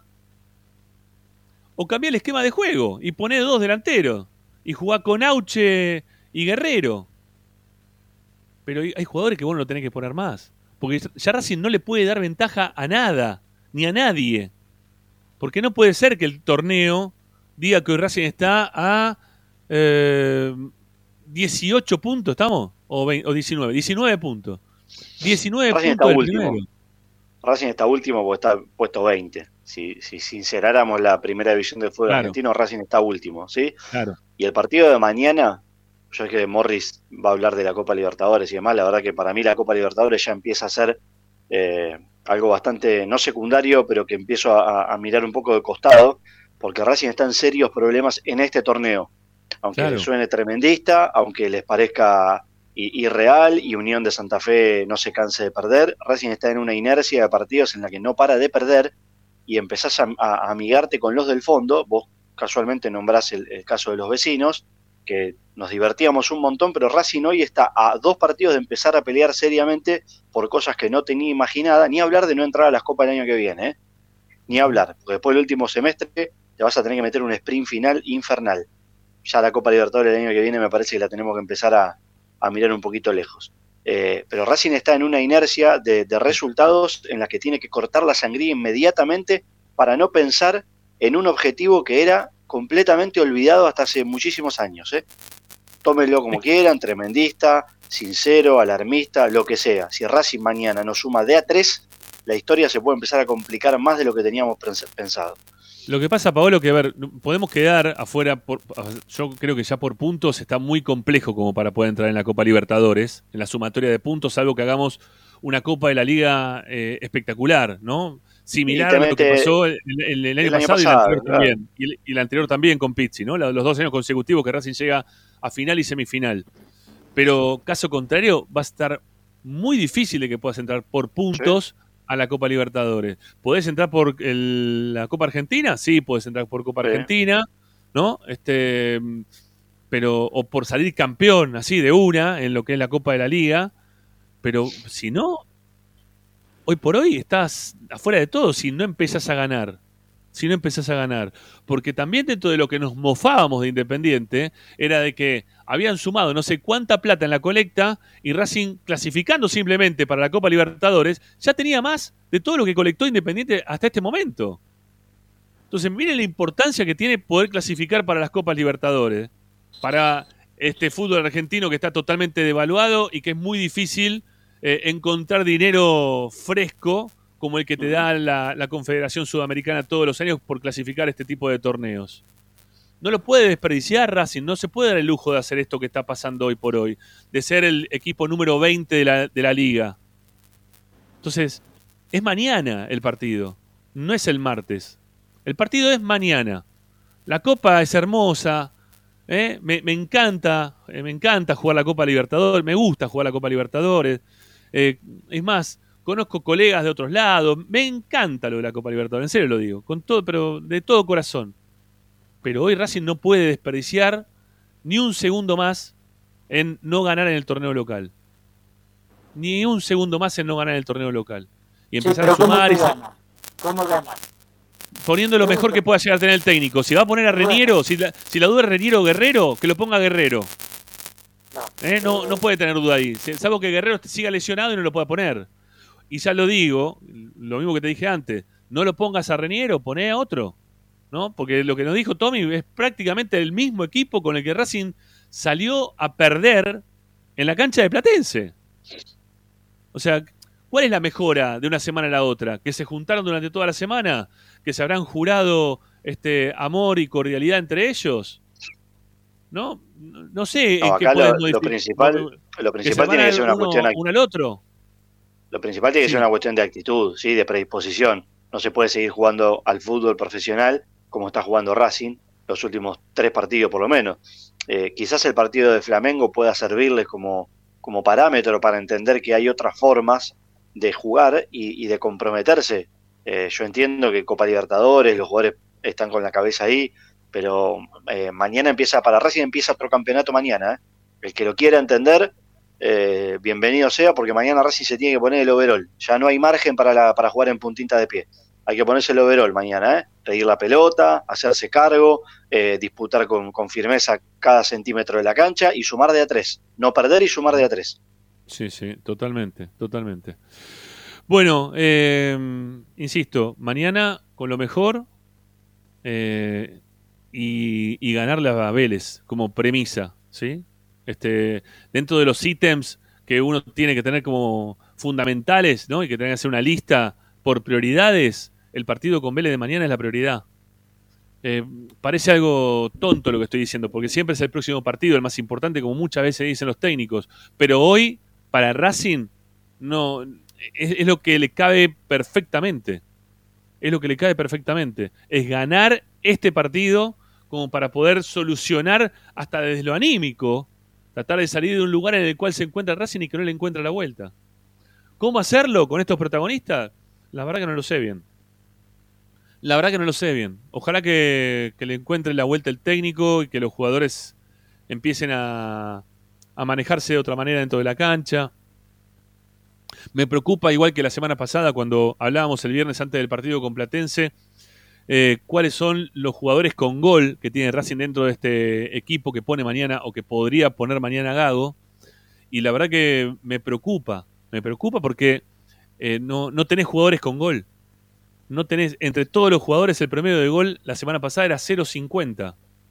O cambiá el esquema de juego y poné dos delanteros. Y jugá con Auche y Guerrero. Pero hay jugadores que vos no lo tenés que poner más. Porque ya Racing no le puede dar ventaja a nada, ni a nadie. Porque no puede ser que el torneo diga que hoy Racing está a eh, dieciocho puntos, ¿estamos? O, veinte, o diecinueve. diecinueve puntos. diecinueve Racing puntos está del último. primero. Racing está último porque está puesto veinte. Si, si sinceráramos la primera división del fútbol Claro. argentino, Racing está último, ¿sí? Claro. Y el partido de mañana, yo es que Morris va a hablar de la Copa Libertadores y demás, la verdad que para mí la Copa Libertadores ya empieza a ser eh, algo bastante, no secundario, pero que empiezo a, a mirar un poco de costado, porque Racing está en serios problemas en este torneo. Aunque Claro. les suene tremendista, aunque les parezca i- irreal y Unión de Santa Fe no se canse de perder, Racing está en una inercia de partidos en la que no para de perder y empezás a, a- a amigarte con los del fondo. Vos casualmente nombrás el, el caso de los vecinos, que nos divertíamos un montón, pero Racing hoy está a dos partidos de empezar a pelear seriamente por cosas que no tenía imaginada, ni hablar de no entrar a las Copas el año que viene, ¿eh? Ni hablar, porque después del último semestre te vas a tener que meter un sprint final infernal. Ya la Copa Libertadores el año que viene me parece que la tenemos que empezar a, a mirar un poquito lejos. Eh, pero Racing está en una inercia de, de resultados en la que tiene que cortar la sangría inmediatamente para no pensar en un objetivo que era completamente olvidado hasta hace muchísimos años, ¿eh? Tómenlo como quieran, tremendista, sincero, alarmista, lo que sea. Si Racing mañana nos suma de a tres, la historia se puede empezar a complicar más de lo que teníamos pensado. Lo que pasa, Paolo, que a ver, podemos quedar afuera, por, yo creo que ya por puntos está muy complejo como para poder entrar en la Copa Libertadores, en la sumatoria de puntos, salvo que hagamos una Copa de la Liga eh, espectacular, ¿no? Similar a lo que pasó el, el, el, año, el año pasado, pasado y el anterior claro. también. Y el, y el anterior también con Pizzi, ¿no? Los dos años consecutivos que Racing llega a final y semifinal. Pero caso contrario, va a estar muy difícil de que puedas entrar por puntos sí. a la Copa Libertadores. ¿Podés entrar por el, la Copa Argentina? Sí, podés entrar por Copa sí. Argentina, ¿no? Este, pero, o por salir campeón, así, de una, en lo que es la Copa de la Liga. Pero si no, hoy por hoy estás afuera de todo si no empezás a ganar. Si no empezás a ganar. Porque también dentro de lo que nos mofábamos de Independiente era de que habían sumado no sé cuánta plata en la colecta y Racing, clasificando simplemente para la Copa Libertadores, ya tenía más de todo lo que colectó Independiente hasta este momento. Entonces, miren la importancia que tiene poder clasificar para las Copas Libertadores. Para este fútbol argentino que está totalmente devaluado y que es muy difícil eh, encontrar dinero fresco como el que te da la, la Confederación Sudamericana todos los años por clasificar este tipo de torneos. No lo puede desperdiciar Racing, no se puede dar el lujo de hacer esto que está pasando hoy por hoy, de ser el equipo número veinte de la, de la liga. Entonces, es mañana el partido, no es el martes. El partido es mañana. La Copa es hermosa, ¿eh? me, me encanta, eh, me encanta jugar la Copa Libertadores, me gusta jugar la Copa Libertadores. Eh, es más, conozco colegas de otros lados, me encanta lo de la Copa Libertadores, en serio lo digo, con todo, pero de todo corazón. Pero hoy Racing no puede desperdiciar ni un segundo más en no ganar en el torneo local. Ni un segundo más en no ganar en el torneo local. Y empezar sí, a sumar. ¿Cómo y gana? ¿Cómo gana? poniendo lo mejor que pueda llegar a tener el técnico. Si va a poner a Reñero, si la, si la duda es Reñero o Guerrero, que lo ponga Guerrero. ¿Eh? No, no puede tener duda ahí. Salvo que Guerrero siga lesionado y no lo pueda poner. Y ya lo digo, lo mismo que te dije antes, no lo pongas a Reñero, poné a otro, ¿no? Porque lo que nos dijo Tommy es prácticamente el mismo equipo con el que Racing salió a perder en la cancha de Platense. O sea, ¿cuál es la mejora de una semana a la otra? ¿Que se juntaron durante toda la semana? ¿Que se habrán jurado este amor y cordialidad entre ellos? ¿No? No sé no, en qué lo, lo principal, lo principal tiene que ser una uno, cuestión uno al otro. Lo principal tiene que sí. ser una cuestión de actitud, sí, de predisposición. No se puede seguir jugando al fútbol profesional como está jugando Racing los últimos tres partidos por lo menos. Eh, quizás el partido de Flamengo pueda servirles como, como parámetro para entender que hay otras formas de jugar y, y de comprometerse. Eh, yo entiendo que Copa Libertadores, los jugadores están con la cabeza ahí, pero eh, mañana empieza, para Racing empieza otro campeonato mañana. ¿eh? El que lo quiera entender, eh, bienvenido sea, porque mañana Racing se tiene que poner el overall. Ya no hay margen para, la, para jugar en puntita de pie. Hay que ponerse el overall mañana, ¿eh? Pedir la pelota, hacerse cargo, eh, disputar con, con firmeza cada centímetro de la cancha y sumar de a tres. No perder y sumar de a tres. Sí, sí, totalmente, totalmente. Bueno, eh, insisto, mañana con lo mejor eh, y, y ganarle a Vélez como premisa, ¿sí? Este, dentro de los ítems que uno tiene que tener como fundamentales, ¿no? Y que tenga que hacer una lista por prioridades, el partido con Vélez de mañana es la prioridad. Eh, parece algo tonto lo que estoy diciendo, porque siempre es el próximo partido, el más importante, como muchas veces dicen los técnicos. Pero hoy, para Racing, no es, es lo que le cabe perfectamente. Es lo que le cabe perfectamente. Es ganar este partido como para poder solucionar hasta desde lo anímico, tratar de salir de un lugar en el cual se encuentra Racing y que no le encuentra la vuelta. ¿Cómo hacerlo con estos protagonistas? La verdad que no lo sé bien. La verdad que no lo sé bien. Ojalá que, que le encuentre la vuelta el técnico y que los jugadores empiecen a, a manejarse de otra manera dentro de la cancha. Me preocupa, igual que la semana pasada, cuando hablábamos el viernes antes del partido con Platense, eh, cuáles son los jugadores con gol que tiene Racing dentro de este equipo que pone mañana o que podría poner mañana Gago. Y la verdad que me preocupa. Me preocupa porque eh, no, no tenés jugadores con gol. No tenés, entre todos los jugadores, el promedio de gol la semana pasada era cero punto cincuenta.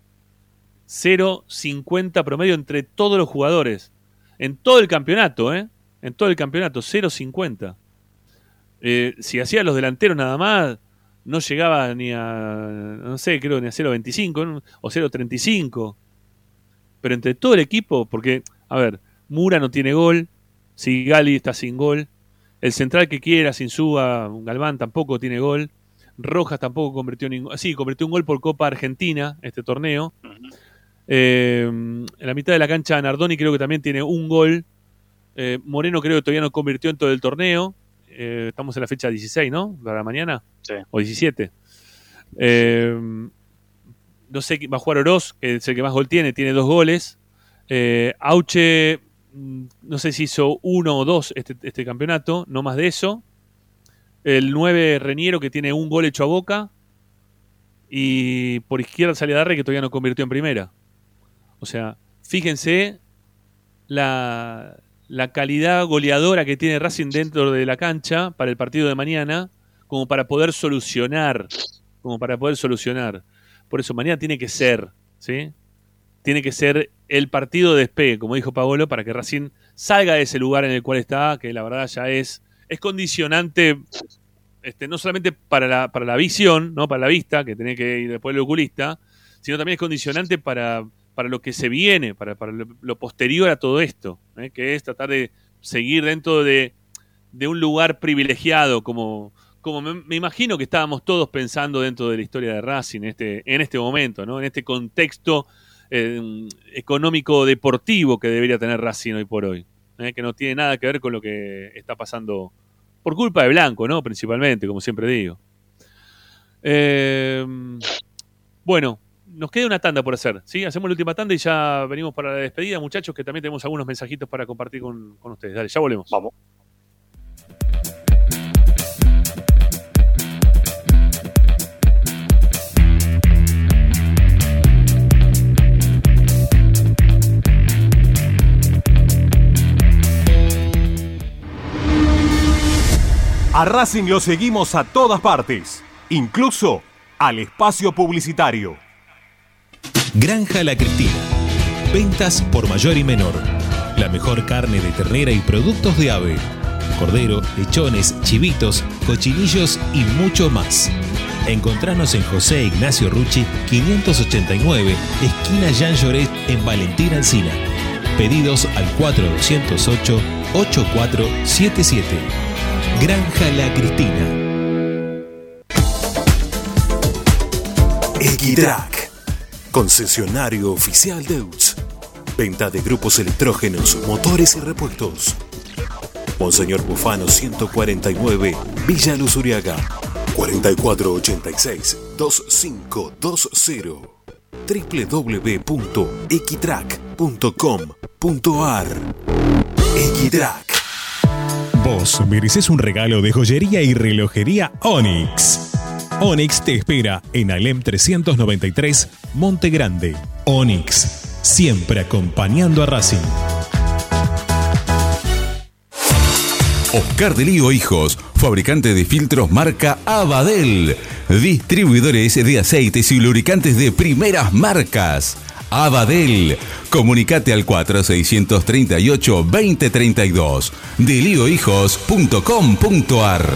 cero punto cincuenta promedio entre todos los jugadores. En todo el campeonato, ¿eh? En todo el campeonato, cero punto cincuenta. Eh, si hacía los delanteros nada más, no llegaba ni a, no sé, creo ni a cero punto veinticinco, ¿no? O cero punto treinta y cinco. Pero entre todo el equipo, porque, a ver, Mura no tiene gol, Sigali está sin gol, el central que quiera, Sinsúa, Galván tampoco tiene gol, Rojas tampoco convirtió ningún, sí, convirtió un gol por Copa Argentina, este torneo. Eh, en la mitad de la cancha Nardoni creo que también tiene un gol. Eh, Moreno creo que todavía no convirtió en todo el torneo. Eh, estamos en la fecha dieciséis, ¿no? Para mañana. Sí. O diecisiete. Eh, no sé, va a jugar Oroz, que es el que más gol tiene, tiene dos goles. Eh, Auche, no sé si hizo uno o dos este, este campeonato, no más de eso. El nueve Reñero, que tiene un gol hecho a Boca. Y por izquierda sale Darre, que todavía no convirtió en primera. O sea, fíjense la, la calidad goleadora que tiene Racing dentro de la cancha para el partido de mañana, como para poder solucionar, como para poder solucionar. Por eso mañana tiene que ser, ¿sí? Tiene que ser el partido de despegue, como dijo Paolo, para que Racing salga de ese lugar en el cual está, que la verdad ya es, es condicionante, este, no solamente para la, para la visión, ¿no? Para la vista, que tiene que ir después el oculista, sino también es condicionante para, para lo que se viene, para, para lo, lo posterior a todo esto, ¿eh? Que es tratar de seguir dentro de, de un lugar privilegiado, como, como me, me imagino que estábamos todos pensando dentro de la historia de Racing en este, en este momento, ¿no? En este contexto eh, económico deportivo que debería tener Racing hoy por hoy, ¿eh? Que no tiene nada que ver con lo que está pasando por culpa de Blanco, ¿no? Principalmente, como siempre digo. Eh, bueno, nos queda una tanda por hacer, ¿sí? Hacemos la última tanda y ya venimos para la despedida, muchachos, que también tenemos algunos mensajitos para compartir con, con ustedes. Dale, ya volvemos. Vamos. Racing lo seguimos a todas partes, incluso al espacio publicitario. Granja La Cristina. Ventas por mayor y menor. La mejor carne de ternera y productos de ave. Cordero, lechones, chivitos, cochinillos y mucho más. Encontranos en José Ignacio Rucci quinientos ochenta y nueve, esquina Jean Lloret, en Valentín Alsina. Pedidos al cuatro dos cero ocho, ocho cuatro siete siete. Granja La Cristina. Equitrack, concesionario oficial Deutz. Venta de grupos electrógenos, motores y repuestos. Monseñor Bufano ciento cuarenta y nueve, Villa Luz Uriaga. cuatro cuatro ocho seis, dos cinco dos cero. doble u doble u doble u punto equitrack punto com punto a r. Equitrack. Vos mereces un regalo de joyería y relojería Onyx. Onyx te espera en Alem trescientos noventa y tres, Monte Grande. Onyx, siempre acompañando a Racing. Oscar de Lío Hijos, fabricante de filtros marca Abadel. Distribuidores de aceites y lubricantes de primeras marcas. Abadel. Comunicate al cuatro seis tres ocho, dos cero tres dos. de lío hijos punto com punto a r.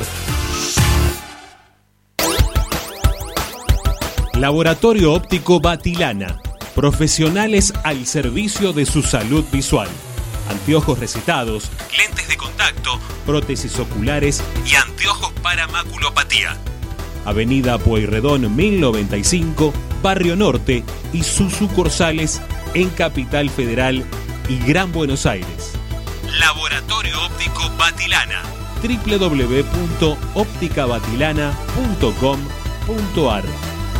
Laboratorio Óptico Batilana. Profesionales al servicio de su salud visual. Anteojos recetados, lentes de contacto, prótesis oculares y anteojos para maculopatía. Avenida Pueyrredón mil noventa y cinco, Barrio Norte y sus sucursales en Capital Federal y Gran Buenos Aires. Laboratorio Óptico Batilana. doble u doble u doble u punto óptica batilana punto com punto a r.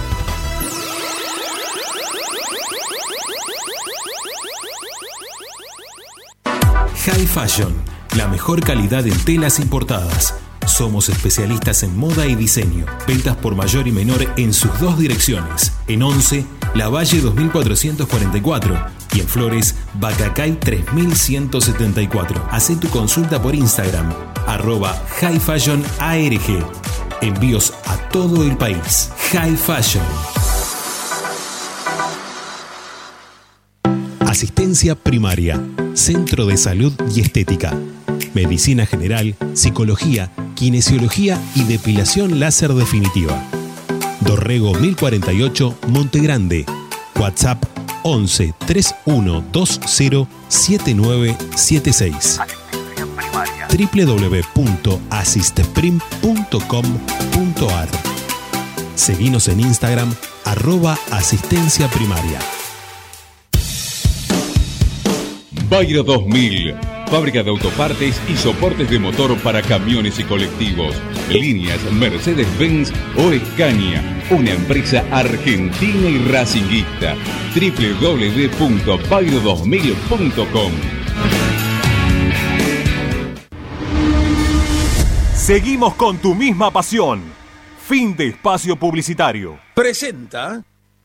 High Fashion, la mejor calidad en telas importadas. Somos especialistas en moda y diseño. Ventas por mayor y menor en sus dos direcciones. En Once, Lavalle dos mil cuatrocientos cuarenta y cuatro y en Flores, Bacacay tres mil ciento setenta y cuatro. Hacé tu consulta por Instagram, arroba High Fashion A R G. Envíos a todo el país. High Fashion. Asistencia primaria, Centro de Salud y Estética. Medicina general, psicología, kinesiología y depilación láser definitiva. Dorrego mil cuarenta y ocho, Monte Grande. WhatsApp once, treinta y uno veinte, setenta y nueve setenta y seis. doble u doble u doble u punto asisteprim punto com punto a r. Seguinos en Instagram, arroba asistencia primaria. Bayro dos mil, fábrica de autopartes y soportes de motor para camiones y colectivos. Líneas Mercedes-Benz o Scania, una empresa argentina y racinguista. doble u doble u doble u punto bayro dos mil punto com. Seguimos con tu misma pasión. Fin de espacio publicitario. Presenta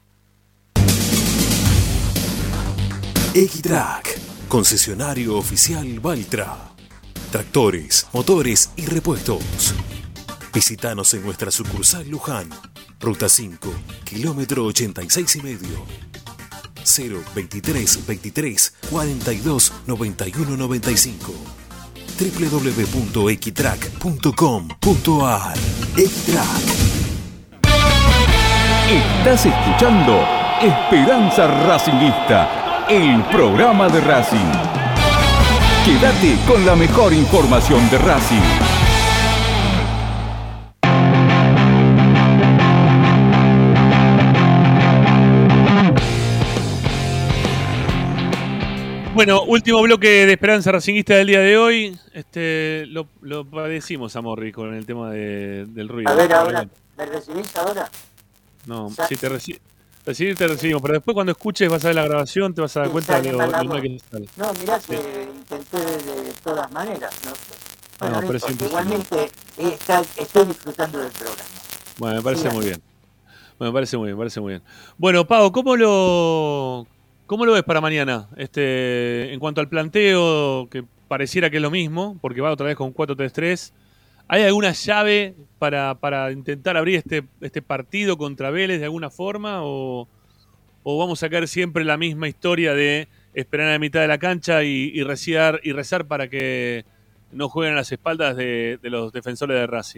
Equitrack, concesionario oficial Valtra. Tractores, motores y repuestos. Visítanos en nuestra sucursal Luján, Ruta cinco, kilómetro ochenta y seis y medio. cero veintitrés veintitrés cuarenta y dos noventa y uno noventa y cinco. doble u doble u doble u punto equitrack punto com punto a r. Equitrack. Estás escuchando Esperanza Racingista, el programa de Racing. Quédate con la mejor información de Racing. Bueno, último bloque de Esperanza Racinguista del día de hoy. Este, lo, lo padecimos a Morri con el tema de, del ruido. A ver, ahora, ¿me recibís ahora? No, si te reci recibir te recibimos, pero después cuando escuches vas a ver la grabación, te vas a dar sí, cuenta de lo mal que sale. No, mirá que sí. Intenté de, de todas maneras. No, bueno, no, pero no, igualmente está, estoy disfrutando del programa. Bueno, me parece sí, muy bien. Bueno, me parece muy bien, me parece muy bien. Bueno, Pau, ¿cómo lo... ¿Cómo lo ves para mañana? Este, en cuanto al planteo, que pareciera que es lo mismo, porque va otra vez con cuatro tres tres, ¿Hay alguna llave para, para intentar abrir este, este partido contra Vélez de alguna forma? ¿O, o vamos a caer siempre en la misma historia de esperar a la mitad de la cancha y, y, rezar, y rezar para que no jueguen a las espaldas de, de los defensores de Racing?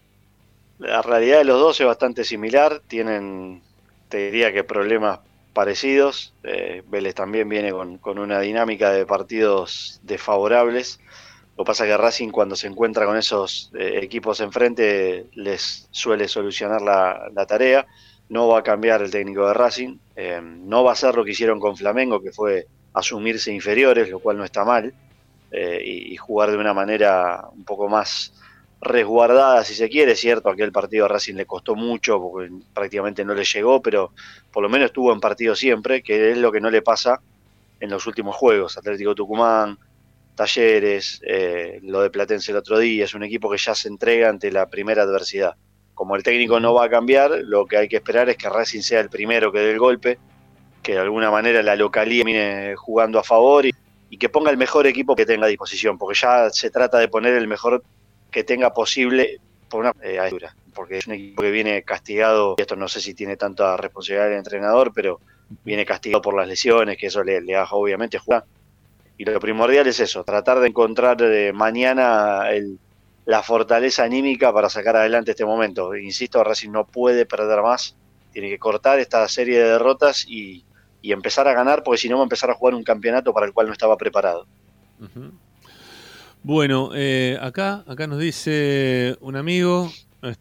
La realidad de los dos es bastante similar. Tienen, te diría que problemas parecidos. Eh, Vélez también viene con, con una dinámica de partidos desfavorables. Lo que pasa es que Racing, cuando se encuentra con esos eh, equipos enfrente, les suele solucionar la, la tarea. No va a cambiar el técnico de Racing, eh, no va a hacer lo que hicieron con Flamengo, que fue asumirse inferiores, lo cual no está mal, eh, y, y jugar de una manera un poco más resguardada, si se quiere. Es cierto, aquel partido a Racing le costó mucho, porque prácticamente no le llegó, pero por lo menos estuvo en partido siempre, que es lo que no le pasa en los últimos juegos. Atlético Tucumán, Talleres, eh, lo de Platense el otro día, es un equipo que ya se entrega ante la primera adversidad. Como el técnico no va a cambiar, lo que hay que esperar es que Racing sea el primero que dé el golpe, que de alguna manera la localía viene jugando a favor y, y que ponga el mejor equipo que tenga a disposición, porque ya se trata de poner el mejor que tenga posible por una eh, altura, porque es un equipo que viene castigado, y esto no sé si tiene tanta responsabilidad del entrenador, pero viene castigado por las lesiones, que eso le, le haga obviamente jugar. Y lo primordial es eso, tratar de encontrar eh, mañana el, la fortaleza anímica para sacar adelante este momento. Insisto, Racing no puede perder más, tiene que cortar esta serie de derrotas y, y empezar a ganar, porque si no va a empezar a jugar un campeonato para el cual no estaba preparado. Uh-huh. Bueno, eh, acá, acá nos dice un amigo,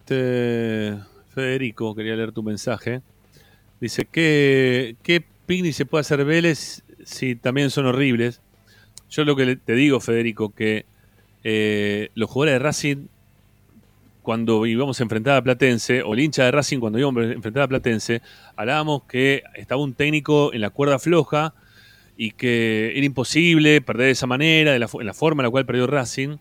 este Federico, quería leer tu mensaje. Dice, ¿qué, qué picnic se puede hacer Vélez si también son horribles? Yo lo que te digo, Federico, que eh, los jugadores de Racing, cuando íbamos a enfrentar a Platense, o el hincha de Racing cuando íbamos a enfrentar a Platense, hablábamos que estaba un técnico en la cuerda floja y que era imposible perder de esa manera, de la, en la forma en la cual perdió Racing.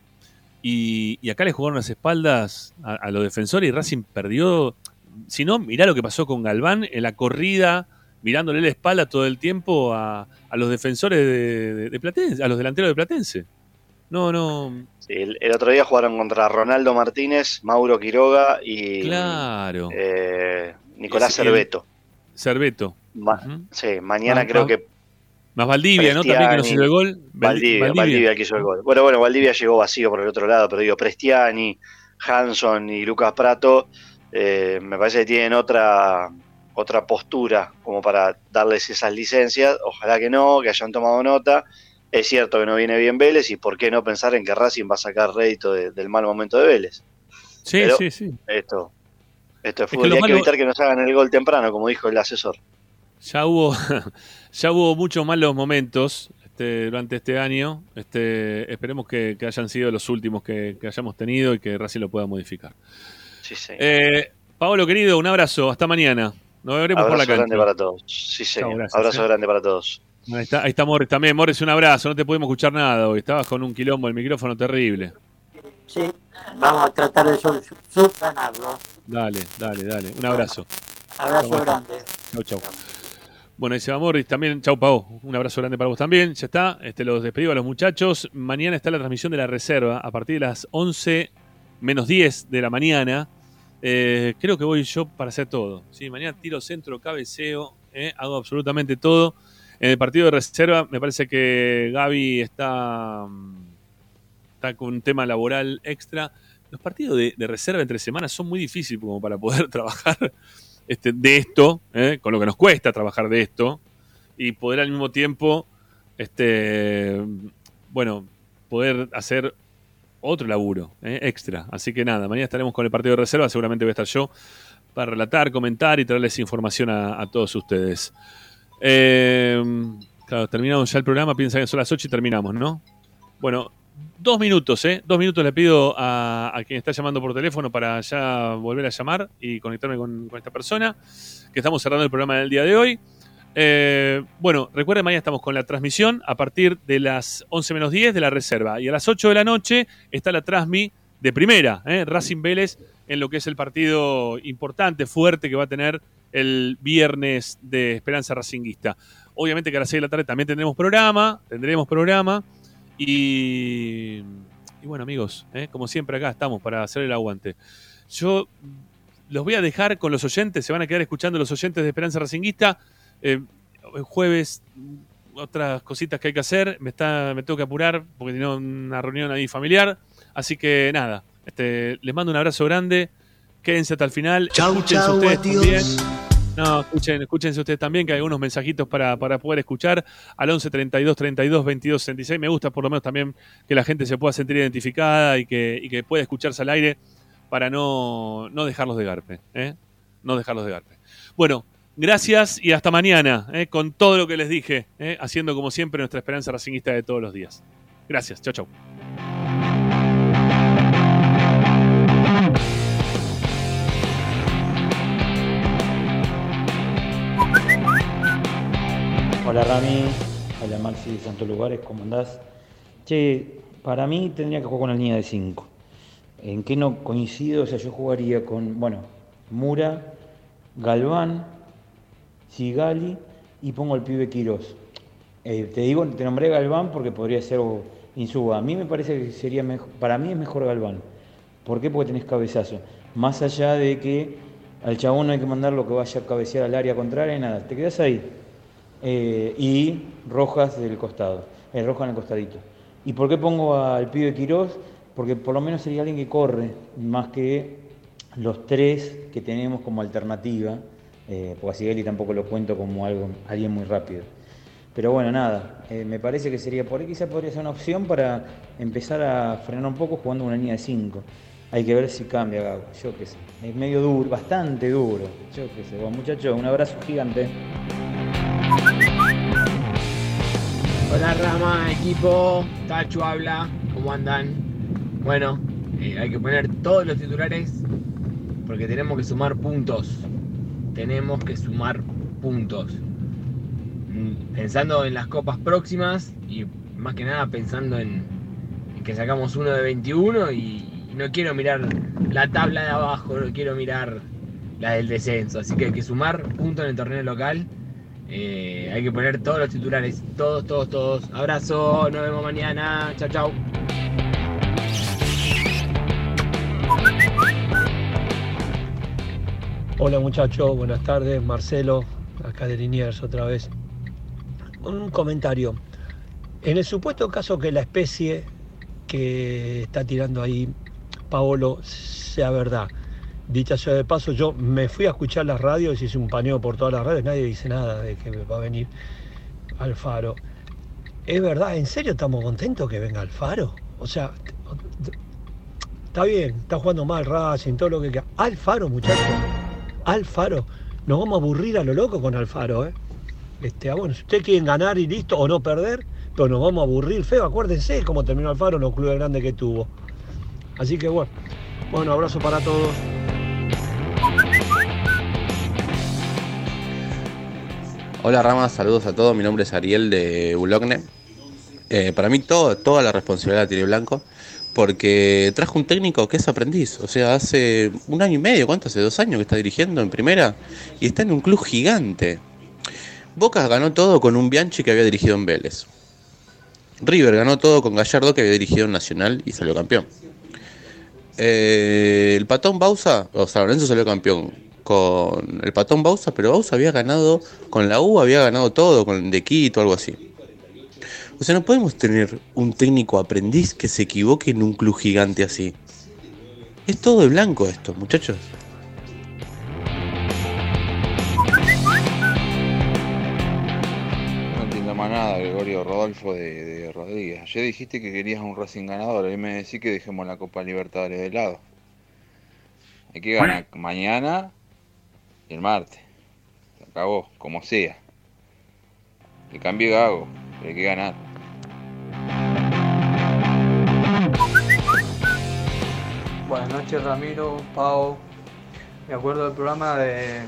Y, y acá le jugaron las espaldas a, a los defensores y Racing perdió. Si no, mirá lo que pasó con Galván en la corrida, mirándole la espalda todo el tiempo a, a los defensores de, de, de Platense, a los delanteros de Platense. No, no. Sí, el, el otro día jugaron contra Ronaldo Martínez, Mauro Quiroga y claro. eh, Nicolás Cerveto. Cerveto. Ma- uh-huh. Sí, mañana ah, creo ah. que. Más Valdivia, ¿no? También que nos hizo el gol. Valdivia, Valdivia, Valdivia que hizo el gol. Bueno, bueno, Valdivia llegó vacío por el otro lado, pero digo, Prestiani, Hanson y Lucas Prato, eh, me parece que tienen otra. otra postura como para darles esas licencias. Ojalá que no, que hayan tomado nota. Es cierto que no viene bien Vélez y por qué no pensar en que Racing va a sacar rédito de, del mal momento de Vélez. Sí, pero sí, sí. Esto, esto es fútbol. Es que hay malo... que evitar que nos hagan el gol temprano, como dijo el asesor. Ya hubo, ya hubo muchos malos momentos este, durante este año. Este, esperemos que, que hayan sido los últimos que, que hayamos tenido y que Racing lo pueda modificar. Sí, sí. Eh, Pablo, querido, un abrazo. Hasta mañana. Nos veremos abrazo por la cancha. Grande para todos. Sí, sí. No, gracias, abrazo eh. grande para todos. Ahí está, ahí está Morris también. Morris, un abrazo. No te pudimos escuchar nada hoy. Estabas con un quilombo el micrófono terrible. Sí, vamos a tratar de subsanarlo. Dale, dale, dale. Un abrazo. Abrazo chau, grande. Chau, chau. Bueno, ahí se va Morris también. Chau, Pau. Un abrazo grande para vos también. Ya está. Este, los despido a los muchachos. Mañana está la transmisión de la reserva a partir de las once menos diez de la mañana. Eh, creo que voy yo para hacer todo. ¿Sí? Mañana tiro centro, cabeceo, eh, hago absolutamente todo. En el partido de reserva me parece que Gaby está, está con un tema laboral extra. Los partidos de, de reserva entre semanas son muy difíciles como para poder trabajar este, de esto, eh, con lo que nos cuesta trabajar de esto, y poder al mismo tiempo este, bueno, poder hacer otro laburo, eh, extra. Así que nada, mañana estaremos con el partido de reserva. Seguramente voy a estar yo para relatar, comentar y traerles información a, a todos ustedes. Eh, claro, terminamos ya el programa. Piensan que son las ocho y terminamos, ¿no? Bueno, dos minutos, ¿eh? Dos minutos le pido a, a quien está llamando por teléfono para ya volver a llamar y conectarme con, con esta persona, que estamos cerrando el programa del día de hoy. Eh, bueno, recuerden, mañana estamos con la transmisión a partir de las once menos diez de la reserva. Y a las ocho de la noche está la transmi de primera, ¿eh? Racing Vélez, en lo que es el partido importante, fuerte que va a tener el viernes de Esperanza Racinguista. Obviamente que a las seis de la tarde también tendremos programa, tendremos programa y, y bueno, amigos, ¿eh? como siempre acá estamos para hacer el aguante. Yo los voy a dejar con los oyentes, se van a quedar escuchando los oyentes de Esperanza Racinguista. Eh, el jueves, otras cositas que hay que hacer, me, está, me tengo que apurar porque tengo una reunión ahí familiar. Así que nada, este, les mando un abrazo grande, quédense hasta el final. Chau, escúchense chau, ustedes adiós. también. No, escuchen, escúchense ustedes también, que hay algunos mensajitos para, para poder escuchar al once treinta y dos treinta y dos veintidós sesenta y seis. Me gusta por lo menos también que la gente se pueda sentir identificada y que, y que pueda escucharse al aire para no, no dejarlos de garpe, ¿eh? No dejarlos de garpe. Bueno, gracias y hasta mañana, ¿eh? Con todo lo que les dije, ¿eh? Haciendo como siempre nuestra Esperanza Racinguista de todos los días. Gracias, chau, chau. Hola Rami, hola Maxi de Santos Lugares, ¿cómo andás? Che, para mí tendría que jugar con la línea de cinco. ¿En qué no coincido? O sea, yo jugaría con, bueno, Mura, Galván, Sigali y pongo al pibe Quirós. Eh, te digo, te nombré Galván porque podría ser Insúa. A mí me parece que sería mejor, para mí es mejor Galván. ¿Por qué? Porque tenés cabezazo. Más allá de que al chabón no hay que mandarlo que vaya a cabecear al área contraria, nada, te quedás ahí. Eh, y Rojas del costado, eh, Rojas en el costadito. ¿Y por qué pongo al pibe Quirós? Porque por lo menos sería alguien que corre, más que los tres que tenemos como alternativa, eh, porque a Sigali tampoco lo cuento como algo, alguien muy rápido. Pero bueno, nada, eh, me parece que sería por ahí, quizás podría ser una opción para empezar a frenar un poco jugando una línea de cinco. Hay que ver si cambia, Gago, yo qué sé. Es medio duro, bastante duro, yo qué sé. Bueno, muchachos, un abrazo gigante. Hola Rama, equipo, Tacho habla, ¿cómo andan? Bueno, eh, hay que poner todos los titulares porque tenemos que sumar puntos. Tenemos que sumar puntos. Pensando en las copas próximas y más que nada pensando en, en que sacamos uno de veintiuno y, y no quiero mirar la tabla de abajo, no quiero mirar la del descenso. Así que hay que sumar puntos en el torneo local. Eh, hay que poner todos los titulares, todos, todos, todos. Abrazo, nos vemos mañana. Chao, chao. Hola muchachos, buenas tardes. Marcelo, acá de Liniers otra vez. Un comentario. En el supuesto caso que la especie que está tirando ahí Paolo sea verdad, dicha sea de paso, yo me fui a escuchar las radios, hice un paneo por todas las radios, nadie dice nada de que va a venir Alfaro. ¿Es verdad? ¿En serio estamos contentos que venga Alfaro? O sea, está bien, está jugando mal Racing, todo lo que queda. Alfaro, muchachos, Alfaro. Nos vamos a aburrir a lo loco con Alfaro, ¿eh? Este, ah, bueno, si ustedes quieren ganar y listo, o no perder, pero nos vamos a aburrir feo. Acuérdense cómo terminó Alfaro en los clubes grandes que tuvo. Así que bueno, bueno, abrazo para todos. Hola Rama, saludos a todos, mi nombre es Ariel de Boulogne. Eh, para mí todo, toda la responsabilidad la tiene Blanco, porque trajo un técnico que es aprendiz, o sea, hace un año y medio, ¿cuánto? Hace dos años que está dirigiendo en primera y está en un club gigante. Boca ganó todo con un Bianchi que había dirigido en Vélez. River ganó todo con Gallardo que había dirigido en Nacional y salió campeón. Eh, el Patón Bausa, o San Lorenzo salió campeón con el Patón Bausa, pero Bausa había ganado con la U, había ganado todo, con de Quito, algo así. O sea, no podemos tener un técnico aprendiz que se equivoque en un club gigante así. Es todo de Blanco esto, muchachos. No entiendo más nada, Gregorio Rodolfo de, de Rodríguez. Ayer dijiste que querías un Racing ganador, hoy me decís que dejemos la Copa Libertadores de lado. Hay que ganar mañana y el martes. Se acabó, como sea. El cambio Gago, pero hay que ganar. Buenas noches Ramiro, Pau. Me acuerdo del programa de...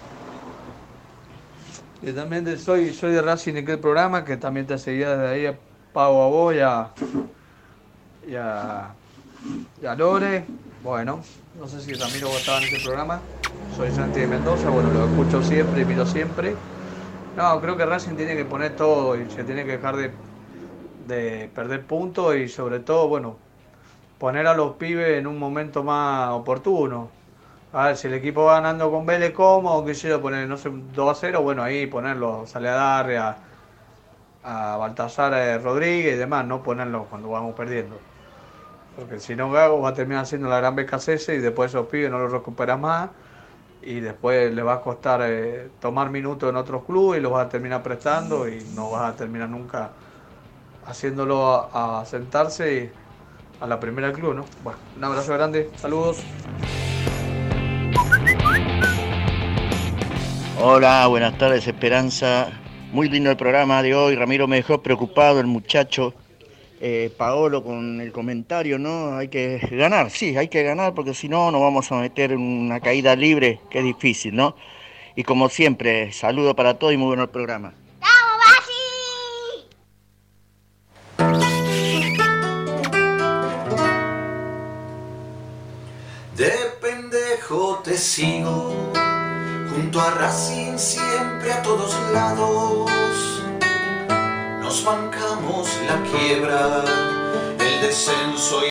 de también de soy, soy de Racing en aquel programa que también te seguía desde ahí, Pau, a vos y a, y a, y a Lore. Bueno, no sé si Ramiro vos estabas en ese programa. Soy Santi de Mendoza, bueno, lo escucho siempre y miro siempre. No, creo que Racing tiene que poner todo y se tiene que dejar de, de perder puntos y sobre todo, bueno, poner a los pibes en un momento más oportuno. A ver, si el equipo va ganando con Vélez cómodo, que yo poner, no sé, dos a cero, bueno, ahí ponerlo, sale a darle a, a Baltasar a Rodríguez y demás, no ponerlo cuando vamos perdiendo. Porque si no, Gago va a terminar haciendo la gran B K C S y después esos pibes no los recuperan más y después le va a costar eh, tomar minutos en otros clubes y los vas a terminar prestando y no vas a terminar nunca haciéndolo a, a sentarse y a la primera del club, ¿no? Bueno, un abrazo grande, saludos. Hola, buenas tardes, Esperanza. Muy lindo el programa de hoy. Ramiro me dejó preocupado, el muchacho. Eh, Paolo con el comentario, ¿no? Hay que ganar, sí, hay que ganar porque si no nos vamos a meter en una caída libre, que es difícil, ¿no? Y como siempre, saludo para todos y muy bueno el programa. De pendejo te sigo, junto a Racing siempre a todos lados. Nos bancamos la quiebra, el descenso y